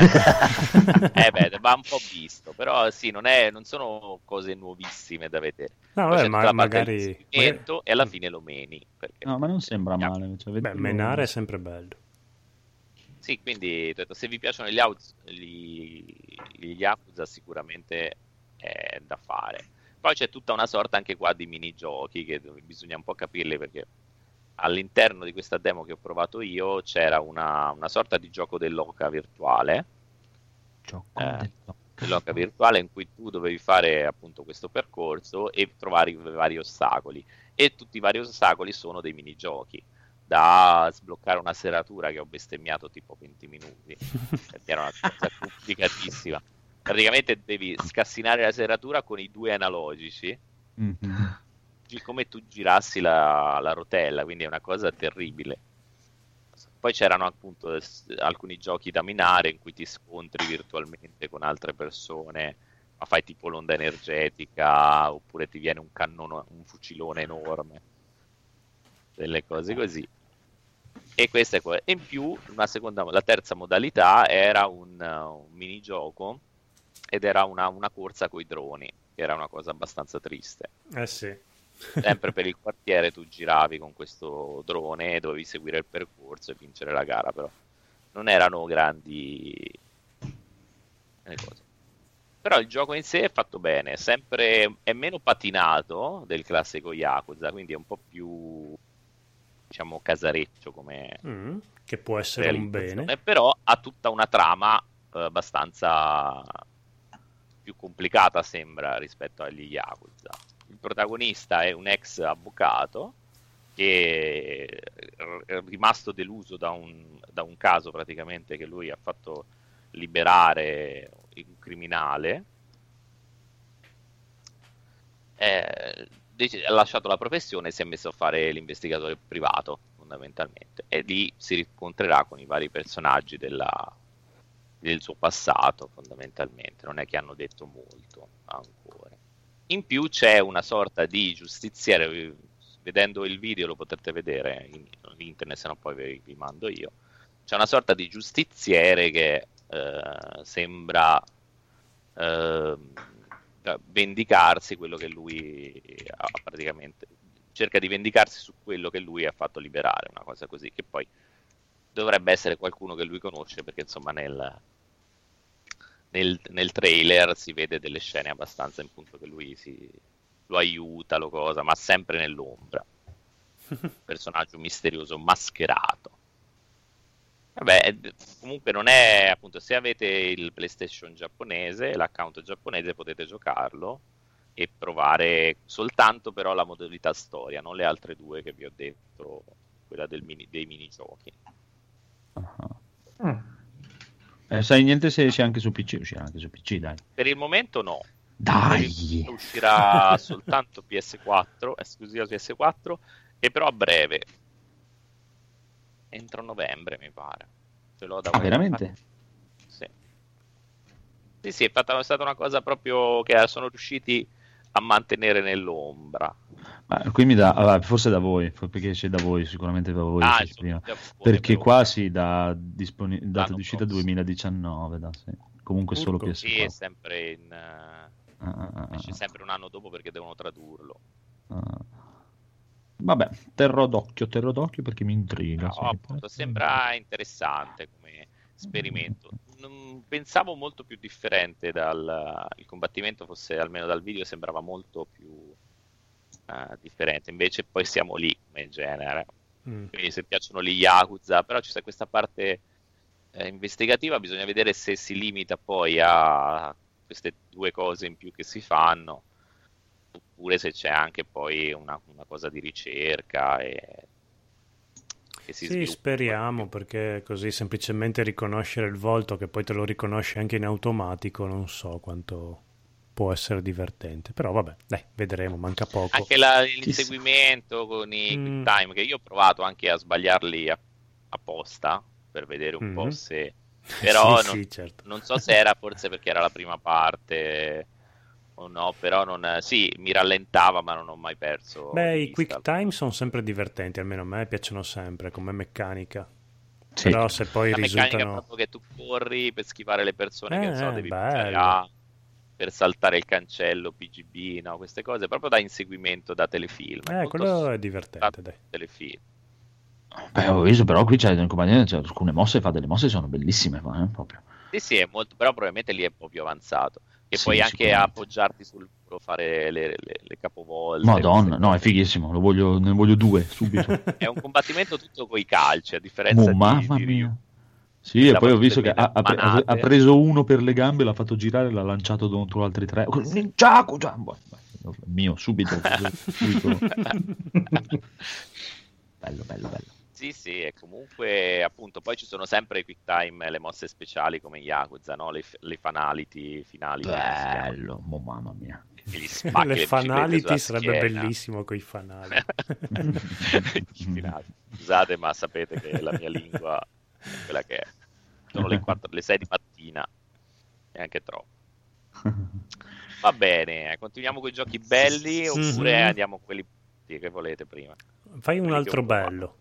[SPEAKER 2] Eh beh, va un po' visto, però sì, non, è, non sono cose nuovissime da vedere.
[SPEAKER 3] No,
[SPEAKER 2] Poi
[SPEAKER 3] vabbè,
[SPEAKER 2] c'è
[SPEAKER 3] ma
[SPEAKER 2] tutta la parte
[SPEAKER 3] magari-
[SPEAKER 2] dell'inseguimento
[SPEAKER 3] magari-
[SPEAKER 2] e alla fine lo meni. Perché
[SPEAKER 1] No, ma non sembra
[SPEAKER 2] Yeah.
[SPEAKER 1] male. Cioè,
[SPEAKER 3] Beh,
[SPEAKER 1] vederlo-
[SPEAKER 3] menare è sempre bello.
[SPEAKER 2] Sì, quindi ho detto, se vi piacciono gli, Yakuza- gli, gli Yakuza sicuramente è da fare. Poi c'è tutta una sorta anche qua di minigiochi che bisogna un po' capirli, perché all'interno di questa demo che ho provato io c'era una, una sorta di gioco dell'oca virtuale,
[SPEAKER 1] Gioco
[SPEAKER 2] eh,
[SPEAKER 1] del-
[SPEAKER 2] dell'oca virtuale in cui tu dovevi fare appunto questo percorso e trovare i vari ostacoli, e tutti i vari ostacoli sono dei minigiochi, da sbloccare una serratura che ho bestemmiato tipo venti minuti perché era una cosa complicatissima. Praticamente devi scassinare la serratura con i due analogici,
[SPEAKER 1] Mhm.
[SPEAKER 2] gi- come tu girassi la, la rotella, quindi è una cosa terribile. Poi c'erano appunto s- alcuni giochi da minare in cui ti scontri virtualmente con altre persone, ma fai tipo l'onda energetica, oppure ti viene un cannone, un fucilone enorme, delle cose così. E questa è que- e in più una seconda, la terza modalità era un, uh, un minigioco, ed era una, una corsa coi droni, che era una cosa abbastanza triste.
[SPEAKER 3] Eh sì.
[SPEAKER 2] Sempre per il quartiere tu giravi con questo drone e dovevi seguire il percorso e vincere la gara, però non erano grandi eh, cose. Però il gioco in sé è fatto bene, è sempre è meno patinato del classico Yakuza, quindi è un po' più, diciamo, casareccio come
[SPEAKER 3] Mm, che può essere un
[SPEAKER 2] realizzazione,
[SPEAKER 3] bene.
[SPEAKER 2] però ha tutta una trama eh, abbastanza più complicata, sembra, rispetto agli Yakuza. Il protagonista è un ex avvocato che è rimasto deluso da un, da un caso praticamente che lui ha fatto liberare un criminale, eh, ha lasciato la professione e si è messo a fare l'investigatore privato, fondamentalmente, e lì si rincontrerà con i vari personaggi della, del suo passato, fondamentalmente. Non è che hanno detto molto ancora. In più c'è una sorta di giustiziere, vedendo il video lo potrete vedere in, in internet, se no poi vi, vi mando io. C'è una sorta di giustiziere che eh, sembra eh, vendicarsi quello che lui ha praticamente, cerca di vendicarsi su quello che lui ha fatto liberare, una cosa così, che poi dovrebbe essere qualcuno che lui conosce, perché insomma nel, nel, nel trailer si vede delle scene abbastanza in punto che lui si, lo aiuta, lo cosa, ma sempre nell'ombra. Personaggio misterioso, mascherato. Vabbè, comunque non è, appunto, se avete il PlayStation giapponese, l'account giapponese, potete giocarlo e provare soltanto però la modalità storia, non le altre due che vi ho detto, quella del mini, dei minigiochi.
[SPEAKER 1] Uh-huh. Mm. Eh, sai niente se esce anche su P C? Uscirà anche su P C, dai.
[SPEAKER 2] Per il momento no.
[SPEAKER 1] Dai!
[SPEAKER 2] Uscirà soltanto P S quattro, esclusiva P S quattro, e però a breve. Entro novembre, mi pare. Ce l'ho da
[SPEAKER 1] ah, veramente?
[SPEAKER 2] Sì. Sì, sì, è, fatta, è stata una cosa proprio che sono riusciti a mantenere nell'ombra.
[SPEAKER 1] Ma qui mi dà, allora, forse da voi, perché c'è da voi, sicuramente da voi.
[SPEAKER 2] Ah,
[SPEAKER 1] prima.
[SPEAKER 2] Giappone,
[SPEAKER 1] perché
[SPEAKER 2] però...
[SPEAKER 1] qua si dà disponi- data di uscita
[SPEAKER 2] prossimo.
[SPEAKER 1] duemiladiciannove, da, sì. Comunque
[SPEAKER 3] Urco.
[SPEAKER 1] solo P S quattro.
[SPEAKER 2] Sì, è sempre in... Uh,
[SPEAKER 1] ah, ah, ah,
[SPEAKER 2] esce sempre un anno dopo perché devono tradurlo.
[SPEAKER 1] Ah. Vabbè, terrò d'occhio, terrò d'occhio perché mi intriga.
[SPEAKER 2] No,
[SPEAKER 1] sì,
[SPEAKER 2] appunto, sembra interessante come esperimento. Non pensavo molto più differente dal il combattimento, fosse almeno dal video sembrava molto più uh, differente. Invece poi siamo lì come genere. Mm. Quindi se piacciono gli Yakuza, però c'è questa parte eh, investigativa, bisogna vedere se si limita poi a queste due cose in più che si fanno, oppure se c'è anche poi una, una cosa di ricerca e che si
[SPEAKER 3] sì, speriamo, perché così semplicemente riconoscere il volto che poi te lo riconosce anche in automatico, non so quanto può essere divertente, però vabbè, dai, vedremo, manca poco.
[SPEAKER 2] Anche la, l'inseguimento con i mm. quick time, che io ho provato anche a sbagliarli apposta per vedere un mm. po' se però
[SPEAKER 3] sì,
[SPEAKER 2] non,
[SPEAKER 3] sì, certo.
[SPEAKER 2] non so se era forse perché era la prima parte o no, però non, sì, mi rallentava, ma non ho mai perso.
[SPEAKER 3] Beh, i quick time sono sempre divertenti, almeno a me piacciono sempre come meccanica.
[SPEAKER 1] Sì.
[SPEAKER 3] Però se poi
[SPEAKER 2] la
[SPEAKER 3] risultano...
[SPEAKER 2] meccanica è proprio che tu corri per schivare le persone,
[SPEAKER 3] eh,
[SPEAKER 2] che so, devi
[SPEAKER 3] bello.
[SPEAKER 2] A, per saltare il cancello, P G B, no, queste cose proprio da inseguimento da telefilm.
[SPEAKER 3] Eh, quello è divertente, dai.
[SPEAKER 2] Telefilm.
[SPEAKER 1] Beh, ho visto, però qui c'è, c'è alcune mosse, fa delle mosse sono bellissime, eh, proprio.
[SPEAKER 2] Sì, sì, è molto, però probabilmente lì è un po' più avanzato. E
[SPEAKER 1] sì,
[SPEAKER 2] puoi anche appoggiarti sul muro, fare le, le, le capovolte.
[SPEAKER 1] Madonna, no, è fighissimo, lo voglio, ne voglio due subito.
[SPEAKER 2] È un combattimento tutto coi calci, a differenza
[SPEAKER 1] oh,
[SPEAKER 2] di...
[SPEAKER 1] mamma
[SPEAKER 2] di
[SPEAKER 1] mia. Sì, e poi ho visto che ha, ha, ha preso uno per le gambe, l'ha fatto girare e l'ha lanciato contro altri tre. Giaco, Giaco! Mio, subito. subito. Bello, bello, bello.
[SPEAKER 2] Sì, sì, e comunque appunto poi ci sono sempre i quick time, le mosse speciali come Yakuza, no? Le, le fanality finali.
[SPEAKER 1] Bello, oh, mamma mia.
[SPEAKER 2] Gli spacchi,
[SPEAKER 3] le,
[SPEAKER 2] le
[SPEAKER 3] fanality sarebbe
[SPEAKER 2] schiena.
[SPEAKER 3] Bellissimo coi fanali.
[SPEAKER 2] Scusate, ma sapete che la mia lingua è quella che è. Sono le, quattro, le sei di mattina e anche troppo. Va bene, continuiamo con i giochi belli oppure mm-hmm. andiamo a quelli che volete prima?
[SPEAKER 3] Fai un altro bello.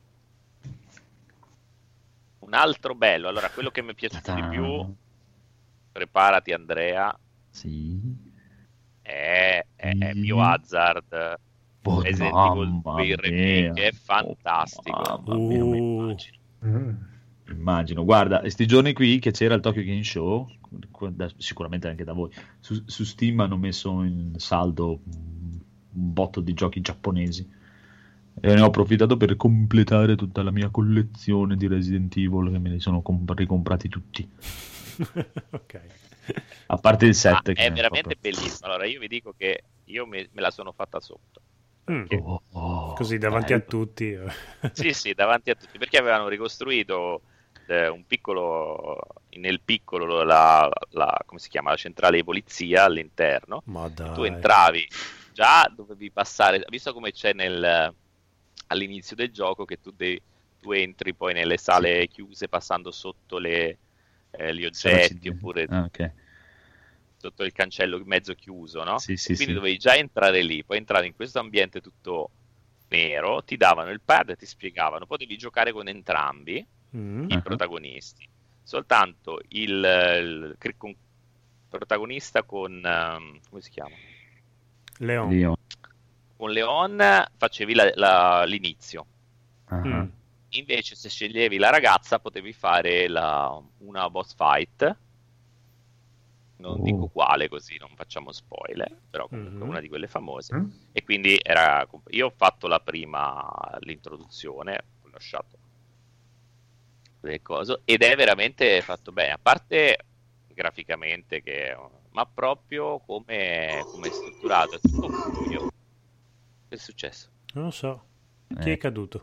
[SPEAKER 2] Un altro bello, allora quello che mi è piaciuto di più, preparati Andrea,
[SPEAKER 1] sì.
[SPEAKER 2] è, è, è Biohazard
[SPEAKER 1] oh,
[SPEAKER 2] Resident Evil due Remake, è fantastico.
[SPEAKER 1] Oh, mia, uh. immagino. Mm. immagino, guarda, questi giorni qui che c'era il Tokyo Game Show, sicuramente anche da voi, su, su Steam hanno messo in saldo un botto di giochi giapponesi. E ne ho approfittato per completare tutta la mia collezione di Resident Evil, che me li sono comp- ricomprati tutti.
[SPEAKER 3] Ok.
[SPEAKER 1] A parte il sette.
[SPEAKER 2] Ah,
[SPEAKER 1] che
[SPEAKER 2] è veramente
[SPEAKER 1] proprio...
[SPEAKER 2] bellissimo. Allora io vi dico che io me, me la sono fatta sotto.
[SPEAKER 3] Mm. Oh, oh, Così davanti bello. a tutti.
[SPEAKER 2] Sì, sì, davanti a tutti. Perché avevano ricostruito un piccolo, nel piccolo la, la, come si chiama, la centrale di polizia all'interno.
[SPEAKER 3] Ma dai.
[SPEAKER 2] Tu entravi, già dovevi passare, visto come c'è nel, all'inizio del gioco che tu, devi, tu entri poi nelle sale chiuse passando sotto le, eh, gli oggetti oppure
[SPEAKER 1] ah, okay.
[SPEAKER 2] sotto il cancello mezzo chiuso, no?
[SPEAKER 1] Sì, sì,
[SPEAKER 2] quindi
[SPEAKER 1] sì.
[SPEAKER 2] dovevi già entrare lì, poi entrare in questo ambiente tutto nero, ti davano il pad e ti spiegavano, potevi giocare con entrambi
[SPEAKER 3] Mm.
[SPEAKER 2] i
[SPEAKER 1] Uh-huh.
[SPEAKER 2] protagonisti, soltanto il, il, il con, protagonista con um, come si chiama?
[SPEAKER 3] Leon.
[SPEAKER 1] Leon.
[SPEAKER 2] Con Leon facevi la, la, l'inizio.
[SPEAKER 1] Uh-huh.
[SPEAKER 3] Mm.
[SPEAKER 2] Invece se sceglievi la ragazza potevi fare la, una boss fight, non
[SPEAKER 1] Oh.
[SPEAKER 2] dico quale così non facciamo spoiler, però comunque
[SPEAKER 3] Mhm.
[SPEAKER 2] una di quelle famose.
[SPEAKER 4] Mm.
[SPEAKER 2] E quindi era, io ho fatto la prima, l'introduzione, ho lasciato le cose, ed è veramente fatto bene, a parte graficamente che, ma proprio come, come è strutturato, è tutto buio. Che è successo?
[SPEAKER 3] Non lo so. Chi
[SPEAKER 1] Eh.
[SPEAKER 3] è caduto?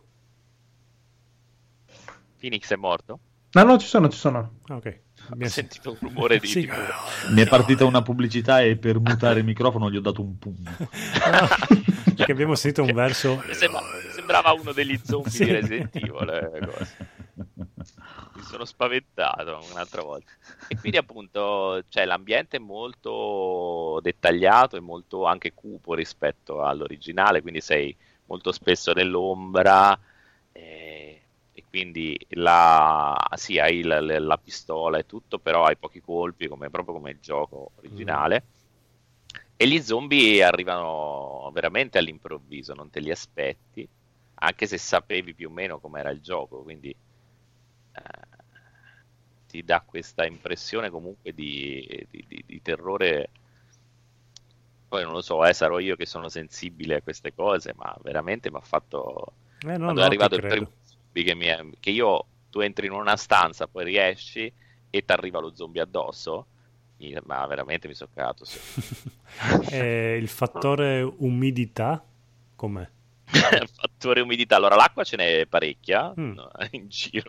[SPEAKER 2] Phoenix è morto?
[SPEAKER 4] No, no, ci sono, ci sono.
[SPEAKER 3] Ah, ok.
[SPEAKER 2] Ho
[SPEAKER 3] Abbiamo
[SPEAKER 2] sentito un rumore di...
[SPEAKER 3] Sì.
[SPEAKER 2] tipo-
[SPEAKER 1] Mi è partita una pubblicità e per mutare il microfono gli ho dato un pugno.
[SPEAKER 3] Perché abbiamo sentito un verso.
[SPEAKER 2] Sembra- sembrava uno degli zombie
[SPEAKER 3] Sì.
[SPEAKER 2] di Resident Evil, eh, cose. Mi sono spaventato un'altra volta. E quindi appunto, cioè, l'ambiente è molto dettagliato e molto anche cupo rispetto all'originale, quindi sei molto spesso nell'ombra e, e quindi la, sì, hai la, la- la pistola e tutto, però hai pochi colpi, come, proprio come il gioco originale. E gli zombie arrivano veramente all'improvviso, non te li aspetti, anche se sapevi più o meno com'era il gioco, quindi eh, ti dà questa impressione comunque di, di- di- di terrore. Poi non lo so, eh, sarò io che sono sensibile a queste cose, ma veramente mi ha fatto...
[SPEAKER 3] Eh, no,
[SPEAKER 2] Quando
[SPEAKER 3] no,
[SPEAKER 2] è arrivato
[SPEAKER 3] ti
[SPEAKER 2] il
[SPEAKER 3] credo.
[SPEAKER 2] primo zombie che, mi è- che io, tu entri in una stanza, poi riesci e ti arriva lo zombie addosso, mi- ma veramente mi sono cagato su.
[SPEAKER 3] Eh, il fattore umidità com'è?
[SPEAKER 2] Fattore umidità, allora l'acqua ce n'è parecchia
[SPEAKER 3] Mm.
[SPEAKER 2] no, in giro,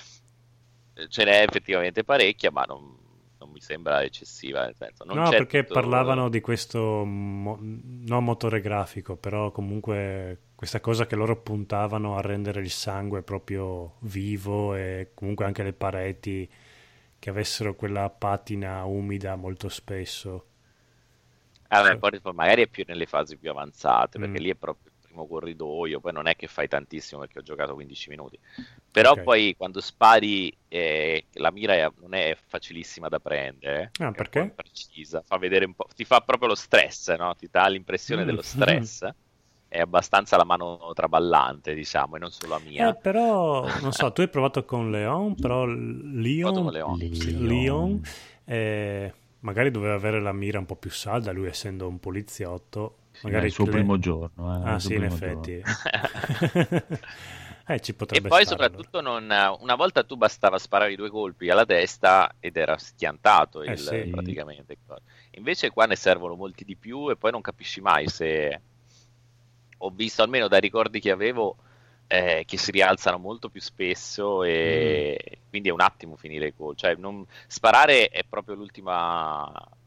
[SPEAKER 2] ce n'è effettivamente parecchia, ma non, non mi sembra eccessiva, nel senso, non
[SPEAKER 3] No,
[SPEAKER 2] c'è
[SPEAKER 3] perché
[SPEAKER 2] tutto-
[SPEAKER 3] parlavano di questo mo- non motore grafico, però comunque questa cosa che loro puntavano a rendere il sangue proprio vivo e comunque anche le pareti che avessero quella patina umida molto spesso.
[SPEAKER 2] Ah, beh,
[SPEAKER 3] Sì.
[SPEAKER 2] poi poi magari è più nelle fasi più avanzate, perché
[SPEAKER 3] Mm.
[SPEAKER 2] lì è proprio il primo corridoio, poi non è che fai tantissimo perché ho giocato quindici minuti, però
[SPEAKER 3] Ok.
[SPEAKER 2] poi quando spari eh, la mira è- non è facilissima da prendere,
[SPEAKER 3] Ah,
[SPEAKER 2] è un
[SPEAKER 3] perché?
[SPEAKER 2] po' imprecisa, fa vedere un po', ti fa proprio lo stress, no? Ti dà l'impressione
[SPEAKER 3] Mm.
[SPEAKER 2] dello stress, è abbastanza la mano traballante, diciamo, e non solo la mia.
[SPEAKER 3] Eh, però, non so, tu hai provato con Leon, però Leon,
[SPEAKER 2] Provato con Leon.
[SPEAKER 3] sì, Leon eh, magari doveva avere la mira un po' più salda, lui essendo un poliziotto.
[SPEAKER 1] Sì,
[SPEAKER 3] Magari
[SPEAKER 1] è il suo
[SPEAKER 3] le-
[SPEAKER 1] primo giorno. Eh,
[SPEAKER 3] Ah
[SPEAKER 1] il suo
[SPEAKER 3] sì, in
[SPEAKER 1] primo
[SPEAKER 3] effetti.
[SPEAKER 1] giorno.
[SPEAKER 3] eh, ci
[SPEAKER 2] E
[SPEAKER 3] potrebbe
[SPEAKER 2] poi
[SPEAKER 3] stare,
[SPEAKER 2] soprattutto non, una volta tu bastava sparare due colpi alla testa ed era schiantato
[SPEAKER 3] Eh,
[SPEAKER 2] il,
[SPEAKER 3] sì.
[SPEAKER 2] praticamente. Invece qua ne servono molti di più e poi non capisci mai se... Ho visto almeno dai ricordi che avevo eh, che si rialzano molto più spesso e
[SPEAKER 3] Mm.
[SPEAKER 2] quindi è un attimo finire il colpo. Cioè, non... sparare è proprio l'ultima...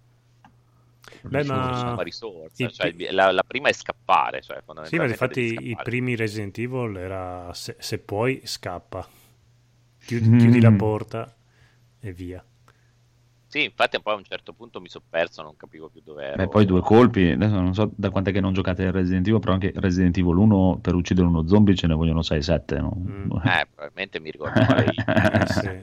[SPEAKER 3] Beh, ma
[SPEAKER 2] l'ultima risorsa.
[SPEAKER 3] i-
[SPEAKER 2] Cioè, il- la, la prima è scappare. Cioè,
[SPEAKER 3] Sì, ma
[SPEAKER 2] fondamentalmente
[SPEAKER 3] infatti
[SPEAKER 2] devi
[SPEAKER 3] i
[SPEAKER 2] scappare.
[SPEAKER 3] primi Resident Evil era se, se puoi scappa, chiudi, chiudi la
[SPEAKER 1] Mm.
[SPEAKER 3] porta e via.
[SPEAKER 2] Sì, infatti poi a un certo punto mi sono perso, non capivo più dove ero.
[SPEAKER 1] Beh, poi due colpi, adesso non so da quant'è che non giocate a Resident Evil, però anche Resident Evil uno per uccidere uno zombie ce ne vogliono sei sette, no?
[SPEAKER 3] Mm.
[SPEAKER 2] Eh, probabilmente mi ricordo male io.
[SPEAKER 3] Eh, sì.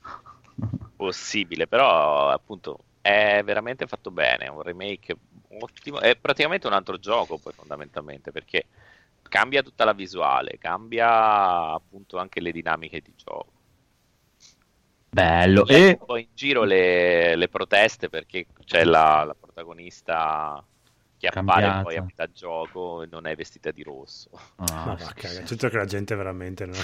[SPEAKER 2] Possibile, però appunto è veramente fatto bene, è un remake ottimo, è praticamente un altro gioco poi fondamentalmente, perché cambia tutta la visuale, cambia appunto anche le dinamiche di gioco.
[SPEAKER 1] Bello.
[SPEAKER 2] E
[SPEAKER 1] E
[SPEAKER 2] poi in giro le, le proteste perché c'è la, la protagonista che appare
[SPEAKER 1] Cambiata.
[SPEAKER 2] poi a metà gioco e non è vestita di rosso.
[SPEAKER 1] Ah,
[SPEAKER 3] Ma va, caga, certo che la gente veramente no.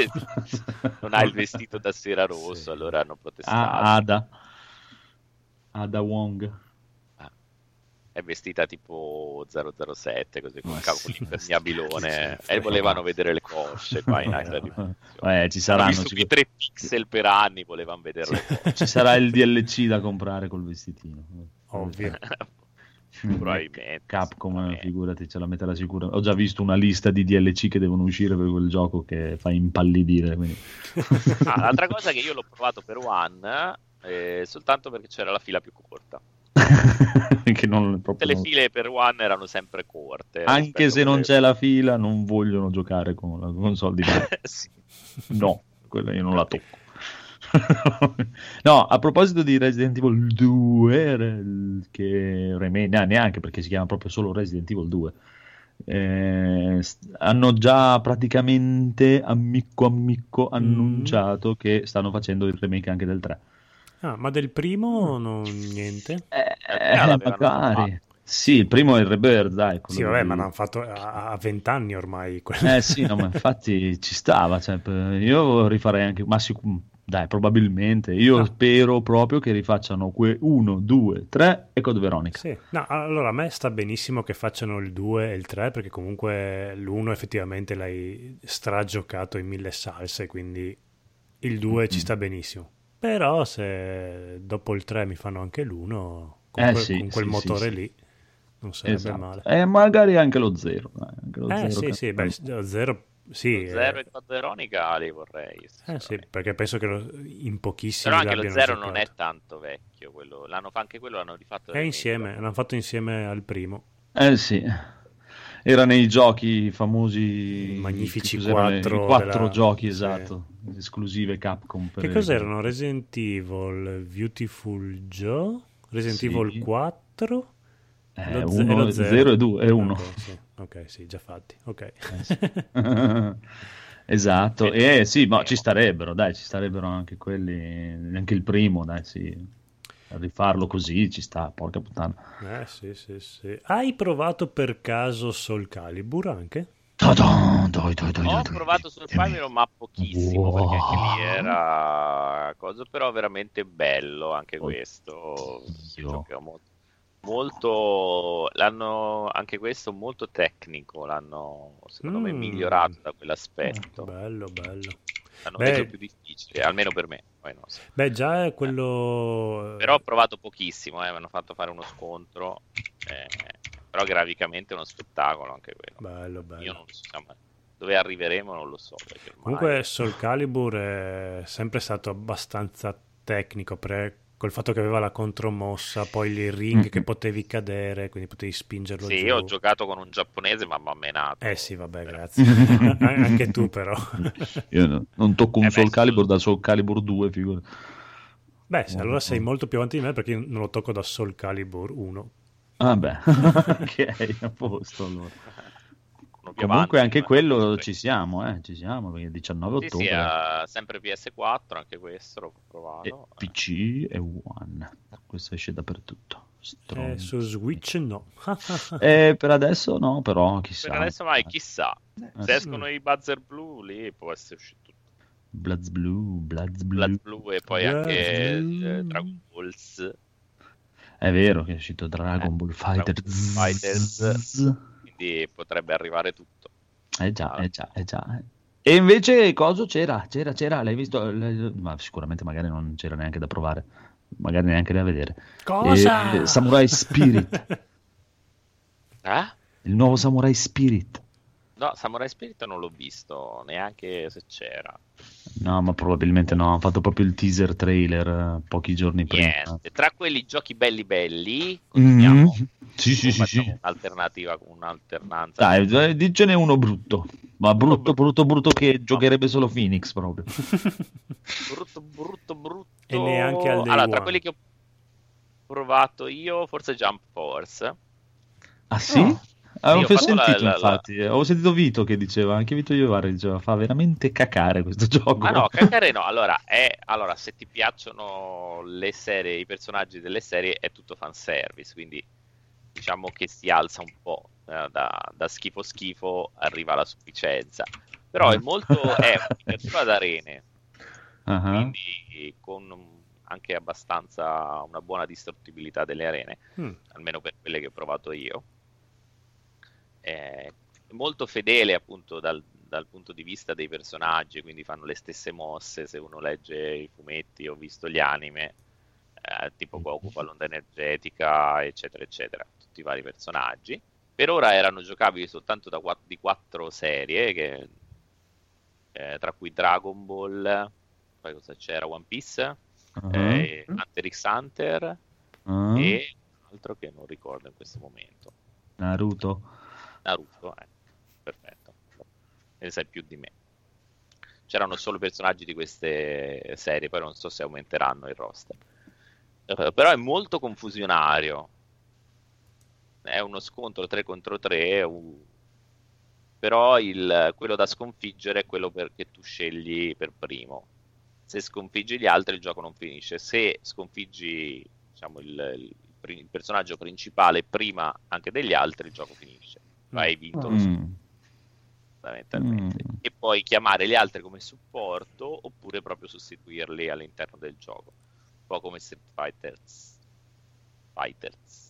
[SPEAKER 2] Non ha il vestito da sera rosso,
[SPEAKER 3] Sì.
[SPEAKER 2] allora hanno protestato.
[SPEAKER 1] Ah, Ada. Ada Wong.
[SPEAKER 2] È è vestita tipo zero zero sette, così con
[SPEAKER 1] Ma
[SPEAKER 2] un capo
[SPEAKER 1] sì,
[SPEAKER 2] impermeabilone,
[SPEAKER 3] sì,
[SPEAKER 2] e volevano vedere le cosce qua in alta
[SPEAKER 1] Eh, ci saranno
[SPEAKER 2] visto
[SPEAKER 1] ci...
[SPEAKER 2] i tre pixel per anni, volevano vedere le cosce.
[SPEAKER 1] ci sarà il D L C da comprare col vestitino.
[SPEAKER 3] Ovvio.
[SPEAKER 2] Probabilmente
[SPEAKER 1] Capcom,
[SPEAKER 2] sicuramente.
[SPEAKER 1] figurati, ce la metterà sicura. Ho già visto una lista di D L C che devono uscire per quel gioco che fa impallidire. Quindi...
[SPEAKER 2] Ah, l'altra cosa è che io l'ho provato per One eh, soltanto perché c'era la fila più corta.
[SPEAKER 1] che non,
[SPEAKER 2] Tutte
[SPEAKER 1] proprio
[SPEAKER 2] le
[SPEAKER 1] non...
[SPEAKER 2] file per One erano sempre corte.
[SPEAKER 1] Anche se non
[SPEAKER 2] quelle...
[SPEAKER 1] c'è la fila, non vogliono giocare con la console di Microsoft.
[SPEAKER 2] Sì.
[SPEAKER 1] No, quella io non la tocco. No, a proposito di Resident Evil due, che remake, neanche perché si chiama proprio solo Resident Evil due, eh, hanno già praticamente ammicco ammicco annunciato mm. che stanno facendo il remake anche del tre.
[SPEAKER 3] Ah, ma del primo non niente?
[SPEAKER 1] Eh, eh, magari. Sì, il primo è il Rebirth, dai.
[SPEAKER 3] Sì, vabbè,
[SPEAKER 1] di...
[SPEAKER 3] ma l'hanno fatto a vent'anni ormai.
[SPEAKER 1] Eh sì, no, ma infatti ci stava. Cioè, io rifarei anche, ma sic- dai, probabilmente. Io no. spero proprio che rifacciano que uno, due, tre e Code Veronica.
[SPEAKER 3] Sì, no, allora a me sta benissimo che facciano il due e il tre, perché comunque l'uno effettivamente l'hai stragiocato in mille salse, quindi il due mm-hmm. ci sta benissimo. Però se dopo il tre mi fanno anche l'uno, con,
[SPEAKER 1] eh
[SPEAKER 3] quel,
[SPEAKER 1] sì,
[SPEAKER 3] con quel
[SPEAKER 1] sì,
[SPEAKER 3] motore
[SPEAKER 1] sì,
[SPEAKER 3] lì, non sarebbe
[SPEAKER 1] esatto.
[SPEAKER 3] male.
[SPEAKER 1] E eh, magari anche lo zero. Anche lo
[SPEAKER 3] eh
[SPEAKER 1] zero
[SPEAKER 3] sì, sì, beh, lo zero... Sì,
[SPEAKER 2] lo zero
[SPEAKER 3] eh...
[SPEAKER 2] e Code Veronica li vorrei.
[SPEAKER 3] Eh sì, perché penso che lo, in pochissimi
[SPEAKER 2] però anche lo zero
[SPEAKER 3] giocato.
[SPEAKER 2] Non è tanto vecchio, quello, l'hanno anche quello l'hanno rifatto.
[SPEAKER 3] È insieme, l'hanno fatto insieme al primo.
[SPEAKER 1] Eh sì, era nei giochi famosi,
[SPEAKER 3] magnifici
[SPEAKER 1] quattro, quattro
[SPEAKER 3] della...
[SPEAKER 1] giochi, esatto, sì. esclusive Capcom. Per
[SPEAKER 3] che cos'erano? Resident Evil, Beautiful Joe, Resident sì. Evil quattro,
[SPEAKER 1] eh,
[SPEAKER 3] lo
[SPEAKER 1] uno,
[SPEAKER 3] lo
[SPEAKER 1] zero. zero e due e uno.
[SPEAKER 3] Okay, sì. Ok, sì, già fatti. Ok.
[SPEAKER 1] Eh sì. Esatto, e eh, sì, ma ci starebbero, dai, ci starebbero anche quelli, anche il primo, dai, sì. A rifarlo così ci sta, porca puttana.
[SPEAKER 3] Eh sì, sì, sì. Hai provato per caso Soul Calibur anche?
[SPEAKER 1] Dai, dai, dai, dai,
[SPEAKER 2] Ho
[SPEAKER 1] dai,
[SPEAKER 2] provato Soul Calibur ma pochissimo, wow. Perché anche lì era cosa, però veramente bello anche questo. Molto, molto l'hanno anche questo molto tecnico, l'hanno secondo mm. me migliorato da quell'aspetto.
[SPEAKER 3] Bello, bello.
[SPEAKER 2] L'hanno reso più difficile, almeno per me. Poi non so.
[SPEAKER 3] Beh, già è quello.
[SPEAKER 2] Però ho provato pochissimo, eh, mi hanno fatto fare uno scontro. Eh, però graficamente è uno spettacolo anche quello.
[SPEAKER 3] Bello, bello.
[SPEAKER 2] Io non so dove arriveremo, non lo so. Ormai...
[SPEAKER 3] Comunque Soul Calibur è sempre stato abbastanza tecnico, pre... col fatto che aveva la contromossa, poi il ring mm. che potevi cadere, quindi potevi spingerlo
[SPEAKER 2] sì,
[SPEAKER 3] giù.
[SPEAKER 2] Io ho giocato con un giapponese, ma mi ha menato.
[SPEAKER 3] Eh sì, vabbè, grazie. Anche tu però.
[SPEAKER 1] Io no, non tocco un
[SPEAKER 2] eh
[SPEAKER 1] Soul
[SPEAKER 2] beh,
[SPEAKER 1] Calibur da Soul Calibur due, figura.
[SPEAKER 3] Beh, oh, allora oh. sei molto più avanti di me, perché io non lo tocco da Soul Calibur uno.
[SPEAKER 1] Ah beh, ok, a posto allora. Comunque anche quello ci siamo, eh, ci siamo, perché il diciannove
[SPEAKER 2] sì,
[SPEAKER 1] ottobre.
[SPEAKER 2] Sì, uh, sempre P S quattro, anche questo l'ho provato.
[SPEAKER 1] E P C e One, questo esce dappertutto.
[SPEAKER 3] Eh, su Switch no.
[SPEAKER 1] eh, per adesso no, però chissà.
[SPEAKER 2] Per adesso mai, chissà.
[SPEAKER 1] Eh,
[SPEAKER 2] Se escono sì. i Buzzer Blue, lì può essere uscito tutto.
[SPEAKER 1] Bloods Blue, Bloods Blue.
[SPEAKER 2] Bloods Blue e poi Bloods anche eh, Dragon Balls.
[SPEAKER 1] È vero che è uscito Dragon
[SPEAKER 2] eh,
[SPEAKER 1] Ball Fighters.
[SPEAKER 2] Dragon Fighters. Quindi potrebbe arrivare tutto.
[SPEAKER 1] Eh già, eh già, eh già. E invece cosa c'era? C'era, c'era, l'hai visto? Ma sicuramente magari non c'era neanche da provare, magari neanche da vedere.
[SPEAKER 3] Cosa?
[SPEAKER 1] E, Samurai Spirit.
[SPEAKER 2] Eh?
[SPEAKER 1] Il nuovo Samurai Spirit.
[SPEAKER 2] No, Samurai Spirit non l'ho visto, neanche se c'era.
[SPEAKER 1] No, ma probabilmente no, hanno fatto proprio il teaser trailer pochi giorni
[SPEAKER 2] Niente.
[SPEAKER 1] prima.
[SPEAKER 2] Tra quelli giochi belli belli, continuiamo.
[SPEAKER 1] Mm-hmm. Sì, sì, sì, sì.
[SPEAKER 2] Un'alternativa, un'alternanza.
[SPEAKER 1] Dai, dicene uno brutto. Ma brutto, brutto, brutto che giocherebbe solo Phoenix proprio.
[SPEAKER 2] brutto, brutto, brutto.
[SPEAKER 3] E neanche al day
[SPEAKER 2] Allora,
[SPEAKER 3] one.
[SPEAKER 2] tra quelli che ho provato io, forse Jump Force.
[SPEAKER 1] Ah sì?
[SPEAKER 2] No.
[SPEAKER 1] Avevo
[SPEAKER 2] sì,
[SPEAKER 1] sentito
[SPEAKER 2] la, la,
[SPEAKER 1] infatti, la... avevo sentito Vito che diceva, anche Vito Iovari diceva, fa veramente cacare questo gioco.
[SPEAKER 2] Ma no, cacare no, allora, è, allora se ti piacciono le serie, i personaggi delle serie, è tutto fanservice, quindi diciamo che si alza un po', eh, da, da schifo schifo arriva alla sufficienza, però è molto, è una miniatura d'arene, uh-huh. quindi con anche abbastanza una buona distruttibilità delle arene,
[SPEAKER 3] Mm.
[SPEAKER 2] almeno per quelle che ho provato io. È molto fedele appunto dal, dal punto di vista dei personaggi, quindi fanno le stesse mosse. Se uno legge i fumetti, ho visto gli anime, eh, tipo Goku fa l'onda energetica, eccetera, eccetera, tutti i vari personaggi. Per ora erano giocabili soltanto da quatt- di quattro serie, che, eh, tra cui Dragon Ball, poi cosa c'era? One Piece,
[SPEAKER 1] Uh-huh.
[SPEAKER 2] eh, Hunter x Hunter
[SPEAKER 1] Uh-huh.
[SPEAKER 2] e un altro che non ricordo in questo momento.
[SPEAKER 1] Naruto.
[SPEAKER 2] Naruto, eh. Perfetto, ne sai più di me. C'erano solo personaggi di queste serie, poi non so se aumenteranno il roster. Eh, però è molto confusionario. È uno scontro tre contro tre, uh, però il, quello da sconfiggere è quello per, che tu scegli per primo. Se sconfiggi gli altri il gioco non finisce. Se sconfiggi, diciamo, il, il, il personaggio principale prima anche degli altri, il gioco finisce. Hai vinto lo
[SPEAKER 1] Mm.
[SPEAKER 2] scontro, fondamentalmente.
[SPEAKER 1] Mm.
[SPEAKER 2] E poi chiamare gli altri come supporto oppure proprio sostituirli all'interno del gioco. Un po' come Street Fighters. Fighters.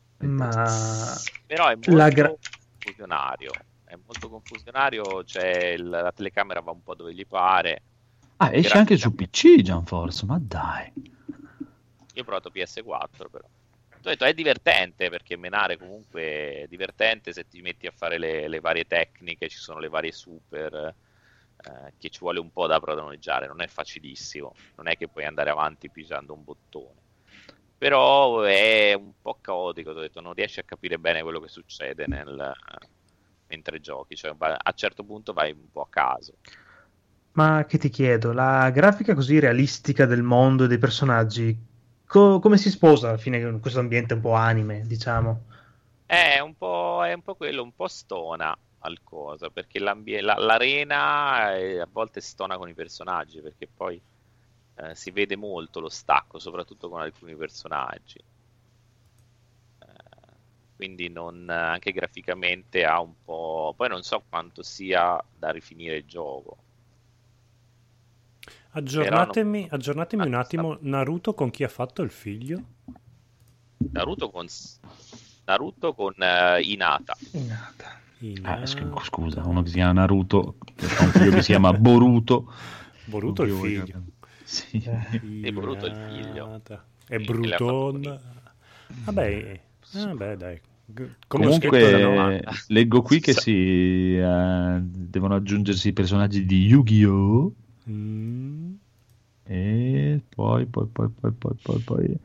[SPEAKER 4] Ma
[SPEAKER 2] Però è molto
[SPEAKER 4] la gra-
[SPEAKER 2] confusionario. È molto confusionario, cioè il- la telecamera va un po' dove gli pare.
[SPEAKER 1] Ah, esce
[SPEAKER 2] Grazie.
[SPEAKER 1] anche su P C, Gianforce, ma dai.
[SPEAKER 2] Io ho provato P S quattro, però. Ho detto, è divertente, perché menare comunque è divertente se ti metti a fare le, le varie tecniche, ci sono le varie super, eh, che ci vuole un po' da padroneggiare, non è facilissimo, non è che puoi andare avanti pigiando un bottone. Però è un po' caotico, ho detto, non riesci a capire bene quello che succede nel, mentre giochi, cioè va- a un certo punto vai un po' a caso.
[SPEAKER 4] Ma che ti chiedo, la grafica così realistica del mondo e dei personaggi, co- come si sposa alla fine con questo ambiente un po' anime, diciamo?
[SPEAKER 2] È un po', è un po' quello, un po' stona al cosa, perché l'ambie- la- l'arena eh, a volte stona con i personaggi, perché poi eh, si vede molto lo stacco, soprattutto con alcuni personaggi. Eh, quindi non, anche graficamente ha un po'... Poi non so quanto sia da rifinire il gioco.
[SPEAKER 3] Aggiornatemi,
[SPEAKER 2] non-
[SPEAKER 3] aggiornatemi un
[SPEAKER 2] Ah,
[SPEAKER 3] attimo, Naruto con chi ha fatto il figlio?
[SPEAKER 2] Naruto con, Naruto con eh, Hinata.
[SPEAKER 4] Hinata.
[SPEAKER 3] Ina-
[SPEAKER 1] Ah, scu- scusa, uno che si chiama Naruto, ha un figlio che si chiama Boruto.
[SPEAKER 3] Boruto il
[SPEAKER 1] Oddio,
[SPEAKER 3] figlio.
[SPEAKER 1] Sì.
[SPEAKER 2] E Boruto il figlio.
[SPEAKER 3] Hinata. E
[SPEAKER 2] Sì, che l'ha fatto
[SPEAKER 3] Bruton. Vabbè, vabbè, dai. G- Come ho scritto
[SPEAKER 1] Comunque,
[SPEAKER 3] nella
[SPEAKER 2] no-
[SPEAKER 3] nota.
[SPEAKER 1] leggo qui che
[SPEAKER 2] Sì.
[SPEAKER 1] si eh, devono aggiungersi i personaggi di Yu-Gi-Oh!
[SPEAKER 3] Mm.
[SPEAKER 1] E poi, poi, poi, poi, poi, poi, poi...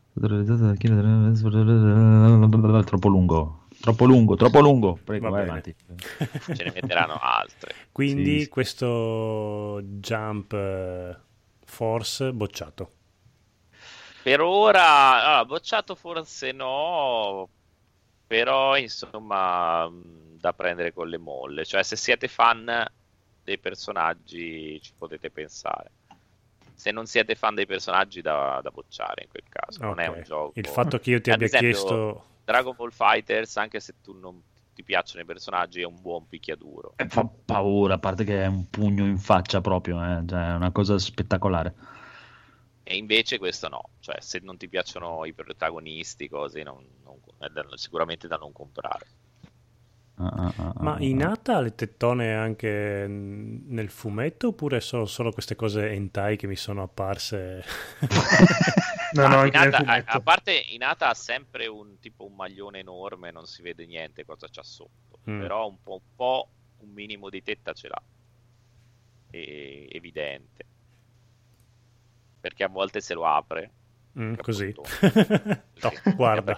[SPEAKER 1] Troppo lungo, troppo lungo, troppo lungo. Prego,
[SPEAKER 3] Va
[SPEAKER 1] vai
[SPEAKER 3] bene.
[SPEAKER 1] avanti.
[SPEAKER 2] Ce ne metteranno altre.
[SPEAKER 3] Quindi
[SPEAKER 1] Sì.
[SPEAKER 3] questo Jump eh, Force bocciato.
[SPEAKER 2] Per ora, allora, bocciato forse no, però insomma mh, da prendere con le molle. Cioè, se siete fan dei personaggi ci potete pensare. Se non siete fan dei personaggi, da, da bocciare in quel caso. Non è
[SPEAKER 3] Ok.
[SPEAKER 2] un gioco.
[SPEAKER 3] Il fatto che io ti
[SPEAKER 2] Ad
[SPEAKER 3] abbia
[SPEAKER 2] esempio,
[SPEAKER 3] chiesto...
[SPEAKER 2] Dragon Ball Fighters, anche se tu non ti piacciono i personaggi, è un buon picchiaduro.
[SPEAKER 1] Eh, Fa paura, a parte che è un pugno in faccia proprio, eh, cioè, è una cosa spettacolare.
[SPEAKER 2] E invece questo no, cioè se non ti piacciono i protagonisti, così non, non- è da- sicuramente da non comprare.
[SPEAKER 1] Ah, ah, ah,
[SPEAKER 3] Ma
[SPEAKER 1] ah, ah.
[SPEAKER 3] Hinata ha le tettone anche n- nel fumetto oppure sono solo queste cose hentai che mi sono apparse?
[SPEAKER 4] No,
[SPEAKER 2] Ah,
[SPEAKER 4] no, anche nel
[SPEAKER 2] Hinata- a,
[SPEAKER 4] fumetto.
[SPEAKER 2] a parte Hinata ha sempre un tipo un maglione enorme, non si vede niente cosa c'ha sotto,
[SPEAKER 3] Mm.
[SPEAKER 2] però un po', un po' un minimo di tetta ce l'ha, è evidente, perché a volte se lo apre.
[SPEAKER 3] Mm, così.
[SPEAKER 2] Capottone.
[SPEAKER 3] No,
[SPEAKER 2] Sì,
[SPEAKER 3] guarda.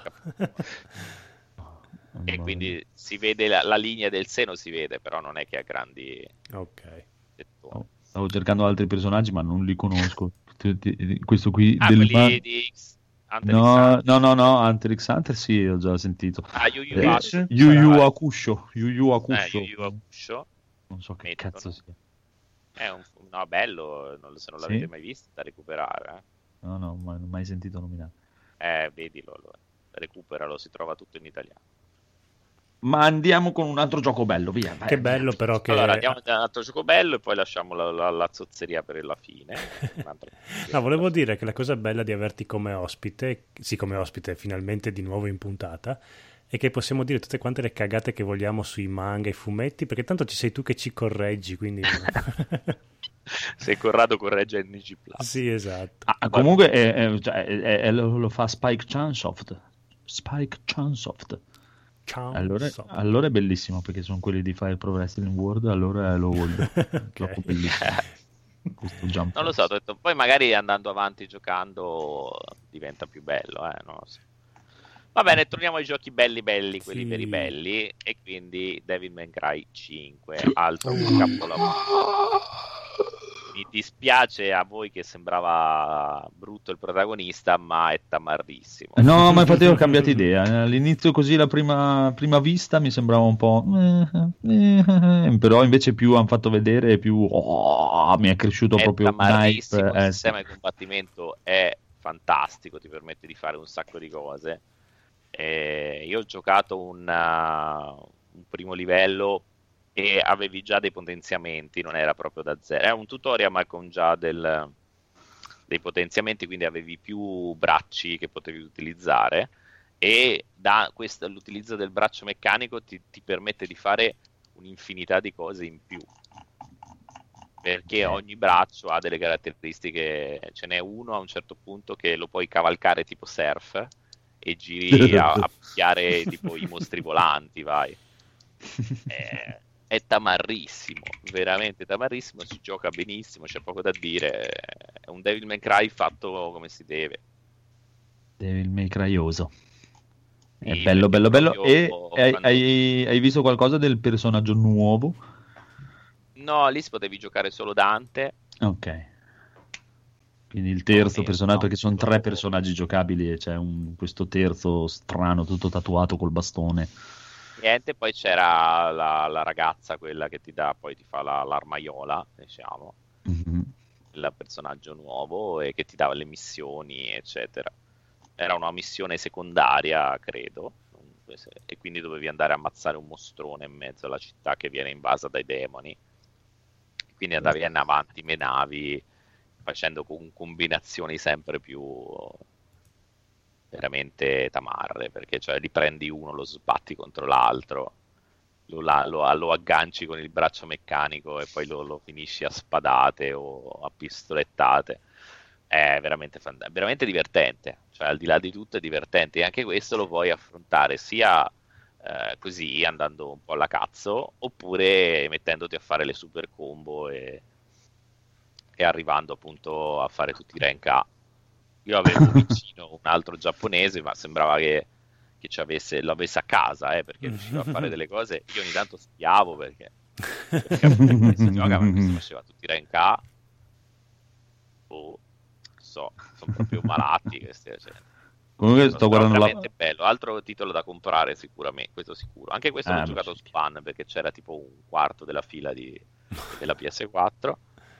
[SPEAKER 2] E quindi si vede la, la linea del seno, si vede, però non è che ha grandi
[SPEAKER 3] Ok.
[SPEAKER 2] tettoni.
[SPEAKER 1] Oh, stavo cercando altri personaggi, ma non li conosco. Ti- ti- Questo qui
[SPEAKER 2] Ah,
[SPEAKER 1] del
[SPEAKER 2] quelli
[SPEAKER 1] ma-
[SPEAKER 2] di X, Hunter x
[SPEAKER 1] No,
[SPEAKER 2] Hunter.
[SPEAKER 1] no, no, no, Hunter x Hunter sì, ho già sentito.
[SPEAKER 2] Ah, Yu Yu
[SPEAKER 1] Eh,
[SPEAKER 2] Hakusho.
[SPEAKER 1] Yu Yu
[SPEAKER 2] Sarà-
[SPEAKER 1] Hakusho, Yu Yu
[SPEAKER 2] Eh,
[SPEAKER 1] Hakusho.
[SPEAKER 2] Yu Yu Hakusho.
[SPEAKER 1] Non so che
[SPEAKER 2] Mettono.
[SPEAKER 1] cazzo sia.
[SPEAKER 2] È un no, bello, non- se non l'avete
[SPEAKER 1] Sì?
[SPEAKER 2] mai visto, da recuperare.
[SPEAKER 1] No, no, mai, non ho mai sentito nominare.
[SPEAKER 2] Eh, Eh, vedilo allora. Recuperalo, si trova tutto in italiano.
[SPEAKER 1] ma andiamo con un altro gioco bello, via. Vai,
[SPEAKER 3] che bello però che...
[SPEAKER 2] Allora andiamo da un altro gioco bello e poi lasciamo la, la, la zozzeria per la fine.
[SPEAKER 3] No, volevo dire che la cosa bella di averti come ospite, sì come ospite finalmente di nuovo in puntata, è che possiamo dire tutte quante le cagate che vogliamo sui manga e fumetti, perché tanto ci sei tu che ci correggi, quindi...
[SPEAKER 2] Se Corrado corregge N G Plus.
[SPEAKER 3] Sì, esatto.
[SPEAKER 1] Ah, comunque è, è, cioè, è, è, lo, lo fa Spike Chunsoft. Spike Chunsoft. Allora, allora è bellissimo, perché sono quelli di Fire Pro Wrestling World, allora lo voglio.
[SPEAKER 3] Okay.
[SPEAKER 1] Bellissimo. Questo jump
[SPEAKER 2] non lo so, ho detto, poi magari andando avanti giocando diventa più bello, eh, non lo so. Va bene, torniamo ai giochi belli belli, quelli
[SPEAKER 3] Sì.
[SPEAKER 2] veri belli, e quindi Devil May Cry cinque, altro capolavoro. Mi dispiace a voi che sembrava brutto il protagonista, ma è tamarrissimo.
[SPEAKER 1] No, ma infatti ho cambiato idea. All'inizio così la prima, prima vista mi sembrava un po'... Eh, eh, però invece più hanno fatto vedere, più oh, mi è cresciuto
[SPEAKER 2] È
[SPEAKER 1] proprio
[SPEAKER 2] tamarrissimo,
[SPEAKER 1] hype,
[SPEAKER 2] il
[SPEAKER 1] eh,
[SPEAKER 2] sistema
[SPEAKER 1] sì.
[SPEAKER 2] di combattimento è fantastico, ti permette di fare un sacco di cose. Eh, io ho giocato un, uh, un primo livello e avevi già dei potenziamenti, non era proprio da zero, era un tutorial ma con già del, dei potenziamenti, quindi avevi più bracci che potevi utilizzare, e da questo, l'utilizzo del braccio meccanico ti, ti permette di fare un'infinità di cose in più, perché ogni braccio ha delle caratteristiche. Ce n'è uno a un certo punto che lo puoi cavalcare tipo surf e giri a, a picchiare tipo i mostri volanti, vai. È, è tamarrissimo, veramente tamarrissimo, si gioca benissimo, c'è poco da dire, è un Devil May Cry fatto come si deve.
[SPEAKER 1] Devil May Cryoso. È
[SPEAKER 2] Sì,
[SPEAKER 1] bello, bello,
[SPEAKER 2] perché
[SPEAKER 1] bello. E
[SPEAKER 2] proprio
[SPEAKER 1] hai,
[SPEAKER 2] quando-
[SPEAKER 1] hai, hai visto qualcosa del personaggio nuovo?
[SPEAKER 2] No, lì si potevi giocare solo Dante.
[SPEAKER 1] Ok. Quindi il terzo
[SPEAKER 2] No,
[SPEAKER 1] personaggio,
[SPEAKER 2] no,
[SPEAKER 1] perché sono tre
[SPEAKER 2] no.
[SPEAKER 1] personaggi giocabili e c'è un, questo terzo strano, tutto tatuato col bastone.
[SPEAKER 2] Niente, poi c'era la, la ragazza, quella che ti dà, poi ti fa la, l'armaiola, diciamo,
[SPEAKER 1] Mhm.
[SPEAKER 2] il personaggio nuovo, e che ti dava le missioni, eccetera. Era una missione secondaria, credo, e quindi dovevi andare a ammazzare un mostrone in mezzo alla città che viene invasa dai demoni. Quindi andavi in avanti, menavi, facendo con combinazioni sempre più veramente tamarre, perché cioè li prendi uno, lo sbatti contro l'altro, lo, la- lo- lo agganci con il braccio meccanico e poi lo, lo finisci a spadate o a pistolettate. È veramente, fant- è veramente divertente, cioè al di là di tutto è divertente, e anche questo lo puoi affrontare sia eh, così, andando un po' alla cazzo, oppure mettendoti a fare le super combo e, e arrivando appunto a fare tutti i rank A. Io avevo vicino un altro giapponese, ma sembrava che, che ci avesse, lo avesse a casa, eh, perché riusciva a fare delle cose. Io ogni tanto spiavo perché, per capire come si gioca, ma questo faceva tutti i rank A. Oh, so, sono proprio malati questi. Cioè.
[SPEAKER 1] Comunque sto
[SPEAKER 2] Però
[SPEAKER 1] guardando la...
[SPEAKER 2] veramente bello, altro titolo da comprare sicuramente, questo sicuro. Anche questo
[SPEAKER 1] Eh,
[SPEAKER 2] l'ho
[SPEAKER 1] ma
[SPEAKER 2] giocato
[SPEAKER 1] sì.
[SPEAKER 2] su Pan, perché c'era tipo un quarto della fila di, della P S quattro.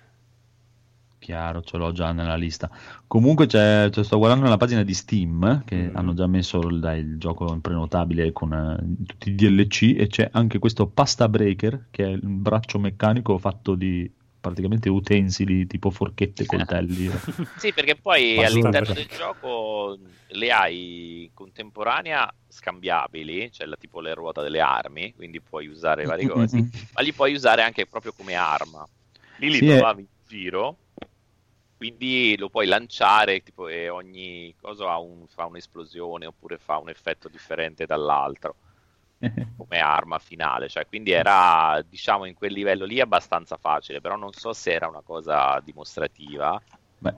[SPEAKER 1] Chiaro, ce l'ho già nella lista. Comunque c'è, cioè, sto guardando nella pagina di Steam, che
[SPEAKER 3] Mhm.
[SPEAKER 1] hanno già messo il, dai, il gioco in prenotabile con eh, tutti i D L C, e c'è anche questo Pasta Breaker, che è il braccio meccanico fatto di praticamente utensili tipo forchette, coltelli.
[SPEAKER 2] Sì, perché poi
[SPEAKER 3] Basta
[SPEAKER 2] all'interno
[SPEAKER 3] per-
[SPEAKER 2] del gioco le hai in contemporanea scambiabili, cioè la, tipo le ruote delle armi, quindi puoi usare varie cose, ma li puoi usare anche proprio come arma. Lì li
[SPEAKER 1] Sì, è-
[SPEAKER 2] trovavi in giro, quindi lo puoi lanciare, tipo, e ogni cosa ha un- fa un'esplosione oppure fa un effetto differente dall'altro come arma finale, cioè quindi era, diciamo, in quel livello lì abbastanza facile, però non so se era una cosa dimostrativa.
[SPEAKER 1] Beh,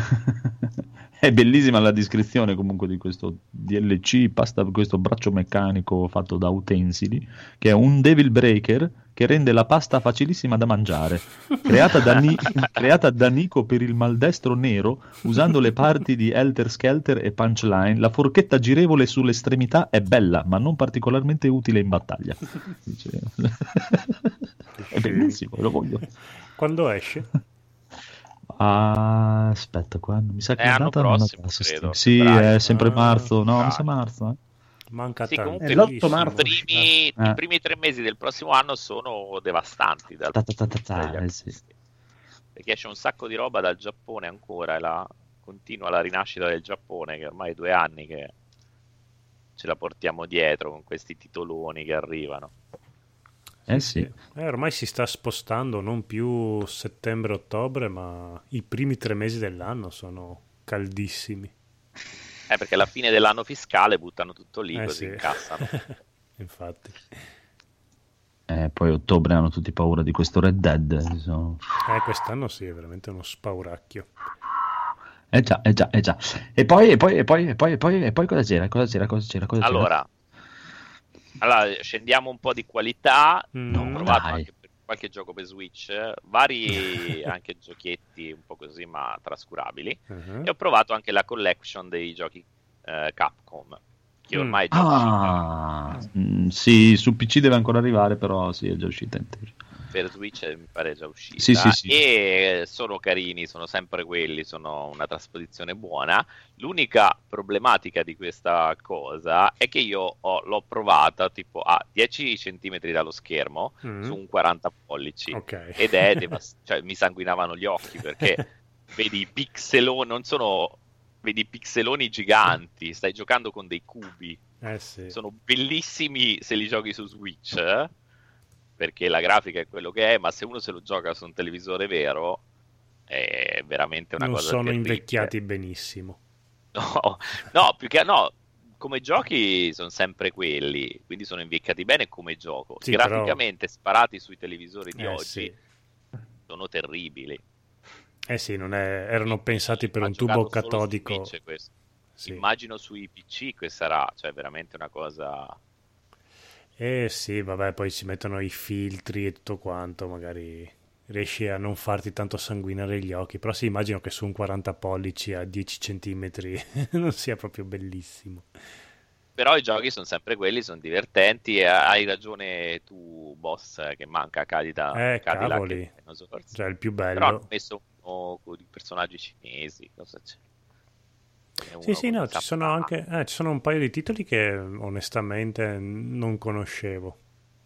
[SPEAKER 1] è bellissima la descrizione comunque di questo D L C, pasta, questo braccio meccanico fatto da utensili, che è un Devil Breaker che rende la pasta facilissima da mangiare. Creata da, Ni- creata da Nico per il maldestro nero, usando le parti di Helter Skelter e Punchline, la forchetta girevole sull'estremità è bella, ma non particolarmente utile in battaglia. Dice- è bellissimo, lo voglio.
[SPEAKER 3] Quando esce?
[SPEAKER 1] Ah, aspetta, qua mi sa che
[SPEAKER 2] È
[SPEAKER 1] la
[SPEAKER 2] anno
[SPEAKER 1] data non la
[SPEAKER 2] prossimo,
[SPEAKER 1] dà su
[SPEAKER 2] credo,
[SPEAKER 1] Steam. Sì,
[SPEAKER 2] febbraio.
[SPEAKER 1] è sempre
[SPEAKER 3] Ah,
[SPEAKER 1] marzo. No, mi sa
[SPEAKER 2] febbraio.
[SPEAKER 1] marzo. Eh.
[SPEAKER 3] Manca
[SPEAKER 2] Sì,
[SPEAKER 3] tanto.
[SPEAKER 2] comunque
[SPEAKER 4] l'otto
[SPEAKER 2] i
[SPEAKER 4] marzo.
[SPEAKER 2] primi,
[SPEAKER 1] Eh.
[SPEAKER 2] i primi tre mesi del prossimo anno sono devastanti dal
[SPEAKER 1] Ta ta ta ta
[SPEAKER 2] punto di
[SPEAKER 1] ta,
[SPEAKER 2] vista degli
[SPEAKER 1] eh sì.
[SPEAKER 2] acquisti. Perché esce un sacco di roba dal Giappone ancora, e la, continua la rinascita del Giappone, che ormai è due anni che ce la portiamo dietro con questi titoloni che arrivano.
[SPEAKER 1] Eh sì.
[SPEAKER 3] Eh, ormai si sta spostando non più settembre-ottobre, ma i primi tre mesi dell'anno sono caldissimi.
[SPEAKER 2] Eh, perché alla fine dell'anno fiscale buttano tutto lì,
[SPEAKER 3] Eh
[SPEAKER 2] così
[SPEAKER 3] sì.
[SPEAKER 2] incassano.
[SPEAKER 3] Infatti.
[SPEAKER 1] Eh, poi a ottobre hanno tutti paura di questo Red Dead. Insomma.
[SPEAKER 3] Eh, quest'anno sì, è veramente uno spauracchio.
[SPEAKER 1] Eh già, eh già, eh già. E poi, e poi, e poi, e poi, e poi, e poi cosa c'era? Cosa c'era? Cosa c'era? Cosa c'era?
[SPEAKER 2] Allora, allora, scendiamo un po' di qualità.
[SPEAKER 3] Mm.
[SPEAKER 2] Ho provato
[SPEAKER 1] Dai.
[SPEAKER 2] anche per qualche gioco per Switch, vari anche giochietti un po' così, ma trascurabili.
[SPEAKER 3] Uh-huh.
[SPEAKER 2] E ho provato anche la collection dei giochi eh, Capcom, che
[SPEAKER 3] Mm.
[SPEAKER 2] ormai è già uscita
[SPEAKER 1] Ah, mm, sì, su P C deve ancora arrivare, però sì, è già uscita intera.
[SPEAKER 2] per Switch, eh, mi pare è già uscita.
[SPEAKER 1] Sì, sì, sì.
[SPEAKER 2] E sono carini, sono sempre quelli, sono una trasposizione buona. L'unica problematica di questa cosa è che io ho- l'ho provata tipo a dieci centimetri dallo schermo
[SPEAKER 3] Mm.
[SPEAKER 2] su un quaranta pollici.
[SPEAKER 3] Ok.
[SPEAKER 2] Ed è devas- cioè mi sanguinavano gli occhi perché vedi i pixeloni, non sono, vedi i pixeloni giganti, stai giocando con dei cubi,
[SPEAKER 3] Eh sì.
[SPEAKER 2] sono bellissimi se li giochi su Switch, eh, perché la grafica è quello che è, ma se uno se lo gioca su un televisore vero è veramente una
[SPEAKER 3] Non
[SPEAKER 2] cosa
[SPEAKER 3] sono
[SPEAKER 2] terribile.
[SPEAKER 3] invecchiati benissimo.
[SPEAKER 2] No, no, più che no, come giochi sono sempre quelli, quindi sono invecchiati bene come gioco.
[SPEAKER 3] Sì, però-
[SPEAKER 2] Graficamente sparati sui televisori di
[SPEAKER 3] Eh
[SPEAKER 2] oggi
[SPEAKER 3] sì.
[SPEAKER 2] sono terribili.
[SPEAKER 3] Eh sì, non è- erano pensati per
[SPEAKER 2] Ha
[SPEAKER 3] un tubo
[SPEAKER 2] giocato solo su
[SPEAKER 3] catodico.
[SPEAKER 2] Switch questo.
[SPEAKER 3] Sì.
[SPEAKER 2] Immagino sui P C che sarà, cioè veramente una cosa.
[SPEAKER 3] Eh sì, vabbè, poi si mettono i filtri e tutto quanto, magari riesci a non farti tanto sanguinare gli occhi, però sì, immagino che su un quaranta pollici a dieci centimetri non sia proprio bellissimo.
[SPEAKER 2] Però i giochi sono sempre quelli, sono divertenti e hai ragione tu, boss, che manca Cadillac,
[SPEAKER 3] Eh,
[SPEAKER 2] Cadillac
[SPEAKER 3] cavoli.
[SPEAKER 2] e Dinosaurs.
[SPEAKER 3] Cioè, il più
[SPEAKER 2] Però hanno
[SPEAKER 3] bello.
[SPEAKER 2] messo uno con i personaggi cinesi, cosa c'è? Ce n'è
[SPEAKER 3] Sì,
[SPEAKER 2] uno
[SPEAKER 3] sì,
[SPEAKER 2] con
[SPEAKER 3] no,
[SPEAKER 2] il
[SPEAKER 3] ci sono
[SPEAKER 2] samurai.
[SPEAKER 3] anche eh, ci sono un paio di titoli che onestamente non conoscevo.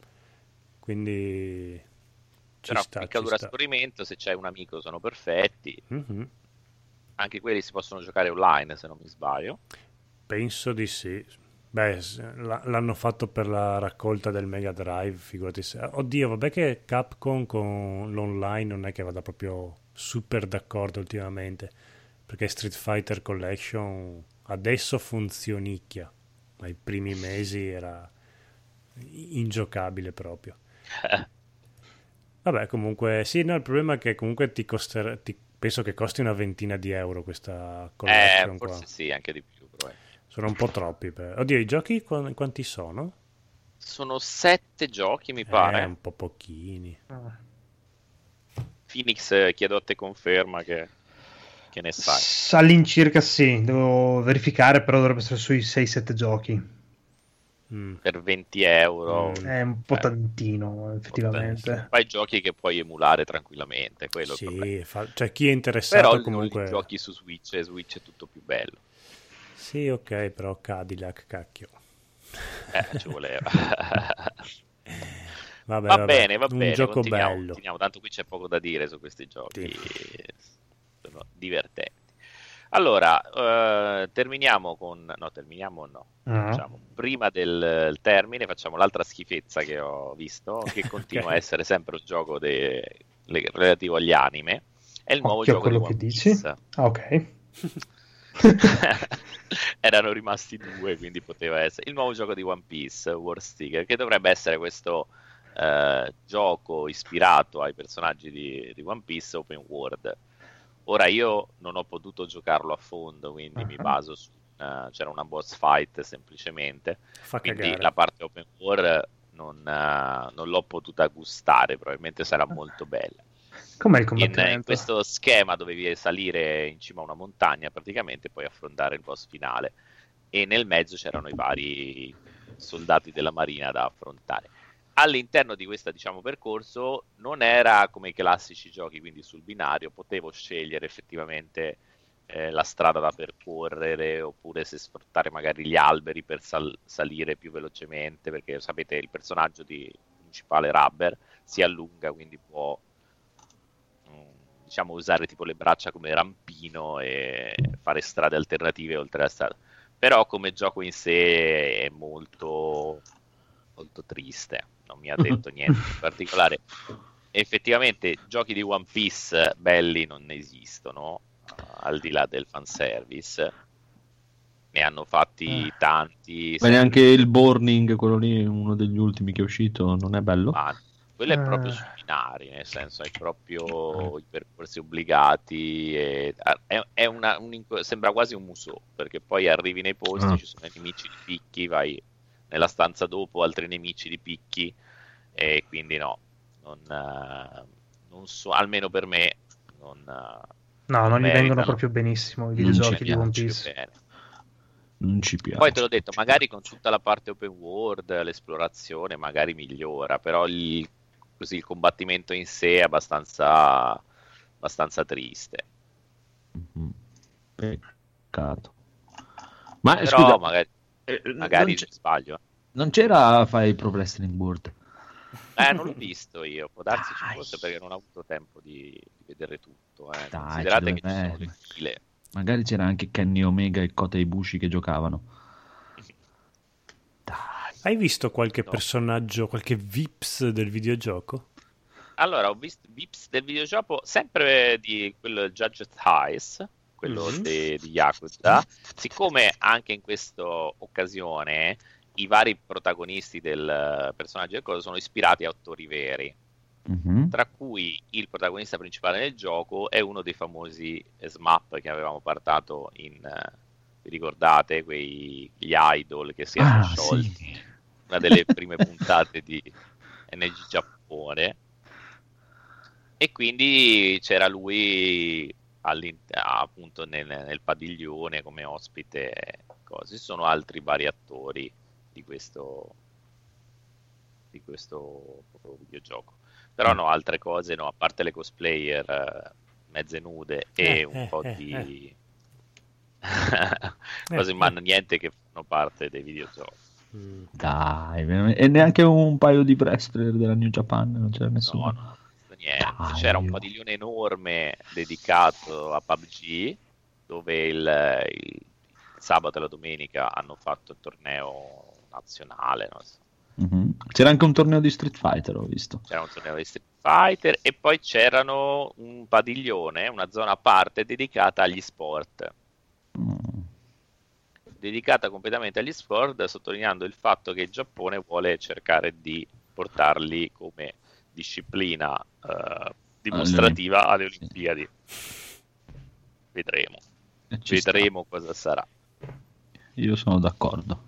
[SPEAKER 3] Quindi ci
[SPEAKER 2] Però
[SPEAKER 3] sta, ci
[SPEAKER 2] piccatura a
[SPEAKER 3] sta.
[SPEAKER 2] scorrimento, se c'hai un amico sono perfetti.
[SPEAKER 3] Mhm.
[SPEAKER 2] Anche quelli si possono giocare online, se non mi sbaglio.
[SPEAKER 3] Penso di sì. Beh, s- la- l'hanno fatto per la raccolta del Mega Drive, figurati se... Oddio, vabbè che Capcom con l'online non è che vada proprio super d'accordo ultimamente, perché Street Fighter Collection adesso funzionicchia, ma i primi mesi era ingiocabile proprio. Vabbè, comunque, sì, no, il problema è che comunque ti costerà, ti- penso che costi una ventina di euro questa
[SPEAKER 2] Eh,
[SPEAKER 3] collection qua.
[SPEAKER 2] forse sì, anche di più. Però, eh.
[SPEAKER 3] Sono un po' troppi. Per... Oddio, i giochi qua- quanti sono?
[SPEAKER 2] Sono sette giochi, mi
[SPEAKER 3] Eh,
[SPEAKER 2] pare.
[SPEAKER 3] un po' pochini.
[SPEAKER 4] Ah.
[SPEAKER 2] Phoenix, eh, chiedo a te conferma che, che ne sai.
[SPEAKER 4] S- All'incirca sì, devo verificare, però dovrebbe essere sui sei sette giochi.
[SPEAKER 3] Mm.
[SPEAKER 2] Per venti euro.
[SPEAKER 3] Mm.
[SPEAKER 4] È un po'
[SPEAKER 2] Eh,
[SPEAKER 4] tantino, effettivamente.
[SPEAKER 2] Fai giochi che puoi emulare tranquillamente, quello è il problema.
[SPEAKER 3] Sì, fa- cioè chi è interessato
[SPEAKER 2] Però
[SPEAKER 3] comunque...
[SPEAKER 2] li giochi su Switch e Switch è tutto più bello.
[SPEAKER 3] Sì, ok, però Cadillac, cacchio.
[SPEAKER 2] Eh, ci voleva.
[SPEAKER 3] Vabbè,
[SPEAKER 2] Va
[SPEAKER 3] vabbè,
[SPEAKER 2] bene, va
[SPEAKER 3] un
[SPEAKER 2] bene,
[SPEAKER 3] gioco
[SPEAKER 2] continuiamo,
[SPEAKER 3] bello.
[SPEAKER 2] continuiamo, tanto qui c'è poco da dire su questi giochi,
[SPEAKER 3] Sì.
[SPEAKER 2] sono divertenti. Allora, eh, terminiamo con, no, terminiamo no,
[SPEAKER 4] Ah.
[SPEAKER 2] facciamo, prima del il termine facciamo l'altra schifezza che ho visto, che continua
[SPEAKER 3] Ok.
[SPEAKER 2] a essere sempre un gioco de- le- relativo agli anime, è il nuovo
[SPEAKER 4] Occhio a
[SPEAKER 2] gioco di
[SPEAKER 4] quello
[SPEAKER 2] One
[SPEAKER 4] che dici.
[SPEAKER 2] Piece.
[SPEAKER 4] Ah, ok.
[SPEAKER 2] Erano rimasti due, quindi poteva essere il nuovo gioco di One Piece, War Sticker, che dovrebbe essere questo eh, gioco ispirato ai personaggi di, di One Piece open world. Ora io non ho potuto giocarlo a fondo, quindi mi
[SPEAKER 4] Ah.
[SPEAKER 2] baso su una- c'era una boss fight semplicemente,
[SPEAKER 3] Fa
[SPEAKER 2] quindi
[SPEAKER 3] cagare.
[SPEAKER 2] la parte open world non, eh, non l'ho potuta gustare, probabilmente sarà molto bella.
[SPEAKER 4] Com'è il
[SPEAKER 2] In, in
[SPEAKER 4] combattimento?
[SPEAKER 2] questo schema dovevi salire in cima a una montagna praticamente e poi affrontare il boss finale, e nel mezzo c'erano i vari soldati della marina da affrontare. All'interno di questo, diciamo, percorso non era come i classici giochi, quindi sul binario, potevo scegliere effettivamente eh, la strada da percorrere, oppure se sfruttare magari gli alberi per sal- salire più velocemente, perché sapete il personaggio di, principale Rubber si allunga, quindi può mh, diciamo usare tipo le braccia come rampino e fare strade alternative oltre la strada. Però come gioco in sé è molto molto triste, non mi ha detto niente in particolare. Effettivamente giochi di One Piece belli non ne esistono, uh, al di là del fanservice. Ne hanno fatti tanti.
[SPEAKER 1] Ma neanche il Burning, quello lì, uno degli ultimi che è uscito, non è bello?
[SPEAKER 2] Ma quello è proprio
[SPEAKER 4] Eh.
[SPEAKER 2] sui binari, nel senso è proprio i percorsi obbligati. E, è, è una, un inco- sembra quasi un museo, perché poi arrivi nei posti,
[SPEAKER 1] Ah.
[SPEAKER 2] ci sono i nemici di picchi, vai nella stanza dopo, altri nemici di picchi, e quindi no, non, eh, non so, almeno per me, non, eh,
[SPEAKER 4] No, non gli
[SPEAKER 2] meritano.
[SPEAKER 4] vengono proprio benissimo i
[SPEAKER 1] Non
[SPEAKER 4] videogiochi
[SPEAKER 1] ci
[SPEAKER 4] di One
[SPEAKER 1] piace.
[SPEAKER 4] Piece.
[SPEAKER 2] Bene.
[SPEAKER 1] Non ci piace.
[SPEAKER 2] Poi te l'ho detto, magari con tutta la parte open world, l'esplorazione magari migliora, però il, così, il combattimento in sé è abbastanza, abbastanza triste.
[SPEAKER 1] Mhm. Peccato. Ma
[SPEAKER 2] Però
[SPEAKER 1] scusa,
[SPEAKER 2] magari,
[SPEAKER 1] eh,
[SPEAKER 2] magari
[SPEAKER 1] non, c'è-
[SPEAKER 2] sbaglio.
[SPEAKER 1] non c'era fai Pro Wrestling World?
[SPEAKER 2] Eh, non l'ho visto io, può darsi ci
[SPEAKER 1] Dai.
[SPEAKER 2] fosse perché non ho avuto tempo di, di vedere tutto. Eh.
[SPEAKER 1] Dai,
[SPEAKER 2] Considerate
[SPEAKER 1] ci
[SPEAKER 2] che ci sono
[SPEAKER 1] dovrebbe-
[SPEAKER 2] le file.
[SPEAKER 1] Magari c'era anche Kenny Omega e Kota Ibushi che giocavano. Dai.
[SPEAKER 3] Hai visto qualche
[SPEAKER 2] No.
[SPEAKER 3] personaggio, qualche Vips del videogioco?
[SPEAKER 2] Allora, ho visto Vips del videogioco, sempre di quello Judge Eyes, quello
[SPEAKER 3] Mhm.
[SPEAKER 2] de- di Yakuza. Siccome anche in questa occasione i vari protagonisti del personaggio del coso sono ispirati a autori veri,
[SPEAKER 1] Mhm.
[SPEAKER 2] tra cui il protagonista principale del gioco è uno dei famosi S M A P che avevamo parlato in, eh, vi ricordate, quei gli idol che si erano
[SPEAKER 1] Ah,
[SPEAKER 2] sciolti,
[SPEAKER 1] sì.
[SPEAKER 2] una delle prime puntate di N G Giappone, e quindi c'era lui all'in- appunto nel, nel padiglione come ospite, cose. Ci sono altri vari attori di questo di questo videogioco, però no, altre cose no, a parte le cosplayer eh, mezze nude e
[SPEAKER 3] Eh,
[SPEAKER 2] un
[SPEAKER 3] eh,
[SPEAKER 2] po'
[SPEAKER 3] eh,
[SPEAKER 2] di
[SPEAKER 3] Eh,
[SPEAKER 2] cose, ma
[SPEAKER 3] eh.
[SPEAKER 2] niente che fanno parte dei videogiochi.
[SPEAKER 3] Mm.
[SPEAKER 1] Dai, veramente. E neanche un paio di wrestler della New Japan, non c'era nessuno.
[SPEAKER 2] No, no, niente.
[SPEAKER 1] Dai,
[SPEAKER 2] C'era un
[SPEAKER 1] io-
[SPEAKER 2] padiglione enorme dedicato a P U B G, dove il, il sabato e la domenica hanno fatto il torneo nazionale, non so.
[SPEAKER 1] Mhm. C'era anche un torneo di Street Fighter, ho visto.
[SPEAKER 2] C'era un torneo di Street Fighter e poi c'erano un padiglione, una zona a parte dedicata agli sport.
[SPEAKER 1] Mm.
[SPEAKER 2] Dedicata completamente agli sport, sottolineando il fatto che il Giappone vuole cercare di portarli come disciplina eh, dimostrativa alle
[SPEAKER 1] Olimpi-
[SPEAKER 2] Olimpiadi. Vedremo,
[SPEAKER 1] Eh, ci sta.
[SPEAKER 2] vedremo cosa sarà.
[SPEAKER 1] Io sono d'accordo.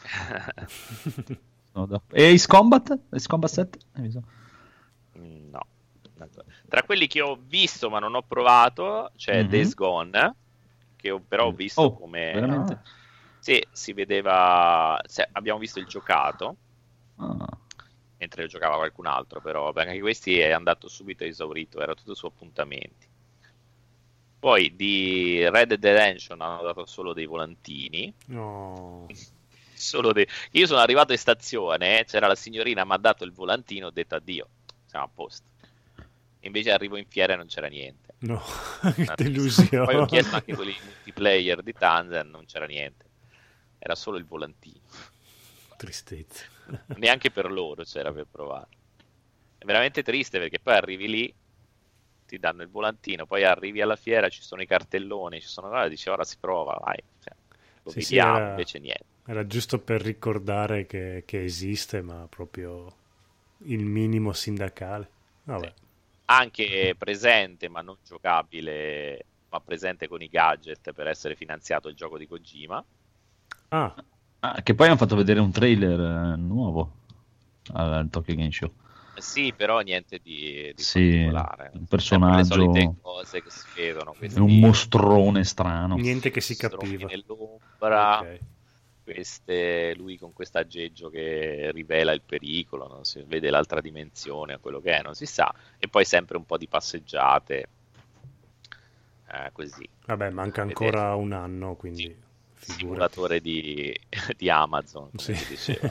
[SPEAKER 1] Sono d'ac- E Ace Combat? Ace Combat sette? Hai visto?
[SPEAKER 2] No. Tra quelli che ho visto ma non ho provato c'è
[SPEAKER 1] Mhm.
[SPEAKER 2] Days Gone, che ho- però ho visto
[SPEAKER 1] Oh,
[SPEAKER 2] come...
[SPEAKER 1] veramente?
[SPEAKER 2] Sì, si vedeva... se- abbiamo visto il giocato,
[SPEAKER 1] Ah.
[SPEAKER 2] mentre giocava qualcun altro, però perché anche questi è andato subito esaurito, era tutto su appuntamenti. Poi di Red Dead Redemption hanno dato solo dei volantini,
[SPEAKER 3] No.
[SPEAKER 2] solo dei... Io sono arrivato in stazione, c'era la signorina, mi ha dato il volantino, ho detto addio, siamo a posto. Invece arrivo in fiera e non c'era niente.
[SPEAKER 3] No,
[SPEAKER 2] Una
[SPEAKER 3] che
[SPEAKER 2] tristezza.
[SPEAKER 3] delusione.
[SPEAKER 2] Poi ho chiesto anche quelli multiplayer di Tanzan, non c'era niente. Era solo il volantino.
[SPEAKER 3] Tristezza.
[SPEAKER 2] Neanche per loro c'era per provare. È veramente triste perché poi arrivi lì, ti danno il volantino, poi arrivi alla fiera, ci sono i cartelloni, ci sono cose, dici ora si prova, vai. Cioè, lo
[SPEAKER 3] Sì, sì,
[SPEAKER 2] vediamo,
[SPEAKER 3] era-
[SPEAKER 2] invece niente.
[SPEAKER 3] Era giusto per ricordare che, che esiste, ma proprio il minimo sindacale. Vabbè.
[SPEAKER 2] Sì. Anche presente ma non giocabile, ma presente con i gadget per essere finanziato il gioco di Kojima.
[SPEAKER 3] Ah,
[SPEAKER 1] Ah, che poi hanno fatto vedere un trailer eh, nuovo al Tokyo Game Show.
[SPEAKER 2] Sì, però niente di, di
[SPEAKER 1] Sì,
[SPEAKER 2] particolare.
[SPEAKER 1] un
[SPEAKER 2] Sempre
[SPEAKER 1] personaggio-
[SPEAKER 2] le solite cose che si vedono.
[SPEAKER 1] È
[SPEAKER 2] Questi
[SPEAKER 1] un mostrone strano.
[SPEAKER 3] niente che si
[SPEAKER 2] mostroni
[SPEAKER 3] capiva.
[SPEAKER 2] nell'ombra,
[SPEAKER 3] Ok.
[SPEAKER 2] queste, lui con questo aggeggio che rivela il pericolo, non si vede l'altra dimensione, quello che è, non si sa. E poi sempre un po' di passeggiate. eh, così.
[SPEAKER 3] Vabbè, manca ancora un anno, quindi
[SPEAKER 2] Sì,
[SPEAKER 3] figurati.
[SPEAKER 2] simulatore di, di Amazon, come
[SPEAKER 3] Sì.
[SPEAKER 2] si diceva.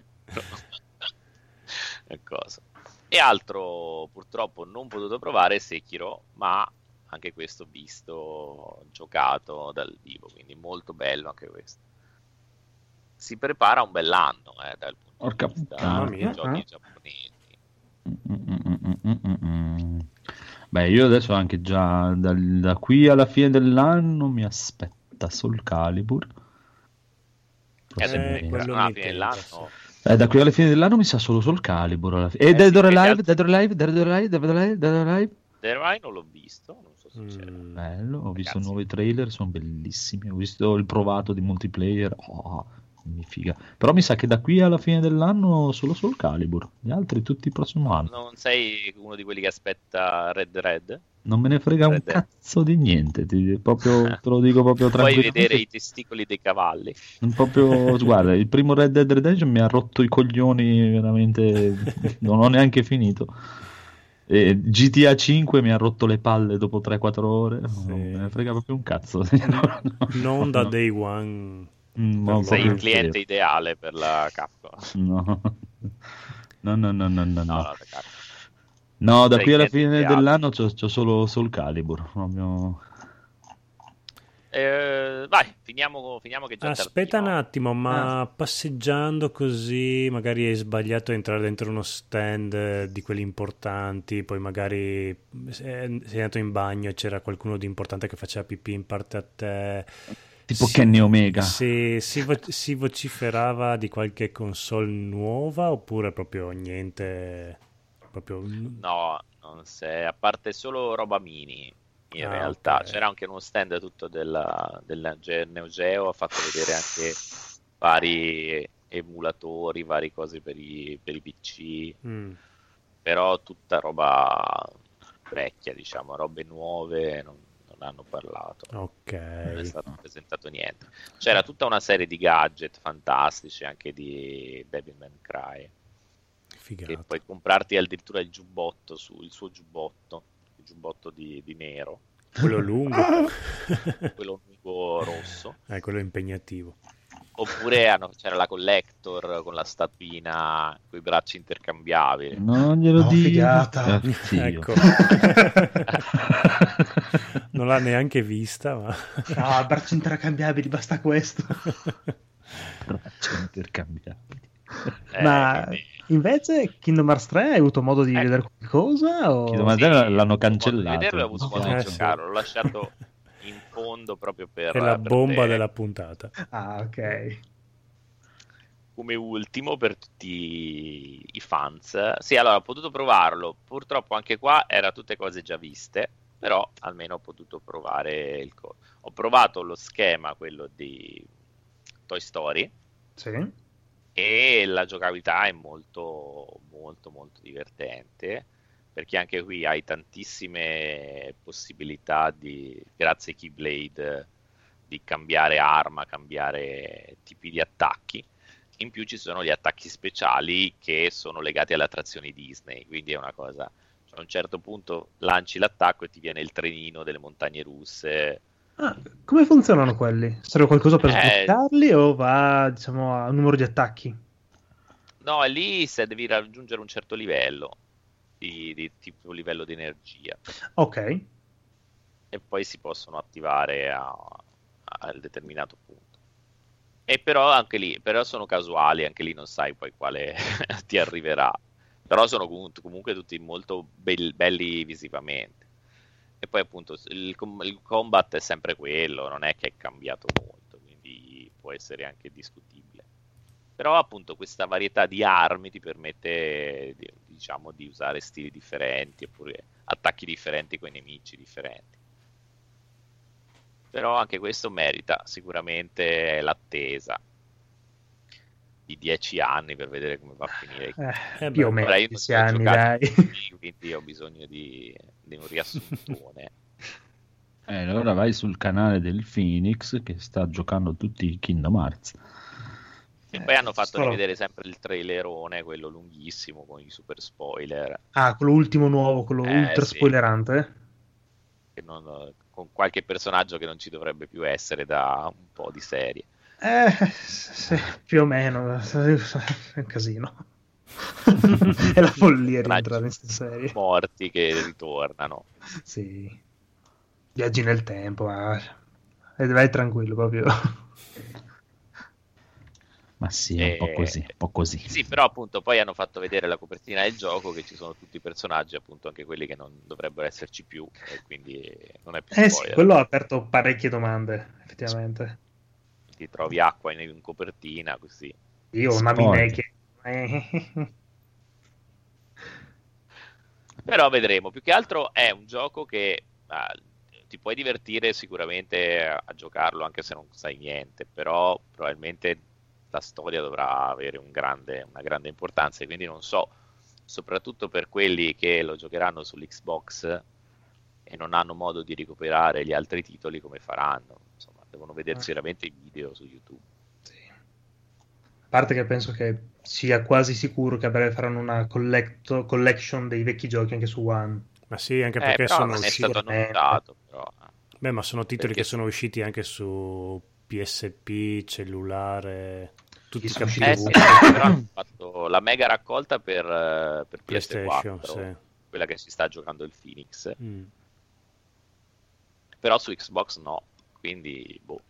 [SPEAKER 2] E cosa. E altro purtroppo non potuto provare è Sekiro, ma anche questo visto, giocato dal vivo, quindi molto bello anche questo. Si prepara un bell'anno eh, dal punto
[SPEAKER 1] Porca
[SPEAKER 2] di vista
[SPEAKER 1] puttana.
[SPEAKER 2] dei
[SPEAKER 4] Mamma
[SPEAKER 2] giochi
[SPEAKER 4] mia.
[SPEAKER 2] giapponesi.
[SPEAKER 1] Mm, mm, mm, mm, mm, mm. Beh, io adesso anche già dal- da qui alla fine dell'anno mi aspetta Soul Calibur.
[SPEAKER 2] E
[SPEAKER 1] Prossimo
[SPEAKER 3] Eh,
[SPEAKER 1] mese.
[SPEAKER 3] quello
[SPEAKER 2] alla
[SPEAKER 3] mi
[SPEAKER 2] fine
[SPEAKER 3] tenta,
[SPEAKER 2] dell'anno
[SPEAKER 1] Eh, da qui alla fine dell'anno mi sa solo Soul Calibur alla fine. E
[SPEAKER 2] Eh
[SPEAKER 1] Dead
[SPEAKER 2] sì,
[SPEAKER 1] or
[SPEAKER 2] più che
[SPEAKER 1] Alive,
[SPEAKER 2] altro-
[SPEAKER 1] Dead or Alive, Dead or Alive, Dead or Alive, Dead or Alive.
[SPEAKER 2] The Rai non l'ho visto, non so se c'era.
[SPEAKER 3] Mm.
[SPEAKER 1] Bello, ho visto
[SPEAKER 2] Ragazzi.
[SPEAKER 1] nuovi trailer, sono bellissimi. Ho visto il provato di multiplayer. Oh, mi figa. Però mi sa che da qui alla fine dell'anno solo Soul Calibur. Gli altri tutti il prossimo anno.
[SPEAKER 2] Non sei uno di quelli che aspetta Red Red?
[SPEAKER 1] Non me ne frega un
[SPEAKER 2] Red Dead.
[SPEAKER 1] cazzo di niente. Ti, proprio, te lo dico proprio
[SPEAKER 2] Puoi
[SPEAKER 1] tranquillamente.
[SPEAKER 2] vedere i testicoli dei cavalli.
[SPEAKER 1] Proprio, guarda, il primo Red Dead Redemption mi ha rotto i coglioni veramente. Non ho neanche finito. E G T A cinque mi ha rotto le palle dopo tre quattro ore.
[SPEAKER 3] Sì.
[SPEAKER 1] Non me ne frega proprio un cazzo.
[SPEAKER 3] Non da
[SPEAKER 1] No.
[SPEAKER 3] day one.
[SPEAKER 1] Mm, ma
[SPEAKER 3] Sei
[SPEAKER 2] Sei
[SPEAKER 1] proprio
[SPEAKER 2] il cliente
[SPEAKER 1] zero.
[SPEAKER 2] ideale per la Capcom.
[SPEAKER 1] No. No, no, no, no, no,
[SPEAKER 2] No,
[SPEAKER 1] no.
[SPEAKER 2] no, da Capcom.
[SPEAKER 1] No, da
[SPEAKER 2] Sei
[SPEAKER 1] qui alla
[SPEAKER 2] cliente
[SPEAKER 1] fine
[SPEAKER 2] ideale.
[SPEAKER 1] dell'anno c'ho, c'ho solo Soul Calibur. Proprio...
[SPEAKER 2] Eh, vai, finiamo, finiamo che già
[SPEAKER 3] Aspetta un
[SPEAKER 2] tardino.
[SPEAKER 3] attimo, ma passeggiando così magari hai sbagliato a entrare dentro uno stand eh, di quelli importanti, poi magari sei sei andato in bagno e c'era qualcuno di importante che faceva pipì in parte a te.
[SPEAKER 1] Tipo
[SPEAKER 3] Si-
[SPEAKER 1] Kenny Omega.
[SPEAKER 3] Si, si, vo- si vociferava di qualche console nuova oppure proprio niente? Proprio...
[SPEAKER 2] No, non sei, a parte solo roba mini. In
[SPEAKER 3] Ah,
[SPEAKER 2] realtà
[SPEAKER 3] ok.
[SPEAKER 2] c'era anche uno stand tutto della, della Ge- Neo Geo, ha fatto vedere anche vari emulatori, varie cose per i, per i P C,
[SPEAKER 3] Mm.
[SPEAKER 2] però tutta roba vecchia, diciamo, robe nuove non, non hanno parlato. Non è
[SPEAKER 3] Ok,
[SPEAKER 2] stato presentato niente. C'era tutta una serie di gadget fantastici anche di Devil May Cry, che
[SPEAKER 3] figata.
[SPEAKER 2] puoi comprarti addirittura il giubbotto, su, il suo giubbotto, il giubbotto di, di nero,
[SPEAKER 3] Quello lungo.
[SPEAKER 2] quello lungo rosso.
[SPEAKER 3] Eh, quello impegnativo.
[SPEAKER 2] Oppure hanno- c'era la collector con la statuina con i bracci intercambiabili.
[SPEAKER 1] Non glielo
[SPEAKER 4] No,
[SPEAKER 1] dico.
[SPEAKER 4] figata.
[SPEAKER 1] Eh, zio.
[SPEAKER 3] Ecco. Non l'ha neanche vista, ma...
[SPEAKER 4] Ah, braccia intercambiabili, basta questo.
[SPEAKER 1] Braccia intercambiabili.
[SPEAKER 2] Eh,
[SPEAKER 4] Ma
[SPEAKER 2] quindi-
[SPEAKER 4] invece Kingdom Hearts tre hai avuto modo di
[SPEAKER 2] Ecco.
[SPEAKER 4] vedere qualcosa? O...
[SPEAKER 1] Kingdom Hearts
[SPEAKER 2] Sì,
[SPEAKER 1] l'hanno
[SPEAKER 2] ho avuto modo di
[SPEAKER 1] cancellato,
[SPEAKER 2] vederlo e ho avuto
[SPEAKER 1] mi
[SPEAKER 2] modo di
[SPEAKER 3] spiace.
[SPEAKER 2] giocarlo. L'ho lasciato in fondo proprio per,
[SPEAKER 3] È la
[SPEAKER 2] per
[SPEAKER 3] bomba
[SPEAKER 2] te,
[SPEAKER 3] della puntata.
[SPEAKER 4] Ah, ok.
[SPEAKER 2] come ultimo per tutti i fans. Sì, allora ho potuto provarlo. Purtroppo anche qua era tutte cose già viste, però almeno ho potuto provare il co- Ho provato lo schema, quello di Toy Story,
[SPEAKER 4] Sì.
[SPEAKER 2] e la giocabilità è molto molto molto divertente, perché anche qui hai tantissime possibilità di, grazie a Keyblade, di cambiare arma, cambiare tipi di attacchi. In più ci sono gli attacchi speciali che sono legati alle attrazioni Disney, quindi è una cosa, cioè a un certo punto lanci l'attacco e ti viene il trenino delle montagne russe.
[SPEAKER 4] Ah, come funzionano quelli? Serve qualcosa per
[SPEAKER 2] Eh.
[SPEAKER 4] sbloccarli o va, diciamo, a numero di attacchi?
[SPEAKER 2] No, è lì se devi raggiungere un certo livello di, di tipo livello di energia,
[SPEAKER 4] Ok.
[SPEAKER 2] e poi si possono attivare a, al determinato punto. E però anche lì, però sono casuali, anche lì non sai poi quale ti arriverà. Però sono comunque, comunque tutti molto bel- belli visivamente. E poi appunto il, com- il combat è sempre quello, non è che è cambiato molto, quindi può essere anche discutibile. Però appunto questa varietà di armi ti permette di, diciamo, di usare stili differenti oppure attacchi differenti con i nemici differenti. Però anche questo merita sicuramente l'attesa di dieci anni per vedere come va a finire.
[SPEAKER 4] Eh,
[SPEAKER 3] Eh
[SPEAKER 4] più o
[SPEAKER 3] beh,
[SPEAKER 4] meno
[SPEAKER 2] Ora io non
[SPEAKER 4] dieci
[SPEAKER 2] ci ho
[SPEAKER 4] anni,
[SPEAKER 2] giocato
[SPEAKER 4] dai.
[SPEAKER 2] tutti, quindi ho bisogno di, di un riassuntone.
[SPEAKER 1] Eh, allora vai sul canale del Phoenix che sta giocando tutti i Kingdom Hearts.
[SPEAKER 2] E
[SPEAKER 4] Eh,
[SPEAKER 2] poi hanno fatto
[SPEAKER 4] sto-
[SPEAKER 2] rivedere sempre il trailerone, quello lunghissimo con i super spoiler.
[SPEAKER 4] Ah, quello ultimo nuovo, quello
[SPEAKER 2] Eh,
[SPEAKER 4] ultra
[SPEAKER 2] sì.
[SPEAKER 4] spoilerante.
[SPEAKER 2] che non, con qualche personaggio che non ci dovrebbe più essere da un po' di serie.
[SPEAKER 4] Eh, sì, più o meno, è un casino. È la follia di entrare in queste serie.
[SPEAKER 2] Morti che ritornano.
[SPEAKER 4] Sì. Viaggi nel tempo, ma vai tranquillo proprio.
[SPEAKER 1] Ma sì, è un po' così, un po' così.
[SPEAKER 2] Sì, però appunto poi hanno fatto vedere la copertina del gioco che ci sono tutti i personaggi, appunto anche quelli che non dovrebbero esserci più, e quindi non è più
[SPEAKER 4] Eh
[SPEAKER 2] spoiler.
[SPEAKER 4] sì, quello ha aperto parecchie domande, effettivamente.
[SPEAKER 2] Ti trovi acqua in, in copertina, così.
[SPEAKER 4] Io una
[SPEAKER 1] Spoiler.
[SPEAKER 4] mine che...
[SPEAKER 2] Però vedremo. Più che altro è un gioco che ah, ti puoi divertire sicuramente a, a giocarlo anche se non sai niente, però probabilmente la storia dovrà avere un grande, una grande importanza, e quindi non so, soprattutto per quelli che lo giocheranno sull'Xbox e non hanno modo di recuperare gli altri titoli, come faranno. Insomma, devono vedersi veramente i video su YouTube.
[SPEAKER 4] Sì. A parte che penso che sia quasi sicuro che a breve faranno una collecto- collection dei vecchi giochi anche su One.
[SPEAKER 3] Ma sì, anche
[SPEAKER 2] Eh,
[SPEAKER 3] perché
[SPEAKER 2] però
[SPEAKER 3] sono
[SPEAKER 2] non è
[SPEAKER 3] usciti...
[SPEAKER 2] stato annunciato, però.
[SPEAKER 3] Beh, ma sono titoli
[SPEAKER 2] Perché-
[SPEAKER 3] che sono usciti anche su P S P, cellulare, tutti
[SPEAKER 4] Sì, sono
[SPEAKER 3] capiti
[SPEAKER 2] Eh
[SPEAKER 4] usciti
[SPEAKER 2] sì,
[SPEAKER 3] ovunque.
[SPEAKER 2] però hanno fatto la mega raccolta per, eh, per P S
[SPEAKER 3] PlayStation,
[SPEAKER 2] quattro,
[SPEAKER 3] sì.
[SPEAKER 2] quella che si sta giocando il Phoenix,
[SPEAKER 3] Mm.
[SPEAKER 2] però su Xbox no, quindi boh.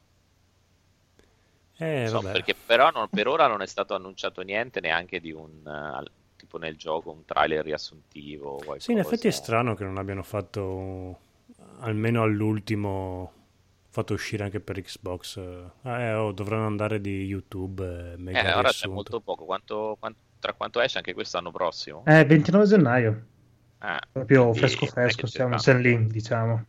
[SPEAKER 3] Eh,
[SPEAKER 2] Non so,
[SPEAKER 3] vabbè.
[SPEAKER 2] perché però non- per ora non è stato annunciato niente neanche di un eh, al- tipo nel gioco un trailer riassuntivo o qualcosa.
[SPEAKER 3] Sì, in effetti è strano che non abbiano fatto, almeno all'ultimo, fatto uscire anche per Xbox. Eh, oh, dovranno andare di YouTube, eh, mega
[SPEAKER 2] Eh, ora c'è
[SPEAKER 3] riassunto.
[SPEAKER 2] molto poco. Quanto, quan- tra quanto esce anche quest'anno prossimo?
[SPEAKER 4] Eh, ventinove gennaio,
[SPEAKER 2] Eh,
[SPEAKER 4] proprio
[SPEAKER 2] quindi
[SPEAKER 4] fresco
[SPEAKER 2] non è
[SPEAKER 4] fresco,
[SPEAKER 2] che c'è
[SPEAKER 4] siamo
[SPEAKER 2] tanto.
[SPEAKER 4] siamo lì, diciamo.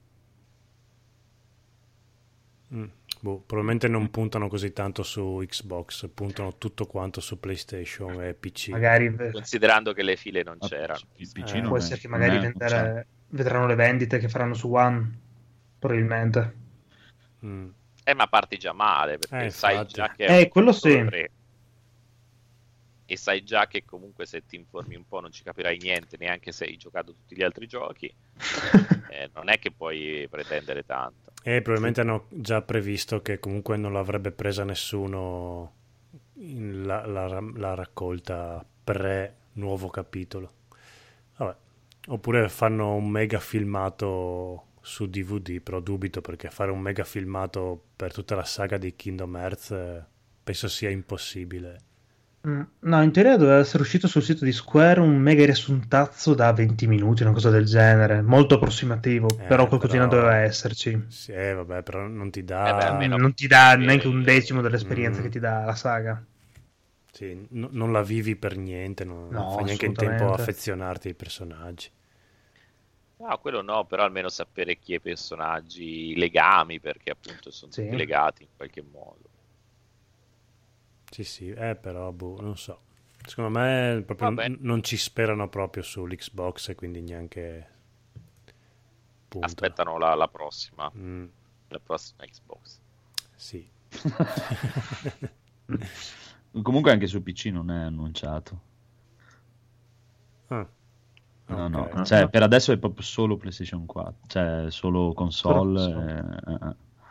[SPEAKER 3] Mm. Boh, probabilmente non puntano così tanto su Xbox, puntano tutto quanto su PlayStation e P C.
[SPEAKER 4] Magari eh,
[SPEAKER 2] Considerando che le file non
[SPEAKER 1] Ah,
[SPEAKER 2] c'erano.
[SPEAKER 1] il P C
[SPEAKER 3] Eh,
[SPEAKER 1] non
[SPEAKER 4] può
[SPEAKER 1] è-
[SPEAKER 4] essere che
[SPEAKER 1] non
[SPEAKER 4] magari
[SPEAKER 1] è
[SPEAKER 4] vendere-
[SPEAKER 1] annunciato.
[SPEAKER 4] vedranno le vendite che faranno su One, probabilmente.
[SPEAKER 3] Mm.
[SPEAKER 2] Eh, ma parti già male, perché
[SPEAKER 3] Eh,
[SPEAKER 2] sai
[SPEAKER 3] infatti.
[SPEAKER 2] già che è
[SPEAKER 4] Eh,
[SPEAKER 2] un
[SPEAKER 4] quello
[SPEAKER 2] capitolo
[SPEAKER 4] sì.
[SPEAKER 2] tre. E sai già che comunque se ti informi un po' non ci capirai niente, neanche se hai giocato tutti gli altri giochi. Eh, non è che puoi pretendere tanto.
[SPEAKER 3] E probabilmente hanno già previsto che comunque non l'avrebbe presa nessuno in la, la- la raccolta pre-nuovo capitolo. Vabbè. Oppure fanno un mega filmato su D V D, però dubito, perché fare un mega filmato per tutta la saga di Kingdom Hearts eh, penso sia impossibile.
[SPEAKER 4] Mm, No, in teoria doveva essere uscito sul sito di Square un mega riassuntazzo da venti minuti, una cosa del genere, molto approssimativo,
[SPEAKER 3] Eh,
[SPEAKER 4] però qualcosina
[SPEAKER 3] però-
[SPEAKER 4] doveva esserci.
[SPEAKER 3] Sì, eh, vabbè, però non ti
[SPEAKER 2] Eh beh,
[SPEAKER 3] dà...
[SPEAKER 2] almeno-
[SPEAKER 4] Non ti dà
[SPEAKER 2] eh,
[SPEAKER 4] neanche un decimo dell'esperienza
[SPEAKER 3] mm.
[SPEAKER 4] che ti dà la saga.
[SPEAKER 3] Sì, n- non la vivi per niente, non,
[SPEAKER 4] No,
[SPEAKER 3] non fai neanche in tempo a
[SPEAKER 4] assolutamente.
[SPEAKER 3] affezionarti ai personaggi.
[SPEAKER 2] No, quello no, però almeno sapere chi è i personaggi, i legami, perché appunto sono
[SPEAKER 4] Sì.
[SPEAKER 2] tutti legati in qualche modo.
[SPEAKER 3] Sì, sì, eh, però, boh, non so. Secondo me proprio
[SPEAKER 2] Vabbè.
[SPEAKER 3] n- non ci sperano proprio sull'Xbox e quindi neanche puntano.
[SPEAKER 2] Aspettano la, la prossima,
[SPEAKER 3] Mm,
[SPEAKER 2] la prossima Xbox.
[SPEAKER 3] sì.
[SPEAKER 1] Comunque anche su P C non è annunciato.
[SPEAKER 3] Ah,
[SPEAKER 1] No,
[SPEAKER 3] ok.
[SPEAKER 1] no, cioè per adesso è proprio solo PlayStation quattro, cioè solo console.
[SPEAKER 4] Solo
[SPEAKER 1] eh, eh, eh.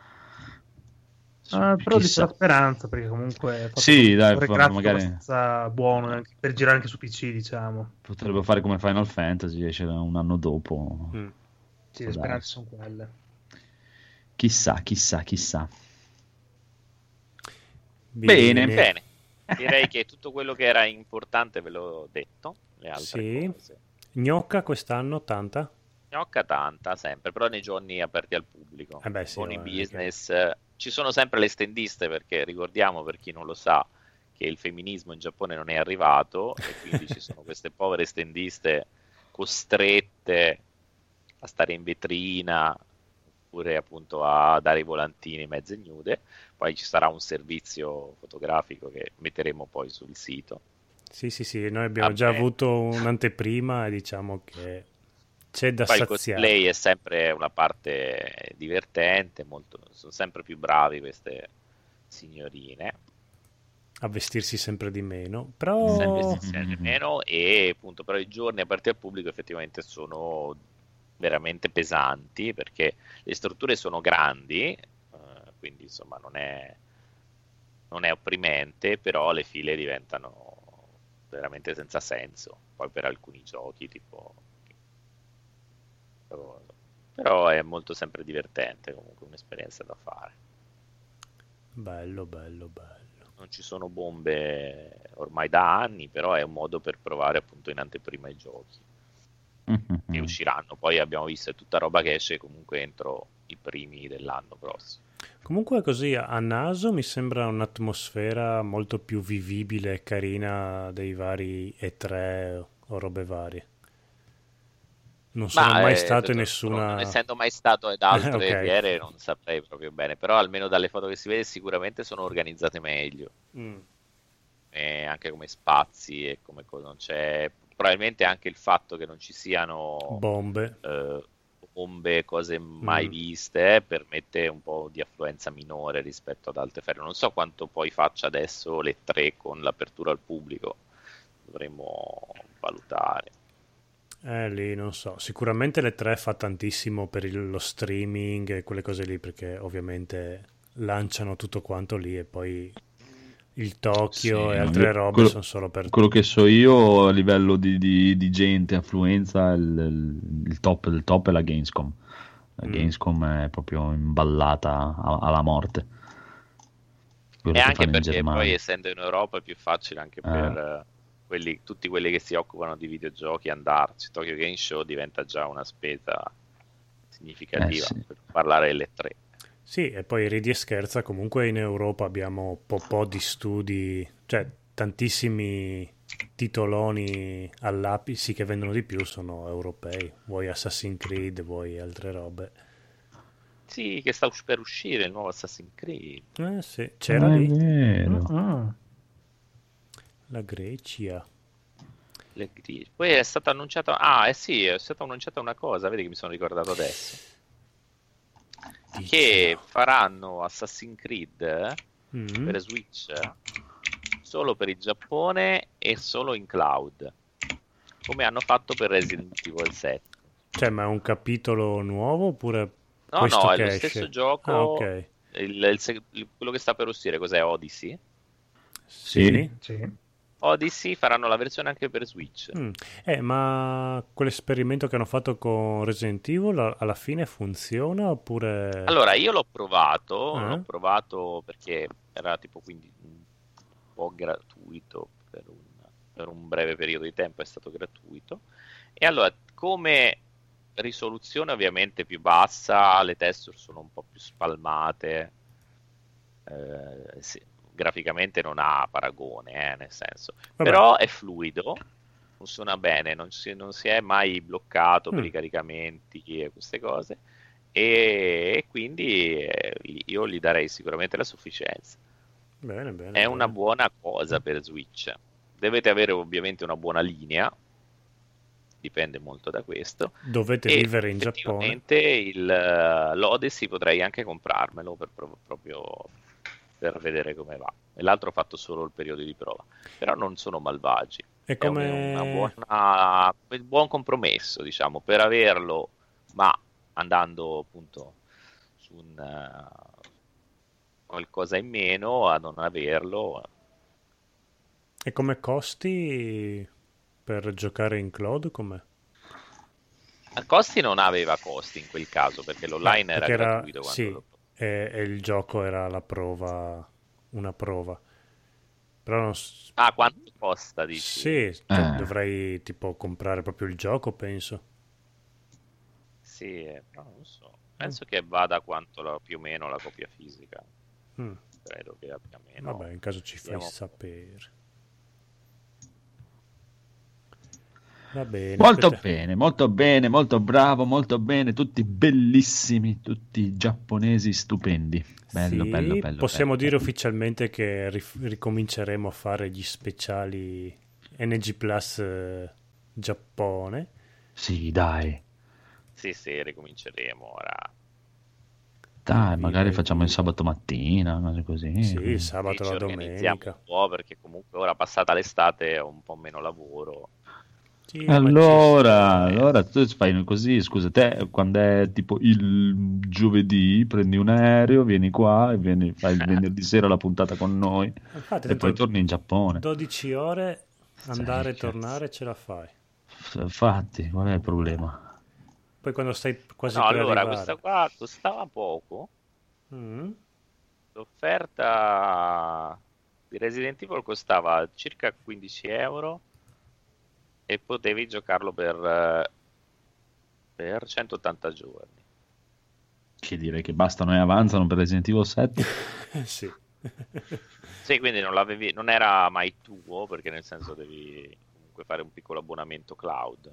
[SPEAKER 4] Ah, però di
[SPEAKER 1] Chissà.
[SPEAKER 4] la speranza, perché comunque è fatto
[SPEAKER 1] Sì,
[SPEAKER 4] un
[SPEAKER 1] dai,
[SPEAKER 4] motore
[SPEAKER 1] fa-
[SPEAKER 4] grafico
[SPEAKER 1] magari-
[SPEAKER 4] abbastanza buono anche per girare anche su P C, diciamo.
[SPEAKER 1] Potrebbe fare come Final Fantasy, esce un anno dopo.
[SPEAKER 3] Mm.
[SPEAKER 4] Sì,
[SPEAKER 1] Può
[SPEAKER 4] le speranze
[SPEAKER 1] darsi.
[SPEAKER 4] sono quelle.
[SPEAKER 1] Chissà, chissà, chissà.
[SPEAKER 3] Bene.
[SPEAKER 2] Bene, direi che tutto quello che era importante ve l'ho detto, le altre
[SPEAKER 3] Sì.
[SPEAKER 2] cose.
[SPEAKER 3] Gnocca quest'anno, tanta?
[SPEAKER 2] Gnocca tanta sempre, però nei giorni aperti al pubblico.
[SPEAKER 3] Eh beh, sì,
[SPEAKER 2] Con i
[SPEAKER 3] ma-
[SPEAKER 2] business eh, ci sono sempre le stendiste, perché ricordiamo, per chi non lo sa, che il femminismo in Giappone non è arrivato e quindi ci sono queste povere stendiste costrette a stare in vetrina oppure appunto a dare i volantini mezze nude. Poi ci sarà un servizio fotografico che metteremo poi sul sito.
[SPEAKER 3] Sì, sì, sì, noi abbiamo
[SPEAKER 2] Vabbè.
[SPEAKER 3] già avuto un'anteprima e diciamo che c'è da
[SPEAKER 2] Poi il
[SPEAKER 3] saziare.
[SPEAKER 2] cosplay è sempre una parte divertente, molto, sono sempre più bravi queste signorine,
[SPEAKER 3] A vestirsi sempre di meno, però...
[SPEAKER 2] sempre si sente meno, e appunto però i giorni aperti al pubblico effettivamente sono veramente pesanti, perché le strutture sono grandi, eh, quindi insomma non è, non è opprimente, però le file diventano veramente senza senso, poi per alcuni giochi tipo... Però è molto sempre divertente, comunque un'esperienza da fare.
[SPEAKER 3] Bello, bello, bello.
[SPEAKER 2] Non ci sono bombe ormai da anni, però è un modo per provare appunto in anteprima i giochi
[SPEAKER 1] Mm-hmm.
[SPEAKER 2] che usciranno. Poi abbiamo visto è tutta roba che esce comunque entro i primi dell'anno prossimo.
[SPEAKER 3] Comunque così a naso mi sembra un'atmosfera molto più vivibile e carina dei vari E tre o robe varie. Non sono
[SPEAKER 2] Ma
[SPEAKER 3] mai
[SPEAKER 2] eh,
[SPEAKER 3] stato in
[SPEAKER 2] non-
[SPEAKER 3] nessuna...
[SPEAKER 2] non essendo mai stato ad altre
[SPEAKER 3] Ok.
[SPEAKER 2] fiere non saprei proprio bene, però almeno dalle foto che si vede sicuramente sono organizzate meglio.
[SPEAKER 3] Mm.
[SPEAKER 2] E anche come spazi e come cosa non c'è, probabilmente anche il fatto che non ci siano
[SPEAKER 3] Bombe.
[SPEAKER 2] eh, bombe, cose mai
[SPEAKER 3] Mm.
[SPEAKER 2] viste, permette un po' di affluenza minore rispetto ad altre ferie. Non so quanto poi faccia adesso le tre con l'apertura al pubblico, dovremmo valutare.
[SPEAKER 3] Eh, lì non so. Sicuramente le tre fa tantissimo per il- lo streaming e quelle cose lì, perché ovviamente lanciano tutto quanto lì e poi il Tokyo
[SPEAKER 1] Sì,
[SPEAKER 3] e altre
[SPEAKER 1] io-
[SPEAKER 3] robe
[SPEAKER 1] quello,
[SPEAKER 3] sono solo per...
[SPEAKER 1] quello che so io a livello di, di- di gente, affluenza, il, il- il top del top è la Gamescom. La
[SPEAKER 3] Mm.
[SPEAKER 1] Gamescom è proprio imballata a- alla morte. Quello
[SPEAKER 2] E
[SPEAKER 1] che
[SPEAKER 2] anche
[SPEAKER 1] fanno in
[SPEAKER 2] perché poi
[SPEAKER 1] Germania.
[SPEAKER 2] essendo in Europa è più facile anche
[SPEAKER 1] Eh.
[SPEAKER 2] per eh, quelli, tutti quelli che si occupano di videogiochi andarci. Tokyo Game Show diventa già una spesa significativa,
[SPEAKER 1] Eh, sì.
[SPEAKER 2] per parlare delle tre.
[SPEAKER 3] Sì, e poi ridi e scherza, comunque in Europa abbiamo po' po' di studi, cioè tantissimi titoloni all'apice che vendono di più sono europei, vuoi Assassin's Creed, vuoi altre robe.
[SPEAKER 2] Sì, che sta us- per uscire il nuovo Assassin's Creed.
[SPEAKER 3] Eh sì, c'era
[SPEAKER 1] Ah, è
[SPEAKER 3] lì
[SPEAKER 1] vero.
[SPEAKER 4] Mm-mm.
[SPEAKER 3] la Grecia.
[SPEAKER 2] Le gri- Poi è stata annunciata. Ah, eh sì, è stata annunciata una cosa, vedi che mi sono ricordato adesso. Che
[SPEAKER 3] Diccelo.
[SPEAKER 2] faranno Assassin's Creed eh,
[SPEAKER 3] Mm.
[SPEAKER 2] per Switch solo per il Giappone e solo in cloud, come hanno fatto per Resident Evil sette.
[SPEAKER 3] Cioè, ma è un capitolo nuovo oppure
[SPEAKER 2] No,
[SPEAKER 3] questo
[SPEAKER 2] no, è
[SPEAKER 3] che
[SPEAKER 2] lo
[SPEAKER 3] esce?
[SPEAKER 2] stesso gioco.
[SPEAKER 3] Ah, ok.
[SPEAKER 2] il- il seg- il- quello che sta per uscire, cos'è? Odyssey?
[SPEAKER 3] Sì.
[SPEAKER 4] Sì.
[SPEAKER 2] Odyssey faranno la versione anche per Switch.
[SPEAKER 3] Mm. Eh, ma quell'esperimento che hanno fatto con Resident Evil a- alla fine funziona oppure...
[SPEAKER 2] Allora, io l'ho provato,
[SPEAKER 3] Eh?
[SPEAKER 2] l'ho provato perché era tipo quindi un po' gratuito per un, per un breve periodo di tempo, è stato gratuito. E allora, come risoluzione ovviamente più bassa, le texture sono un po' più spalmate, eh, sì, graficamente non ha paragone, eh, nel senso.
[SPEAKER 3] Vabbè.
[SPEAKER 2] Però è fluido, funziona bene, non si, non si è mai bloccato per
[SPEAKER 3] Mm.
[SPEAKER 2] i caricamenti e queste cose. E quindi eh, io gli darei sicuramente la sufficienza.
[SPEAKER 3] Bene, bene.
[SPEAKER 2] È
[SPEAKER 3] bene.
[SPEAKER 2] una buona cosa per Switch. Dovete avere ovviamente una buona linea, dipende molto da questo.
[SPEAKER 3] Dovete
[SPEAKER 2] E
[SPEAKER 3] vivere in Giappone.
[SPEAKER 2] effettivamente il, eh, l'Odyssey potrei anche comprarmelo per, pro- proprio per vedere come va. E l'altro ho fatto solo il periodo di prova. Però non sono malvagi.
[SPEAKER 3] E
[SPEAKER 2] È
[SPEAKER 3] come...
[SPEAKER 2] una buona, un buon compromesso, diciamo, per averlo, ma andando appunto su un eh, qualcosa in meno a non averlo.
[SPEAKER 3] E come costi per giocare in cloud? Com'è?
[SPEAKER 2] A costi non aveva costi in quel caso, perché l'online
[SPEAKER 3] Perché
[SPEAKER 2] era
[SPEAKER 3] era-
[SPEAKER 2] gratuito quando
[SPEAKER 3] sì,
[SPEAKER 2] lo-
[SPEAKER 3] e, e il gioco era la prova, una prova. Però non s-
[SPEAKER 2] Ah, quanto costa, dici?
[SPEAKER 3] sì, cioè,
[SPEAKER 1] Eh.
[SPEAKER 3] dovrei tipo comprare proprio il gioco, penso.
[SPEAKER 2] Sì, eh, però non so. Penso che vada quanto la- più o meno la copia fisica.
[SPEAKER 3] Mm,
[SPEAKER 2] Credo che abbia meno.
[SPEAKER 3] Vabbè, in caso ci fai
[SPEAKER 2] Vediamo.
[SPEAKER 3] sapere. Va bene.
[SPEAKER 1] Molto
[SPEAKER 3] aspetta.
[SPEAKER 1] bene, molto bene, molto bravo, molto bene, tutti bellissimi, tutti giapponesi stupendi. Bello,
[SPEAKER 3] Sì,
[SPEAKER 1] bello, bello.
[SPEAKER 3] possiamo
[SPEAKER 1] bello,
[SPEAKER 3] dire
[SPEAKER 1] bello.
[SPEAKER 3] ufficialmente che rif- ricominceremo a fare gli speciali N G Plus eh, Giappone.
[SPEAKER 1] Sì, dai,
[SPEAKER 2] Sì, sì, ricominceremo ora.
[SPEAKER 1] dai,
[SPEAKER 3] Viva,
[SPEAKER 1] magari facciamo il
[SPEAKER 3] viva.
[SPEAKER 1] sabato mattina, cose così.
[SPEAKER 3] Sì, il sabato
[SPEAKER 2] Sì,
[SPEAKER 3] la
[SPEAKER 2] ci organizziamo
[SPEAKER 3] domenica.
[SPEAKER 2] un po' perché comunque ora passata l'estate ho un po' meno lavoro.
[SPEAKER 3] Sì, ma ci
[SPEAKER 1] Allora,
[SPEAKER 3] sta.
[SPEAKER 1] allora tu fai così, scusa, te quando è tipo il giovedì prendi un aereo, vieni qua e vieni, fai il venerdì sera la puntata con noi
[SPEAKER 3] Infatti,
[SPEAKER 1] e poi
[SPEAKER 3] tanto
[SPEAKER 1] torni in Giappone.
[SPEAKER 3] dodici ore andare
[SPEAKER 1] Sai,
[SPEAKER 3] e
[SPEAKER 1] cazzo.
[SPEAKER 3] tornare ce la fai.
[SPEAKER 1] Infatti, qual è il problema?
[SPEAKER 3] Poi quando stai quasi
[SPEAKER 2] No,
[SPEAKER 3] per
[SPEAKER 2] allora, questa
[SPEAKER 3] arrivare.
[SPEAKER 2] qua costava poco.
[SPEAKER 3] Mm.
[SPEAKER 2] L'offerta di Resident Evil costava circa quindici euro e potevi giocarlo per, eh, per centottanta giorni.
[SPEAKER 1] Che dire che bastano e avanzano per Resident Evil sette?
[SPEAKER 3] Sì.
[SPEAKER 2] Sì, quindi non l'avevi, non era mai tuo, perché nel senso devi comunque fare un piccolo abbonamento cloud.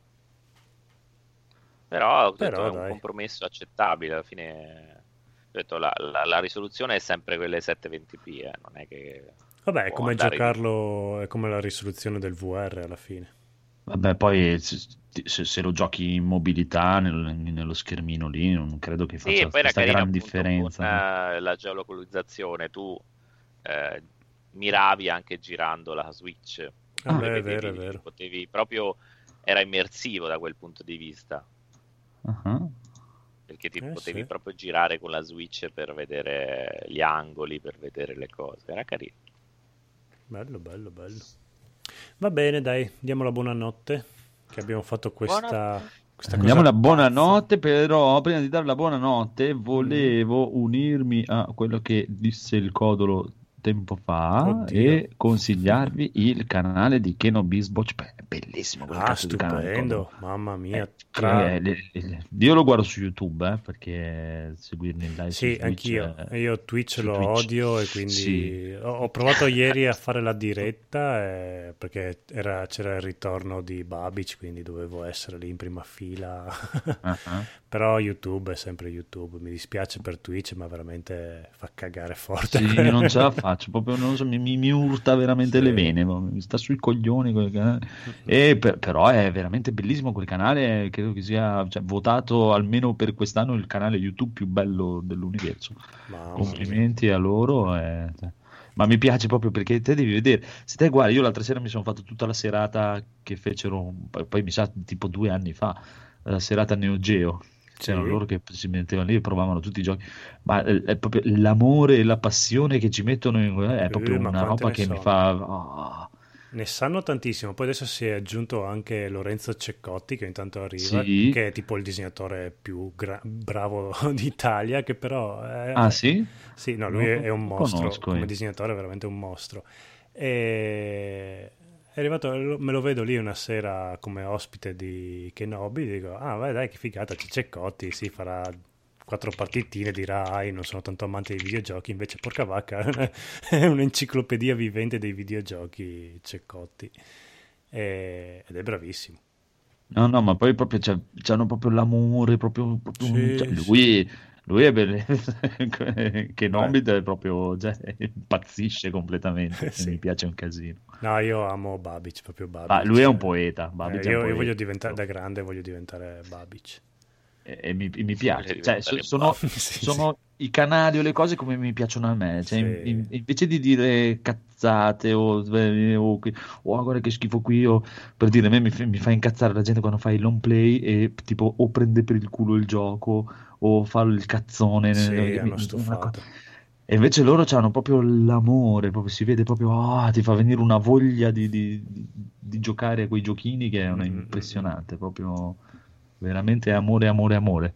[SPEAKER 2] Però ho detto
[SPEAKER 3] Però
[SPEAKER 2] è un
[SPEAKER 3] dai.
[SPEAKER 2] compromesso accettabile. Alla fine, ho detto, la, la- la risoluzione è sempre quelle settecentoventi p, eh, non è che
[SPEAKER 3] Vabbè, è
[SPEAKER 2] può
[SPEAKER 3] come
[SPEAKER 2] andare di
[SPEAKER 3] giocarlo, è come la risoluzione del V R alla fine.
[SPEAKER 1] Vabbè, poi se, se- se lo giochi in mobilità nel- nello schermino lì, non credo che
[SPEAKER 2] Sì, e
[SPEAKER 1] faccia
[SPEAKER 2] poi era
[SPEAKER 1] questa
[SPEAKER 2] carino
[SPEAKER 1] gran
[SPEAKER 2] appunto con
[SPEAKER 1] differenza.
[SPEAKER 2] eh, la geolocalizzazione, tu eh, miravi anche girando la Switch,
[SPEAKER 3] Ah,
[SPEAKER 2] oppure
[SPEAKER 3] beh, è vero, è
[SPEAKER 2] vedevi,
[SPEAKER 3] vero.
[SPEAKER 2] potevi proprio, era immersivo da quel punto di vista,
[SPEAKER 1] Ah,
[SPEAKER 2] perché ti
[SPEAKER 3] Eh
[SPEAKER 2] potevi
[SPEAKER 3] sì,
[SPEAKER 2] proprio girare con la Switch per vedere gli angoli, per vedere le cose, era carino.
[SPEAKER 3] bello, bello, bello. Va bene, dai, diamo la buonanotte, che abbiamo fatto questa,
[SPEAKER 2] Buonanotte.
[SPEAKER 3] questa
[SPEAKER 1] Andiamo
[SPEAKER 3] cosa
[SPEAKER 1] la
[SPEAKER 3] pazza.
[SPEAKER 1] buonanotte, però prima di dare la buonanotte
[SPEAKER 3] Mm.
[SPEAKER 1] volevo unirmi a quello che disse il Codolo tempo fa
[SPEAKER 3] Oddio.
[SPEAKER 1] e consigliarvi il canale di Keno Bisboch. Beh, è bellissimo quel
[SPEAKER 3] Ah,
[SPEAKER 1] cazzo di canale,
[SPEAKER 3] stupendo,
[SPEAKER 1] Codolo.
[SPEAKER 3] mamma mia.
[SPEAKER 1] Eh,
[SPEAKER 3] Tra...
[SPEAKER 1] che- le- le- io lo guardo su YouTube, eh, perché seguirne in live su
[SPEAKER 3] Sì,
[SPEAKER 1] Twitch,
[SPEAKER 3] anch'io.
[SPEAKER 1] eh,
[SPEAKER 3] Io Twitch
[SPEAKER 1] su
[SPEAKER 3] lo
[SPEAKER 1] Twitch,
[SPEAKER 3] odio e
[SPEAKER 1] sì.
[SPEAKER 3] quindi ho, ho provato ieri a fare la diretta eh, perché era- c'era il ritorno di Babic, quindi dovevo essere lì in prima fila.
[SPEAKER 1] Ah, ah.
[SPEAKER 3] Però YouTube è sempre YouTube. Mi dispiace per Twitch, ma veramente fa cagare forte.
[SPEAKER 1] Sì, non ce la faccio, proprio non lo so, mi, mi- mi urta veramente le
[SPEAKER 3] Sì.
[SPEAKER 1] vene, proprio, mi sta sui coglioni quel canale.
[SPEAKER 3] Mm-mm.
[SPEAKER 1] E per- però è veramente bellissimo quel canale, credo che sia, cioè, votato almeno per quest'anno il canale YouTube più bello dell'universo.
[SPEAKER 3] Mamma mia.
[SPEAKER 1] Complimenti a loro. eh, cioè. Ma mi piace proprio perché te devi vedere, se te guardi, io l'altra sera mi sono fatto tutta la serata che fecero, poi poi mi sa tipo due anni fa, la serata Neo Geo. C'erano
[SPEAKER 3] Sì.
[SPEAKER 1] loro che si mettevano lì e provavano tutti i giochi, ma è, è proprio l'amore e la passione che ci mettono in, è proprio
[SPEAKER 3] Eh, ma
[SPEAKER 1] una
[SPEAKER 3] quante
[SPEAKER 1] roba
[SPEAKER 3] ne
[SPEAKER 1] che mi
[SPEAKER 3] sono?
[SPEAKER 1] fa. ah,
[SPEAKER 3] Ne sanno tantissimo. Poi adesso si è aggiunto anche Lorenzo Ceccotti, che intanto arriva,
[SPEAKER 1] sì.
[SPEAKER 3] che è tipo il disegnatore più gra- bravo d'Italia, che però è...
[SPEAKER 1] Ah sì?
[SPEAKER 3] Sì, no,
[SPEAKER 1] No,
[SPEAKER 3] lui è, è
[SPEAKER 1] non
[SPEAKER 3] un
[SPEAKER 1] lo
[SPEAKER 3] mostro,
[SPEAKER 1] conosco
[SPEAKER 3] come
[SPEAKER 1] io.
[SPEAKER 3] disegnatore è veramente un mostro. E... È arrivato, me lo vedo lì una sera come ospite di Kenobi, dico, ah vai dai che figata, c'è Ceccotti, si farà quattro partitine, dirà, ah, io non sono tanto amante dei videogiochi, invece porca vacca, è un'enciclopedia vivente dei videogiochi Ceccotti, e- ed è bravissimo.
[SPEAKER 1] No, no, ma poi proprio c'è- c'hanno proprio l'amore, proprio, proprio un- cioè,
[SPEAKER 3] Sì, sì.
[SPEAKER 1] lui, lui è bello, che
[SPEAKER 3] Vabbè,
[SPEAKER 1] Nobit è proprio, cioè, impazzisce completamente, e
[SPEAKER 3] sì.
[SPEAKER 1] mi piace un casino.
[SPEAKER 3] No, io amo Babic, proprio
[SPEAKER 1] Ah,
[SPEAKER 3] Babic.
[SPEAKER 1] lui è un poeta,
[SPEAKER 3] Eh,
[SPEAKER 1] Babic è un
[SPEAKER 3] io, io
[SPEAKER 1] poeta.
[SPEAKER 3] voglio diventare, da grande voglio diventare Babic.
[SPEAKER 1] E, e mi, e mi
[SPEAKER 2] Vuole
[SPEAKER 1] piace, cioè, so-
[SPEAKER 2] diventare
[SPEAKER 1] sono,
[SPEAKER 2] Bob.
[SPEAKER 3] Sì, sì.
[SPEAKER 1] sono i canali o le cose come mi piacciono a me, cioè, in-
[SPEAKER 3] Sì.
[SPEAKER 1] in- invece di dire cazzate o, o, che- "Oh, guarda che schifo qui, o per dire, a me mi, fa mi fa incazzare la gente quando fa il long play e tipo o prende per il culo il gioco o fa il cazzone,
[SPEAKER 3] Sì,
[SPEAKER 1] mi-
[SPEAKER 3] hanno
[SPEAKER 1] una co-
[SPEAKER 3] stufato.
[SPEAKER 1] e invece loro hanno proprio l'amore, proprio si vede proprio, ah, ti fa venire una voglia di, di- di- di giocare a quei giochini che è una
[SPEAKER 3] Mm, mm, mm, mm.
[SPEAKER 1] impressionante, proprio veramente amore, amore, amore.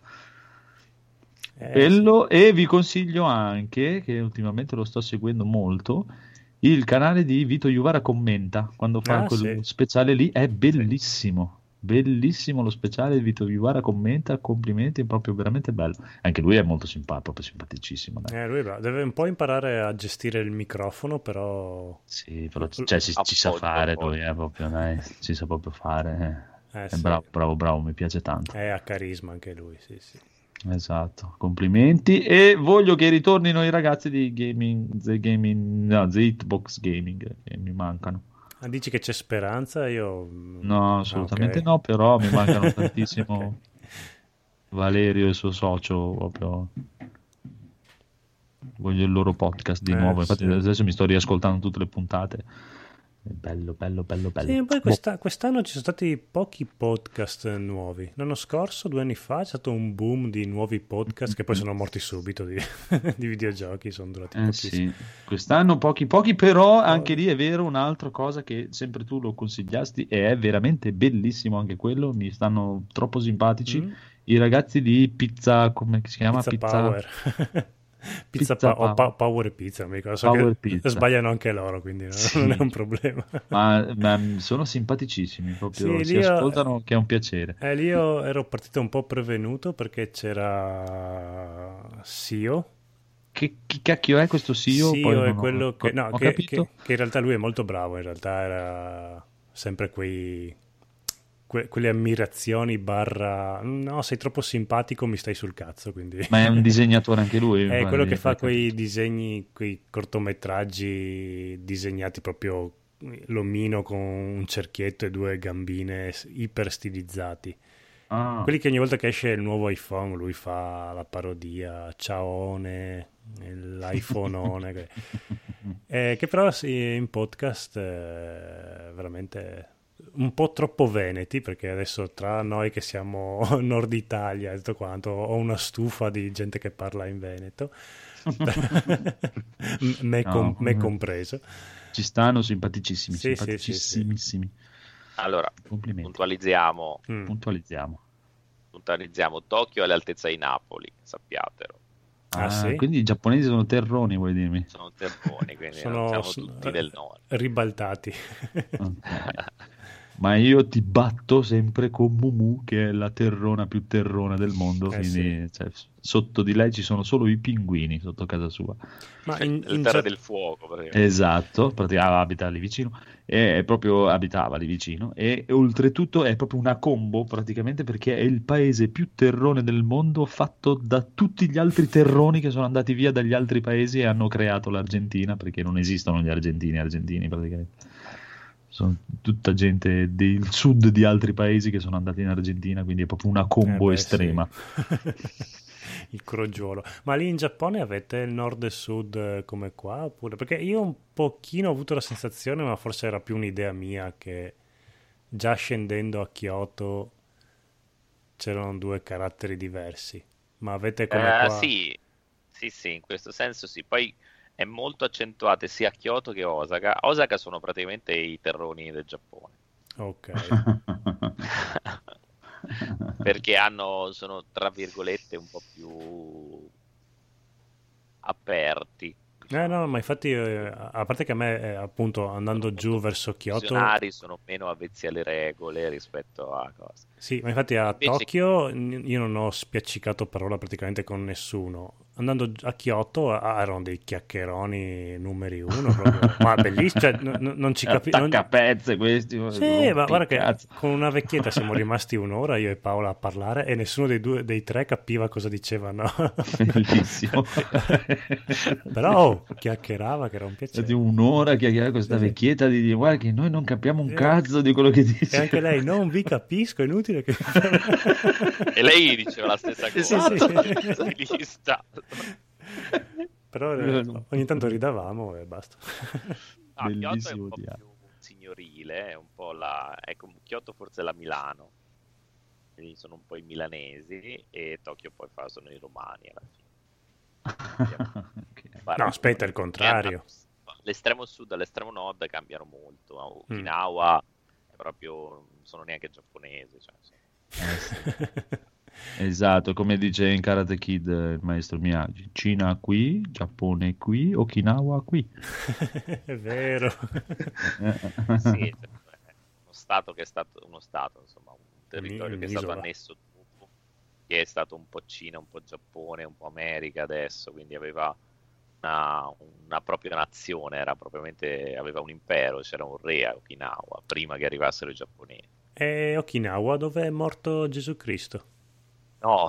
[SPEAKER 3] Eh, sì.
[SPEAKER 1] Quello, e vi consiglio anche, che ultimamente lo sto seguendo molto, il canale di Vito Juvara Commenta, quando fa
[SPEAKER 3] Ah,
[SPEAKER 1] quel
[SPEAKER 3] sì.
[SPEAKER 1] speciale lì, è
[SPEAKER 3] Sì.
[SPEAKER 1] bellissimo. Bellissimo lo speciale di Vito Juvara Commenta, complimenti, è proprio veramente bello. Anche lui è molto simpatico, proprio simpaticissimo, dai.
[SPEAKER 3] Eh, lui è bravo. Deve un po' imparare a gestire il microfono, però...
[SPEAKER 1] Sì, però c- cioè, ci,
[SPEAKER 2] A
[SPEAKER 1] ci sa
[SPEAKER 2] volte, a
[SPEAKER 1] fare
[SPEAKER 2] volte.
[SPEAKER 1] lui, eh, proprio, dai, ci sa proprio fare. eh.
[SPEAKER 3] Eh,
[SPEAKER 1] È
[SPEAKER 3] sì.
[SPEAKER 1] bravo, bravo, bravo, mi piace tanto.
[SPEAKER 3] È a carisma anche lui, sì, sì.
[SPEAKER 1] Esatto, complimenti. E voglio che ritornino i ragazzi di Gaming, The Gaming, no, The Hitbox Gaming, che mi mancano.
[SPEAKER 3] Ah, dici che c'è speranza? Io...
[SPEAKER 1] No,
[SPEAKER 3] Ah,
[SPEAKER 1] assolutamente
[SPEAKER 3] ok.
[SPEAKER 1] no, però mi mancano
[SPEAKER 3] Ok.
[SPEAKER 1] tantissimo Valerio e il suo socio, proprio. Voglio il loro podcast di
[SPEAKER 3] Eh,
[SPEAKER 1] nuovo. Infatti
[SPEAKER 3] sì.
[SPEAKER 1] adesso mi sto riascoltando tutte le puntate bello, bello, bello, bello.
[SPEAKER 3] Sì, e poi questa, quest'anno ci sono stati pochi podcast nuovi. L'anno scorso, due anni fa, c'è stato un boom di nuovi podcast che poi sono morti subito di, di videogiochi, sono durati
[SPEAKER 1] Eh
[SPEAKER 3] pochissimo.
[SPEAKER 1] sì, quest'anno pochi pochi, però anche lì è vero un'altra cosa che sempre tu lo consigliasti e è veramente bellissimo anche quello, mi stanno troppo simpatici,
[SPEAKER 3] Mm?
[SPEAKER 1] i ragazzi di Pizza, come si chiama?
[SPEAKER 3] Pizza Power. Pizza,
[SPEAKER 1] Pizza
[SPEAKER 3] pa- o
[SPEAKER 1] Power.
[SPEAKER 3] pa- Power Pizza, mi ricordo. So
[SPEAKER 1] Power
[SPEAKER 3] che
[SPEAKER 1] Pizza.
[SPEAKER 3] sbagliano anche loro, quindi no?
[SPEAKER 1] Sì.
[SPEAKER 3] non è un problema.
[SPEAKER 1] Ma, ma sono simpaticissimi, proprio
[SPEAKER 3] Sì,
[SPEAKER 1] si
[SPEAKER 3] lì io-
[SPEAKER 1] ascoltano che è un piacere.
[SPEAKER 3] Eh, lì io ero partito un po' prevenuto perché c'era Sio.
[SPEAKER 1] Che, chi cacchio è questo S E O?
[SPEAKER 3] Sio
[SPEAKER 1] Poi non
[SPEAKER 3] è
[SPEAKER 1] ho-
[SPEAKER 3] quello che, no,
[SPEAKER 1] ho
[SPEAKER 3] che,
[SPEAKER 1] capito.
[SPEAKER 3] che- che in realtà lui è molto bravo, in realtà era sempre quei que- quelle ammirazioni barra no, sei troppo simpatico, mi stai sul cazzo, quindi
[SPEAKER 1] Ma è un disegnatore anche lui?
[SPEAKER 3] è quello che fa
[SPEAKER 1] Ho
[SPEAKER 3] quei
[SPEAKER 1] capito.
[SPEAKER 3] disegni, quei cortometraggi disegnati proprio l'omino con un cerchietto e due gambine iper stilizzati.
[SPEAKER 1] Ah.
[SPEAKER 3] Quelli che ogni volta che esce il nuovo iPhone lui fa la parodia, ciaone, l'iPhoneone, che, eh, che però sì, in podcast è veramente un po' troppo veneti, perché adesso tra noi che siamo Nord Italia e tutto quanto ho una stufa di gente che parla in veneto, me,
[SPEAKER 1] No.
[SPEAKER 3] com- me compreso.
[SPEAKER 1] Ci stanno simpaticissimi,
[SPEAKER 3] Sì, sì,
[SPEAKER 1] simpaticissimissimi.
[SPEAKER 2] Allora,
[SPEAKER 1] Complimenti.
[SPEAKER 2] puntualizziamo,
[SPEAKER 3] Mm.
[SPEAKER 1] Puntualizziamo.
[SPEAKER 2] puntualizziamo. Tokyo è all'altezza di Napoli, sappiatelo.
[SPEAKER 3] Ah,
[SPEAKER 1] Ah,
[SPEAKER 3] sì?
[SPEAKER 1] quindi i giapponesi sono terroni, vuoi dirmi?
[SPEAKER 2] Sono terroni, quindi
[SPEAKER 3] Sono,
[SPEAKER 2] non siamo
[SPEAKER 3] sono
[SPEAKER 2] tutti del nord.
[SPEAKER 3] ribaltati.
[SPEAKER 1] Ok. Ma io ti batto sempre con Mumu, che è la terrona più terrona del mondo,
[SPEAKER 3] Eh,
[SPEAKER 1] quindi cioè, sotto di lei ci sono solo i pinguini sotto casa sua.
[SPEAKER 3] Ma in,
[SPEAKER 2] La
[SPEAKER 3] in
[SPEAKER 2] terra
[SPEAKER 3] Gia-
[SPEAKER 2] del fuoco, praticamente.
[SPEAKER 1] Esatto, praticamente abita lì vicino, e è proprio abitava lì vicino, e oltretutto è proprio una combo praticamente perché è il paese più terrone del mondo, fatto da tutti gli altri terroni che sono andati via dagli altri paesi e hanno creato l'Argentina, perché non esistono gli argentini argentini praticamente. Sono tutta gente del sud di altri paesi che sono andati in Argentina, quindi è proprio una combo
[SPEAKER 3] Eh beh,
[SPEAKER 1] estrema.
[SPEAKER 3] sì. Il crogiolo. Ma lì in Giappone avete il nord e sud eh, come qua? Oppure? Perché io un pochino ho avuto la sensazione, ma forse era più un'idea mia, che già scendendo a Kyoto c'erano due caratteri diversi. Ma avete come
[SPEAKER 2] Eh,
[SPEAKER 3] qua?
[SPEAKER 2] sì, sì, sì, in questo senso sì. Poi è molto accentuate sia Kyoto che Osaka. Osaka sono praticamente i terroni del Giappone.
[SPEAKER 3] Ok.
[SPEAKER 2] Perché hanno, sono tra virgolette un po' più aperti,
[SPEAKER 3] Eh no, ma infatti, eh, a parte che a me, eh, appunto, andando giù verso
[SPEAKER 2] I
[SPEAKER 3] Kyoto,
[SPEAKER 2] visionari sono meno avvezzi alle regole rispetto a cose.
[SPEAKER 3] sì, ma infatti a
[SPEAKER 2] Invece-
[SPEAKER 3] Tokyo n- io non ho spiaccicato parola praticamente con nessuno. Andando a Kyoto ah, erano dei chiacchieroni numeri uno, proprio. Ma bellissimo, cioè, n- n- non ci capivo.
[SPEAKER 1] Attaccapezze questi.
[SPEAKER 3] Sì, ma guarda che
[SPEAKER 1] cazzo.
[SPEAKER 3] con una vecchietta siamo rimasti un'ora, io e Paola, a parlare e nessuno dei due, dei tre capiva cosa dicevano.
[SPEAKER 1] Bellissimo.
[SPEAKER 3] Però oh, chiacchierava, che era un
[SPEAKER 1] Di
[SPEAKER 3] piacere.
[SPEAKER 1] un'ora che chiacchierare con questa
[SPEAKER 3] Sì, sì.
[SPEAKER 1] vecchietta di dire guarda che noi non capiamo un
[SPEAKER 3] Sì.
[SPEAKER 1] cazzo di quello che
[SPEAKER 3] E
[SPEAKER 1] dice.
[SPEAKER 3] anche lei, non vi capisco, è inutile che...
[SPEAKER 2] E lei diceva la stessa
[SPEAKER 3] Sì,
[SPEAKER 2] cosa.
[SPEAKER 3] sì.
[SPEAKER 2] Stilista.
[SPEAKER 3] Però eh, ogni tanto ridavamo e basta.
[SPEAKER 2] No, Kyoto è
[SPEAKER 1] Bellissimo
[SPEAKER 2] un po'
[SPEAKER 1] dialogo.
[SPEAKER 2] più signorile, è un po' la... ecco, Kyoto forse è la Milano, quindi sono un po' i milanesi e Tokyo poi fa, sono i romani alla fine.
[SPEAKER 1] Ok.
[SPEAKER 3] No, aspetta, il contrario.
[SPEAKER 2] L'estremo sud all'estremo nord cambiano molto.
[SPEAKER 3] Mm.
[SPEAKER 2] Okinawa è proprio, non sono neanche giapponesi, cioè, sì.
[SPEAKER 1] Esatto, come dice in Karate Kid il maestro Miyagi, Cina qui, Giappone qui, Okinawa qui.
[SPEAKER 3] È vero.
[SPEAKER 2] Sì, cioè, uno stato che è stato uno stato, insomma, un territorio che è stato
[SPEAKER 3] Un'isola.
[SPEAKER 2] annesso dopo, che è stato un po' Cina, un po' Giappone, un po' America adesso, quindi aveva una, una propria nazione, era propriamente, aveva un impero, c'era un re a Okinawa prima che arrivassero i giapponesi.
[SPEAKER 3] E Okinawa, dove è morto Gesù Cristo?
[SPEAKER 2] No,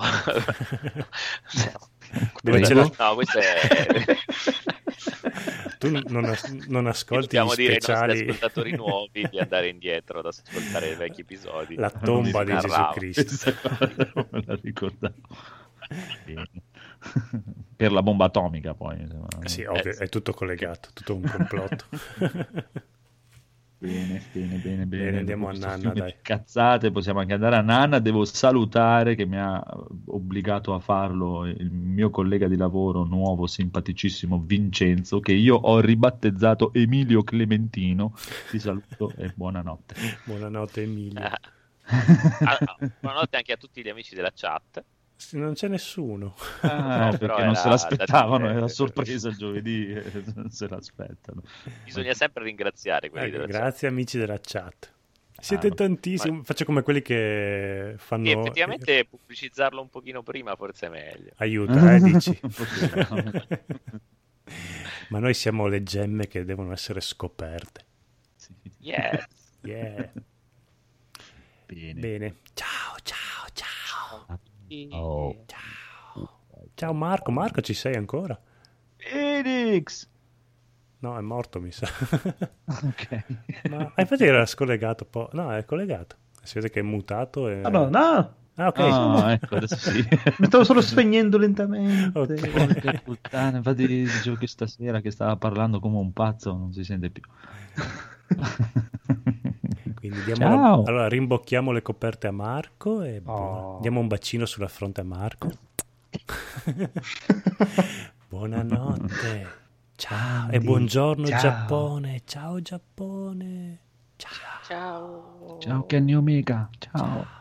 [SPEAKER 3] Dove
[SPEAKER 2] no,
[SPEAKER 3] c'è la-
[SPEAKER 2] no, questo è...
[SPEAKER 3] Tu non, as- non ascolti
[SPEAKER 2] Dobbiamo
[SPEAKER 3] gli
[SPEAKER 2] dire ai nostri
[SPEAKER 3] speciali,
[SPEAKER 2] ascoltatori nuovi di andare indietro ad ascoltare i vecchi episodi.
[SPEAKER 3] la tomba di
[SPEAKER 2] Non si
[SPEAKER 3] Gesù
[SPEAKER 2] narrava.
[SPEAKER 3] Cristo.
[SPEAKER 1] Questa cosa non me la ricordavo. Bene. Per la bomba atomica poi. insomma.
[SPEAKER 3] Eh sì, ovvio,
[SPEAKER 2] Eh, sì.
[SPEAKER 3] è tutto collegato, tutto un complotto.
[SPEAKER 1] Bene, bene, bene, bene.
[SPEAKER 3] Bene, andiamo a
[SPEAKER 1] Dopo questo
[SPEAKER 3] Nanna,
[SPEAKER 1] fiume
[SPEAKER 3] dai.
[SPEAKER 1] di cazzate, possiamo anche andare a Nanna. Devo salutare che mi ha obbligato a farlo il mio collega di lavoro nuovo, simpaticissimo Vincenzo, che io ho ribattezzato Emilio Clementino. Ti saluto e buonanotte.
[SPEAKER 3] Buonanotte Emilio.
[SPEAKER 2] Ah, ah, buonanotte anche a tutti gli amici della chat.
[SPEAKER 3] Sì, non c'è nessuno.
[SPEAKER 1] Ah,
[SPEAKER 2] No, però
[SPEAKER 1] perché non
[SPEAKER 2] era
[SPEAKER 1] se l'aspettavano,
[SPEAKER 2] da dire.
[SPEAKER 1] era sorpresa il giovedì, eh, non se l'aspettano.
[SPEAKER 2] Bisogna sempre ringraziare quelli
[SPEAKER 3] Ecco,
[SPEAKER 2] della
[SPEAKER 3] grazie amici della chat. Siete
[SPEAKER 1] Ah,
[SPEAKER 3] tantissimi.
[SPEAKER 2] ma-
[SPEAKER 3] Faccio come quelli che
[SPEAKER 2] chat.
[SPEAKER 3] fanno.
[SPEAKER 2] Sì, effettivamente pubblicizzarlo un pochino prima forse è meglio.
[SPEAKER 3] Aiuta, eh, dici.
[SPEAKER 1] Potevamo.
[SPEAKER 3] Ma noi siamo le gemme che devono essere scoperte.
[SPEAKER 1] Sì.
[SPEAKER 2] Yes.
[SPEAKER 3] Yeah.
[SPEAKER 1] Bene.
[SPEAKER 3] Bene. Ciao, ciao, ciao.
[SPEAKER 1] Oh.
[SPEAKER 3] Ciao. Ciao Marco. Marco, ci sei ancora?
[SPEAKER 1] Phoenix!
[SPEAKER 3] No, è morto, mi sa.
[SPEAKER 1] Ok.
[SPEAKER 3] Ma ah, infatti era scollegato. Po- no, è collegato. Si vede che è mutato. E...
[SPEAKER 4] Ah, no, no,
[SPEAKER 3] Ah, ok.
[SPEAKER 1] Ah, ecco, adesso sì.
[SPEAKER 4] mi stavo solo spegnendo lentamente.
[SPEAKER 3] Ok.
[SPEAKER 1] Porca puttana, infatti dicevo che stasera che stava parlando come un pazzo non si sente più.
[SPEAKER 3] Quindi diamo
[SPEAKER 1] Ciao.
[SPEAKER 3] la- allora rimbocchiamo le coperte a Marco e
[SPEAKER 4] Oh.
[SPEAKER 3] buona- diamo un bacino sulla fronte a Marco. Buonanotte. Ciao e
[SPEAKER 4] Andy,
[SPEAKER 3] buongiorno
[SPEAKER 4] ciao.
[SPEAKER 3] Giappone. Ciao Giappone. Ciao.
[SPEAKER 2] Ciao.
[SPEAKER 1] Ciao Kenny Omega, ciao.